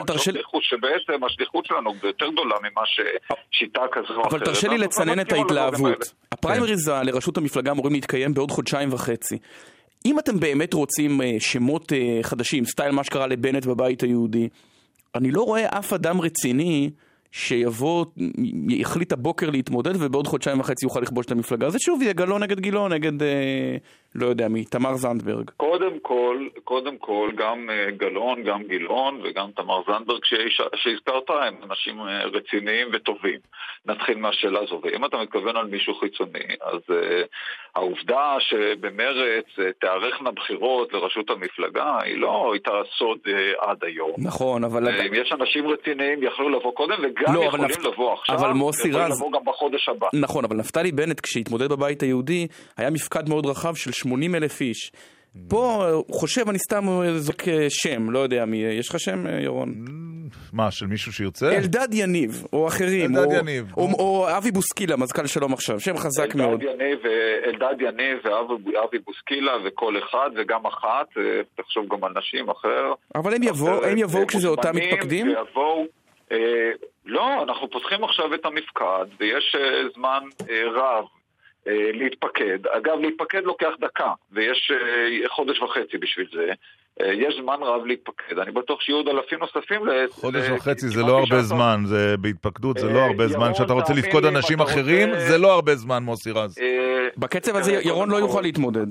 שבעצם השליחות שלנו יותר גדולה ממה ששיטה כזו או אחרת. אבל תרשה לי לצנן את ההתלהבות. הפריימריז לראשות המפלגה אמורים להתקיים בעוד חודשיים וחצי. אם אתם באמת רוצים שמות חדשים, סטייל מה שקרה לבנט בבית היהודי, אני לא רואה אף אדם רציני שיבוא, יחליט הבוקר להתמודד, ובעוד חודשיים וחצי יוכל לכבוש את המפלגה. זה שוב יהיה גלון נגד גילון, נגד, אה, לא יודע מי, תמר זנדברג. קודם כל, קודם כל, גם אה, גלון, גם גילון, וגם תמר זנדברג שהזכרת, הם אנשים אה, רציניים וטובים. נתחיל מהשאלה הזו, ואם אתה מתכוון על מישהו חיצוני, אז אה, העובדה שבמרץ אה, תארכנה בחירות לראשות המפלגה, היא לא הייתה סוד אה, עד היום. נכון, אבל... אה, אם יש אנשים רציניים, יכלו לבוא קודם, וגם גם לא, יכולים נפת... לבוא עכשיו, אבל מוסי רז... לבוא גם בחודש הבא. נכון, אבל נפתלי בנט, כשהתמודד בבית היהודי, היה מפקד מאוד רחב של שמונים אלף איש. פה, חושב, אני סתם זוק שם, לא יודע מי, יש לך שם, ירון? מה, של מישהו שיוצא? אלדד יניב, או אחרים. אלדד או, יניב. או, או, או אבי בוסקילה, מזכ"ל שלום עכשיו, שם חזק אלדד מאוד. יניב, אלדד יניב ואבי בוסקילה וכל אחד וגם אחת, תחשוב גם על נשים אחר. אבל הם יבואו, הם יבואו כשזה אותם מתפקדים? ויבואו, אה, לא, אנחנו פותחים עכשיו את המפקד, ויש אה, זמן אה, רב אה, להתפקד. אגב, להתפקד לוקח דקה, ויש אה, חודש וחצי בשביל זה. אה, יש זמן רב להתפקד. אני בטוח שיהיו עוד אלפים נוספים. חודש וחצי זה לא הרבה זמן, זה בהתפקדות, זה לא הרבה זמן. שאתה רוצה לפקוד אנשים אחרים, זה לא הרבה זמן, מוסי רז. בקצב הזה ירון לא יוכל להתמודד.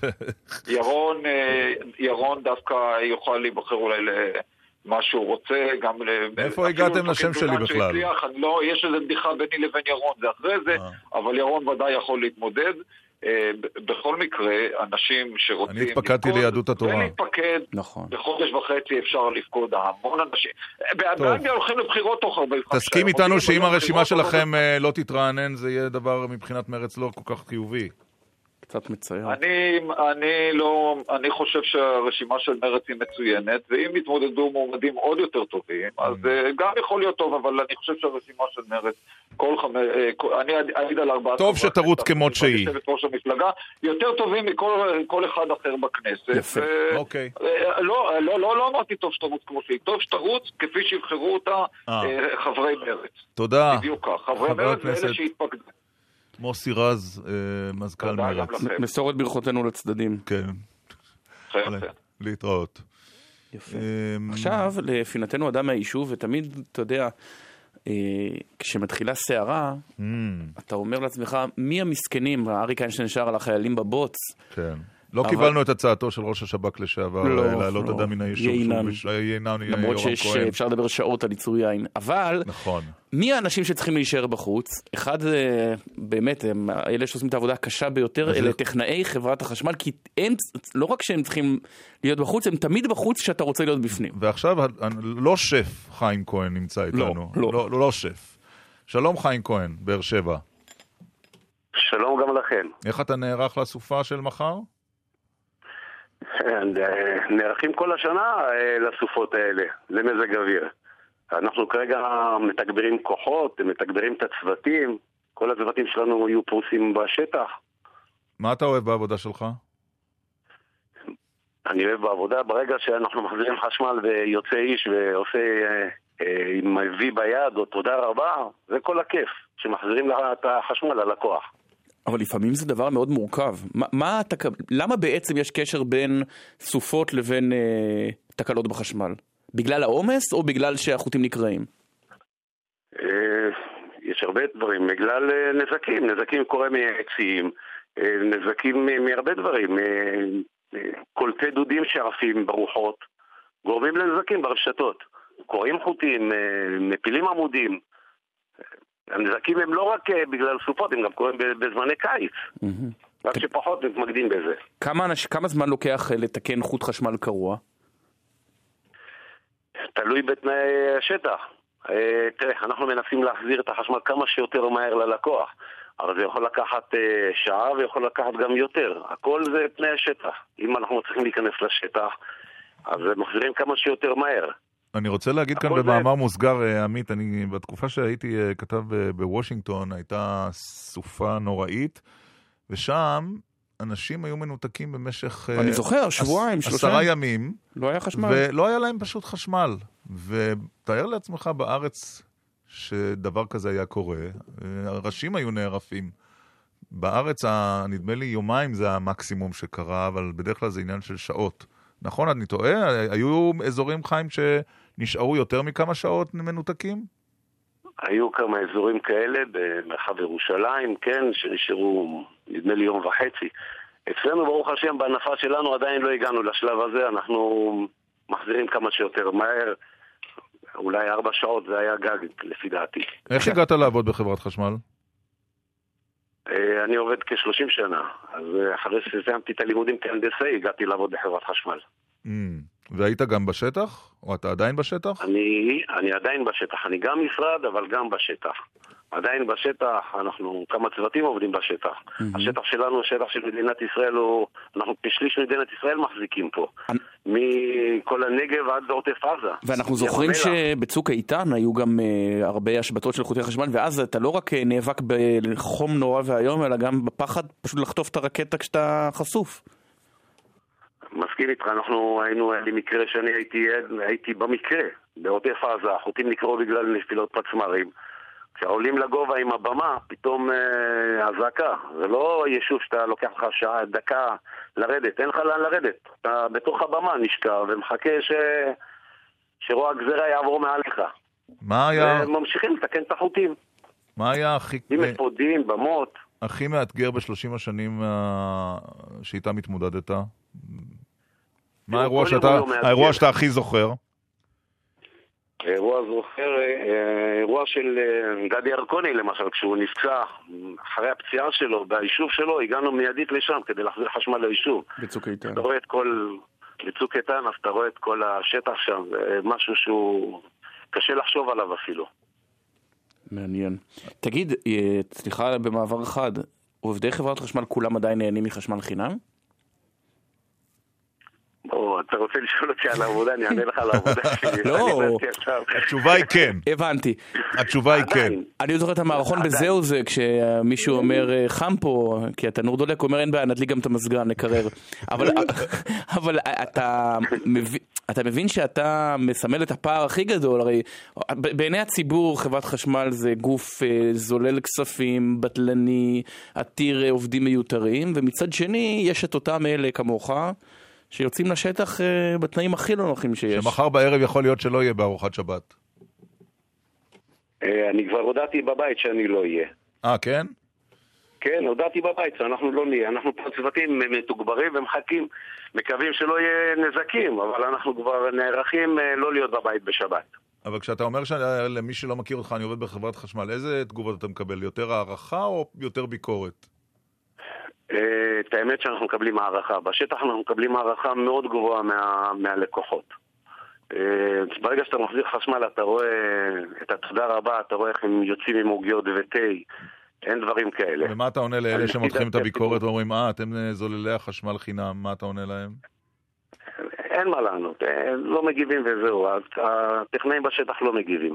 ירון דווקא יוכל להיבחר אולי ל... מה שהוא רוצה, גם... איפה הגעתם לשם שלי בכלל? לא, יש איזו בדיחה ביני לבין ירון, זה אחרי זה, אבל ירון ודאי יכול להתמודד. בכל מקרה, אנשים שרוצים... אני התפקדתי ליהדות התורה. ולהתפקד, בחודש וחצי אפשר לפקוד המון אנשים. באנגליה הולכים לבחירות תוך ארבעים וחמש. תסכים איתנו שאם הרשימה שלכם לא תתרענן, זה יהיה דבר מבחינת מרץ לא כל כך חיובי. קצת מצייר. אני, אני לא, אני חושב שהרשימה של מרץ היא מצוינת, ואם יתמודדו מועמדים עוד יותר טובים, אז גם יכול להיות טוב, אבל אני חושב שהרשימה של מרץ, כל חמש, אני אעיד על ארבעה... טוב שתרוץ כמות שהיא. יותר טובים מכל כל אחד אחר בכנסת. יפה, אוקיי. לא, לא, לא, לא אמרתי טוב שתרוץ כמו שהיא. טוב שתרוץ כפי שיבחרו אותה חברי מרץ. תודה. בדיוק כך. חברי מרץ ואלה שהתפקדו. מוסי רז, מזכ"ל מרץ. מסורת ברכותינו לצדדים. כן. וכיוצא. להתראות. יפה. עכשיו, לפינתנו אדם מהיישוב, ותמיד, אתה יודע, כשמתחילה שערה, אתה אומר לעצמך, מי המסכנים? אריק איינשטיין שר על החיילים בבוץ. כן. לא קיבלנו את הצעתו של ראש השב"כ לשעבר, לעלות אדם מן היישוב. יינן. למרות שאפשר לדבר שעות על ייצור יין. אבל, מי האנשים שצריכים להישאר בחוץ? אחד, באמת, אלה שעושים את העבודה הקשה ביותר, אלה טכנאי חברת החשמל, כי לא רק שהם צריכים להיות בחוץ, הם תמיד בחוץ שאתה רוצה להיות בפנים. ועכשיו, לא שף חיים כהן נמצא איתנו. לא, לא שף. שלום חיים כהן, באר שבע. שלום גם לכם. איך אתה נערך לסופה של מחר? נערכים כל השנה לסופות האלה, למזג אוויר. אנחנו כרגע מתגברים כוחות, מתגברים את הצוותים, כל הצוותים שלנו יהיו פרוסים בשטח. מה אתה אוהב בעבודה שלך? אני אוהב בעבודה, ברגע שאנחנו מחזירים חשמל ויוצא איש ועושה עם וי ביד או תודה רבה, זה כל הכיף, שמחזירים את החשמל ללקוח. אבל לפעמים זה דבר מאוד מורכב. מה, מה התק... למה בעצם יש קשר בין סופות לבין אה, תקלות בחשמל? בגלל העומס או בגלל שהחוטים נקראים? אה, יש הרבה דברים. בגלל אה, נזקים. נזקים קורה מעצים, אה, נזקים מהרבה דברים. אה, אה, קולטי דודים שעפים ברוחות, גורמים לנזקים ברשתות. קוראים חוטים, אה, מפילים עמודים. הנזקים הם לא רק בגלל סופות, הם גם קוראים בזמני קיץ. רק שפחות מתמקדים בזה. כמה זמן לוקח לתקן חוט חשמל קרוע? תלוי בתנאי השטח. תראה, אנחנו מנסים להחזיר את החשמל כמה שיותר מהר ללקוח. אבל זה יכול לקחת שעה ויכול לקחת גם יותר. הכל זה תנאי השטח. אם אנחנו צריכים להיכנס לשטח, אז מחזירים כמה שיותר מהר. אני רוצה להגיד כאן במאמר מוסגר, עמית, אני בתקופה שהייתי כתב בוושינגטון, הייתה סופה נוראית, ושם אנשים היו מנותקים במשך... אני זוכר, שבועיים, שלושה. עשרה ימים. לא היה חשמל. ולא היה להם פשוט חשמל. ותאר לעצמך בארץ שדבר כזה היה קורה, הראשים היו נערפים. בארץ, נדמה לי, יומיים זה המקסימום שקרה, אבל בדרך כלל זה עניין של שעות. נכון, אני טועה? היו אזורים חיים שנשארו יותר מכמה שעות מנותקים? היו כמה אזורים כאלה במרחב ירושלים, כן, שנשארו נדמה לי יום וחצי. אצלנו ברוך השם בענפה שלנו עדיין לא הגענו לשלב הזה, אנחנו מחזירים כמה שיותר מהר, אולי ארבע שעות זה היה גג לפי דעתי. איך הגעת לעבוד בחברת חשמל? אני עובד כ-שלושים שנה, אז אחרי שסיימתי את הלימודים כהנדסאי, הגעתי לעבוד בחברת חשמל. והיית גם בשטח? או אתה עדיין בשטח? אני, אני עדיין בשטח, אני גם משרד, אבל גם בשטח. עדיין בשטח, אנחנו כמה צוותים עובדים בשטח. Mm-hmm. השטח שלנו, השטח של מדינת ישראל, הוא, אנחנו כשליש מדינת ישראל מחזיקים פה. אני... מכל הנגב עד לעוטף עזה. ואנחנו זוכרים שבצוק איתן היו גם uh, הרבה השבתות של חוטי חשמל, ואז אתה לא רק נאבק בחום נורא והיום, אלא גם בפחד פשוט לחטוף את הרקטה כשאתה חשוף. מסכים איתך, אנחנו היינו, היה לי מקרה שאני הייתי, הייתי במקרה, בעוטף עזה, החוטים נקראו בגלל נפילות פצמרים. כשעולים לגובה עם הבמה, פתאום אה, הזעקה. זה לא יישוב שאתה לוקח לך שעה, דקה לרדת, אין לך לאן לרדת. אתה בתוך הבמה נשקע ומחכה ש... שרוע הגזרה יעבור מעליך. מה היה... וממשיכים לתקן את החוטים. מה היה הכי... עם אפודים, במות. הכי מאתגר בשלושים השנים שאיתה מתמודדת? מה האירוע שאתה, האירוע שאתה הכי זוכר? אירוע זוכר, אירוע של גדי ירקוני למשל, כשהוא נפצע אחרי הפציעה שלו, ביישוב שלו, הגענו מיידית לשם כדי להחזיר חשמל ליישוב. בצוק איתן. אתה רואה את כל, בצוק איתן, אז אתה רואה את כל השטח שם, זה משהו שהוא קשה לחשוב עליו אפילו. מעניין. תגיד, סליחה במעבר אחד, עובדי חברת חשמל כולם עדיין נהנים מחשמל חינם? או, אתה רוצה לשאול אותי על העבודה, אני אענה לך על העבודה שלי. לא, התשובה היא כן. הבנתי. התשובה היא כן. אני זוכר את המערכון בזהו זה, כשמישהו אומר חם פה, כי התנור דולק, הוא אומר אין בעיה, נדליק גם את המזגן, נקרר. אבל אתה מבין שאתה מסמל את הפער הכי גדול, הרי בעיני הציבור חברת חשמל זה גוף זולל כספים, בטלני, עתיר עובדים מיותרים, ומצד שני יש את אותם אלה כמוך, שיוצאים לשטח uh, בתנאים הכי לא נוחים שיש. שמחר בערב יכול להיות שלא יהיה בארוחת שבת. אני כבר הודעתי בבית שאני לא אהיה. אה, כן? כן, הודעתי בבית שאנחנו לא נהיה. אנחנו פה צוותים מתוגברים ומחכים, מקווים שלא יהיה נזקים, אבל אנחנו כבר נערכים לא להיות בבית בשבת. אבל כשאתה אומר שלמי שלא מכיר אותך, אני עובד בחברת חשמל, איזה תגובות אתה מקבל? יותר הערכה או יותר ביקורת? את האמת שאנחנו מקבלים הערכה. בשטח אנחנו מקבלים הערכה מאוד גבוהה מה, מהלקוחות. ברגע שאתה מחזיר חשמל, אתה רואה את התודה רבה, אתה רואה איך הם יוצאים עם עוגיות ותי, אין דברים כאלה. ומה אתה עונה לאלה שמותחים את הביקורת ואומרים, אה, אתם זוללי החשמל חינם, מה אתה עונה להם? אין מה לענות, לא מגיבים וזהו, הטכנאים בשטח לא מגיבים.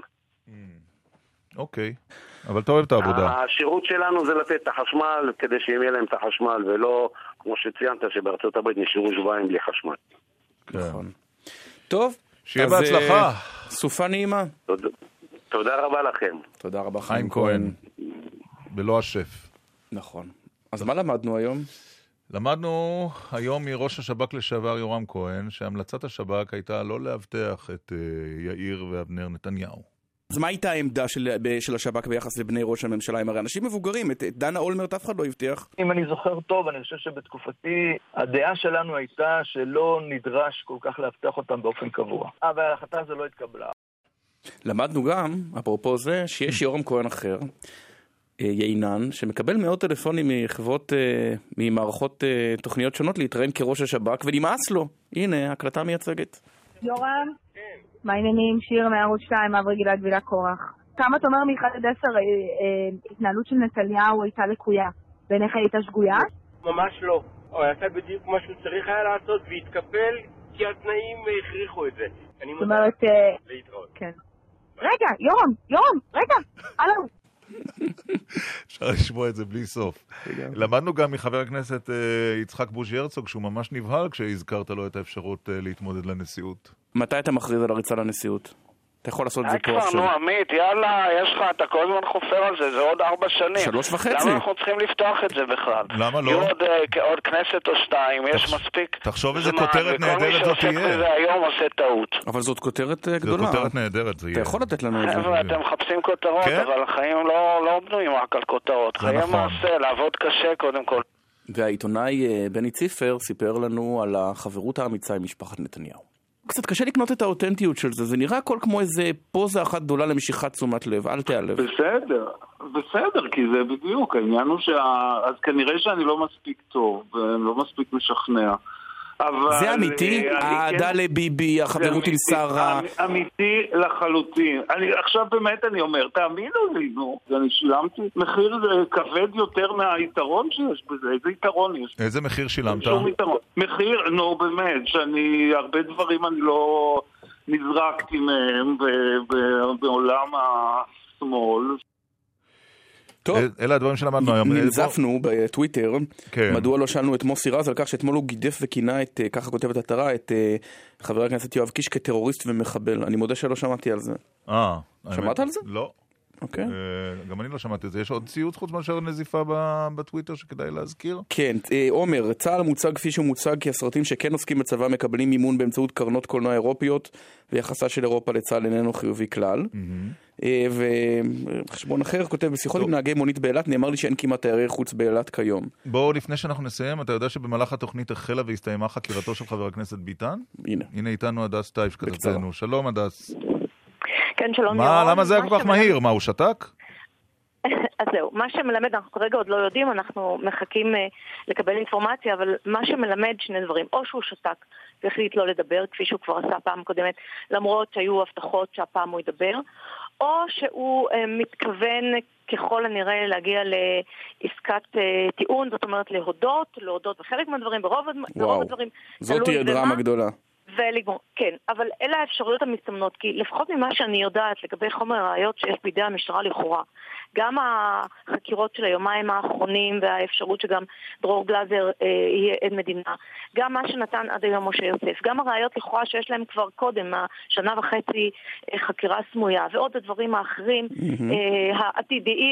אוקיי, אבל אתה אוהב את העבודה. השירות שלנו זה לתת את החשמל כדי שיהיה להם את החשמל, ולא כמו שציינת שבארצות הברית נשארו שבועיים בלי חשמל. נכון. טוב, שיהיה בהצלחה. סופה נעימה. תודה רבה לכם. תודה רבה חיים כהן. בלא השף. נכון. אז מה למדנו היום? למדנו היום מראש השב"כ לשעבר יורם כהן, שהמלצת השב"כ הייתה לא להבטח את יאיר ואבנר נתניהו. אז מה הייתה העמדה של, של השב"כ ביחס לבני ראש הממשלה? הם הרי אנשים מבוגרים, את, את דנה אולמרט אף אחד לא הבטיח. אם אני זוכר טוב, אני חושב שבתקופתי הדעה שלנו הייתה שלא נדרש כל כך להבטח אותם באופן קבוע. אבל ההחלטה הזו לא התקבלה. למדנו גם, אפרופו זה, שיש יורם כהן אחר, יינן, שמקבל מאות טלפונים מחברות, ממערכות תוכניות שונות להתראיין כראש השב"כ, ונמאס לו. הנה, הקלטה מייצגת. יורם? כן. מה העניינים? שיר מערוץ שתיים, אברי גלעד וילה קורח. כמה אתה אומר מאחד עד עשר, התנהלות של נתניהו הייתה לקויה. בעיניך הייתה שגויה? ממש לא. הוא עשה בדיוק מה שהוא צריך היה לעשות, והתקפל כי התנאים הכריחו את זה. זאת אומרת... להתראות. כן. רגע, יורם, יורם, רגע, הלו. אפשר לשמוע את זה בלי סוף. למדנו גם מחבר הכנסת יצחק בוז'י הרצוג, שהוא ממש נבהל כשהזכרת לו את האפשרות להתמודד לנשיאות. מתי אתה מכריז על הריצה לנשיאות? אתה יכול לעשות את זה פה עכשיו. נו, עמית, יאללה, יש לך, אתה כל הזמן חופר על זה, זה עוד ארבע שנים. שלוש וחצי. למה אנחנו צריכים לפתוח את זה בכלל? למה לא? יהיו עוד, עוד כנסת או שתיים, יש מספיק. תחשוב איזה כותרת נהדרת זאת תהיה. וכל מי שעוסק בזה היום עושה טעות. אבל זאת כותרת גדולה. זאת כותרת נהדרת, זה יהיה. אתה יכול לתת לנו את זה. חבר'ה, אתם מחפשים כותרות, אבל החיים לא בנויים רק על כותרות. חיים מעשה, לעבוד קשה קודם כל. והעיתונאי בני ציפר סיפר לנו על החברות האמיצה עם משפחת נתניהו. קצת קשה לקנות את האותנטיות של זה, זה נראה הכל כמו איזה פוזה אחת גדולה למשיכת תשומת לב, אל תיעלב. בסדר, בסדר, כי זה בדיוק, העניין הוא שה... אז כנראה שאני לא מספיק טוב, ולא מספיק משכנע. זה אמיתי? העדה לביבי, החברות עם שרה... אמיתי לחלוטין. עכשיו באמת אני אומר, תאמינו לי, נו, אני שילמתי מחיר כבד יותר מהיתרון שיש בזה. איזה יתרון יש? איזה מחיר שילמת? מחיר, נו באמת, שאני, הרבה דברים אני לא נזרקתי מהם בעולם השמאל. טוב, אלה הדברים שלמדנו היום. ננזפנו בטוויטר, מדוע לא שאלנו את מוסי רז על כך שאתמול הוא גידף וכינה את, ככה כותבת התרה, את חבר הכנסת יואב קיש כטרוריסט ומחבל. אני מודה שלא שמעתי על זה. אה. שמעת על זה? לא. אוקיי. גם אני לא שמעתי את זה. יש עוד ציוץ חוץ מאשר נזיפה בטוויטר שכדאי להזכיר? כן, עומר, צה"ל מוצג כפי שהוא מוצג כי הסרטים שכן עוסקים בצבא מקבלים מימון באמצעות קרנות קולנוע אירופיות, ויחסה של אירופה לצה"ל איננו חיובי כלל. וחשבון אחר כותב, בשיחות עם נהגי מונית באילת נאמר לי שאין כמעט תיירי חוץ באילת כיום. בואו לפני שאנחנו נסיים, אתה יודע שבמהלך התוכנית החלה והסתיימה חקירתו של חבר הכנסת ביטן? הנה. הנה איתנו הדס טייף כתבתנו. שלום הדס. כן, שלום מה, ירון. למה זה היה כל כך מהיר? מה, הוא שתק? אז זהו, מה שמלמד, אנחנו כרגע עוד לא יודעים, אנחנו מחכים uh, לקבל אינפורמציה, אבל מה שמלמד שני דברים, או שהוא שתק והחליט לא לדבר, כפי שהוא כבר עשה פעם קודמת, למרות שהיו הבטחות שהפעם הוא ידבר, או שהוא uh, מתכוון ככל הנראה להגיע לעסקת uh, טיעון, זאת אומרת להודות, להודות בחלק מהדברים, ברוב, ברוב הדברים. זאת תהיה דרמה גדולה. ולגמור, כן, אבל אלה האפשרויות המסתמנות, כי לפחות ממה שאני יודעת לגבי חומר הראיות שיש בידי המשטרה לכאורה, גם החקירות של היומיים האחרונים והאפשרות שגם דרור גלזר אה, יהיה עד מדינה, גם מה שנתן עד היום משה יוסף, גם הראיות לכאורה שיש להם כבר קודם, השנה וחצי אה, חקירה סמויה, ועוד הדברים האחרים mm-hmm. אה, העתידיים,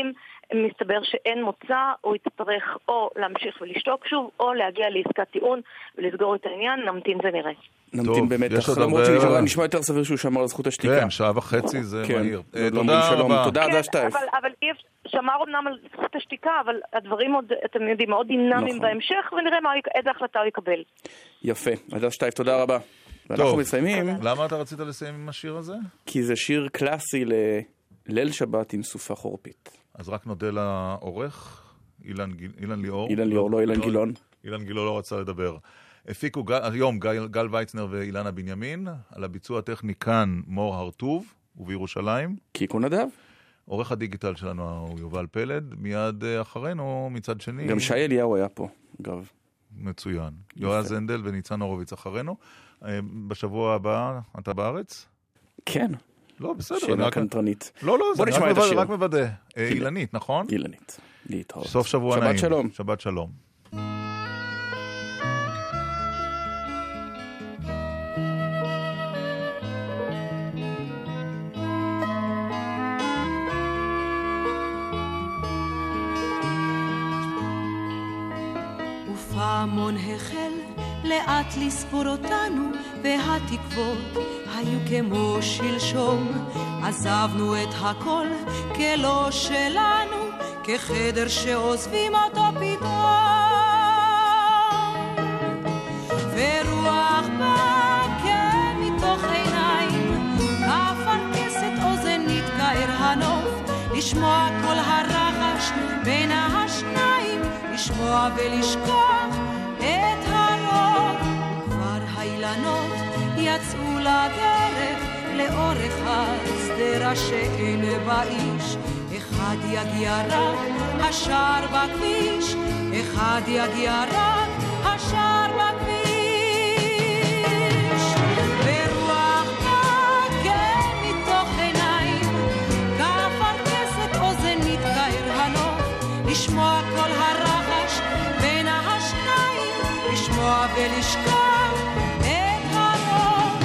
מסתבר שאין מוצא, הוא יצטרך או להמשיך ולשתוק שוב, או להגיע לעסקת טיעון ולסגור את העניין, נמתין ונראה. נמתין במתח, למרות שנשמע יותר סביר שהוא שמר על זכות השתיקה. כן, שעה וחצי זה מהיר. תודה רבה. תודה, עדה שטייף. אבל שמר אמנם על זכות השתיקה, אבל הדברים עוד, אתם יודעים, מאוד דינמיים בהמשך, ונראה איזה החלטה הוא יקבל. יפה, עדה שטייף, תודה רבה. ואנחנו מסיימים. למה אתה רצית לסיים עם השיר הזה? כי זה שיר קלאסי לליל שבת עם סופה חורפית. אז רק נודה לעורך, אילן ליאור. אילן ליאור, לא אילן גילון. אילן גילון לא רצה לדבר. הפיקו היום גל, גל ויצנר ואילנה בנימין, על הביצוע הטכני כאן מור הרטוב, ובירושלים. קיקו נדב. עורך הדיגיטל שלנו הוא יובל פלד, מיד אחרינו, מצד שני. גם שי אליהו היה פה, אגב. מצוין. יואל זנדל וניצן הורוביץ אחרינו. בשבוע הבא, אתה בארץ? כן. לא, בסדר. שאלה קנטרנית. לא, לא, זה רק מוודא. אילנית, נכון? אילנית. להתראות. סוף שבוע נעים. שבת שלום. שבת שלום. ופעמון החל לאט לספור אותנו, והתקוות היו כמו שלשום. עזבנו את הכל כלא שלנו, כחדר שעוזבים אותו פתאום. ורוח באה מתוך עיניים, כפרכסת אוזנית כאר הנוף, לשמוע כל הרחש בין השניים, לשמוע ולשכוח את הרוב. וכבר האילנות יצאו לדרך לאורך השדרה שאין בה איש. אחד יגיע רק השאר בכביש, אחד יגיע רק השאר בכביש. ורוח באה מתוך עיניים, כפרכסת אוזנית כאר הנוף, לשמוע כל הרחש בין השניים, לשמוע ולשכוח את הרוב.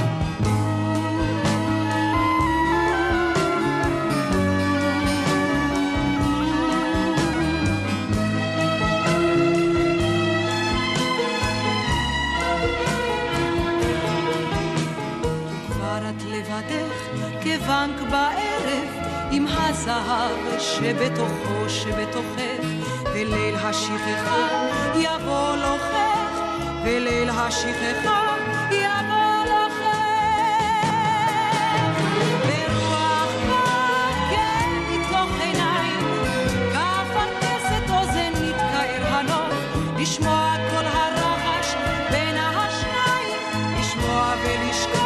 כבר את לבדך כבנק בערב, עם הזהב שבתוכו שבתוכך, וליל השכחה יבוא לוחך, וליל השכחה יבוא לוחך. ורוח באה מתוך עיניים, כפרכסת אוזנית כאר הנוף, לשמוע כל הרחש בין השניים, לשמוע ולשכוח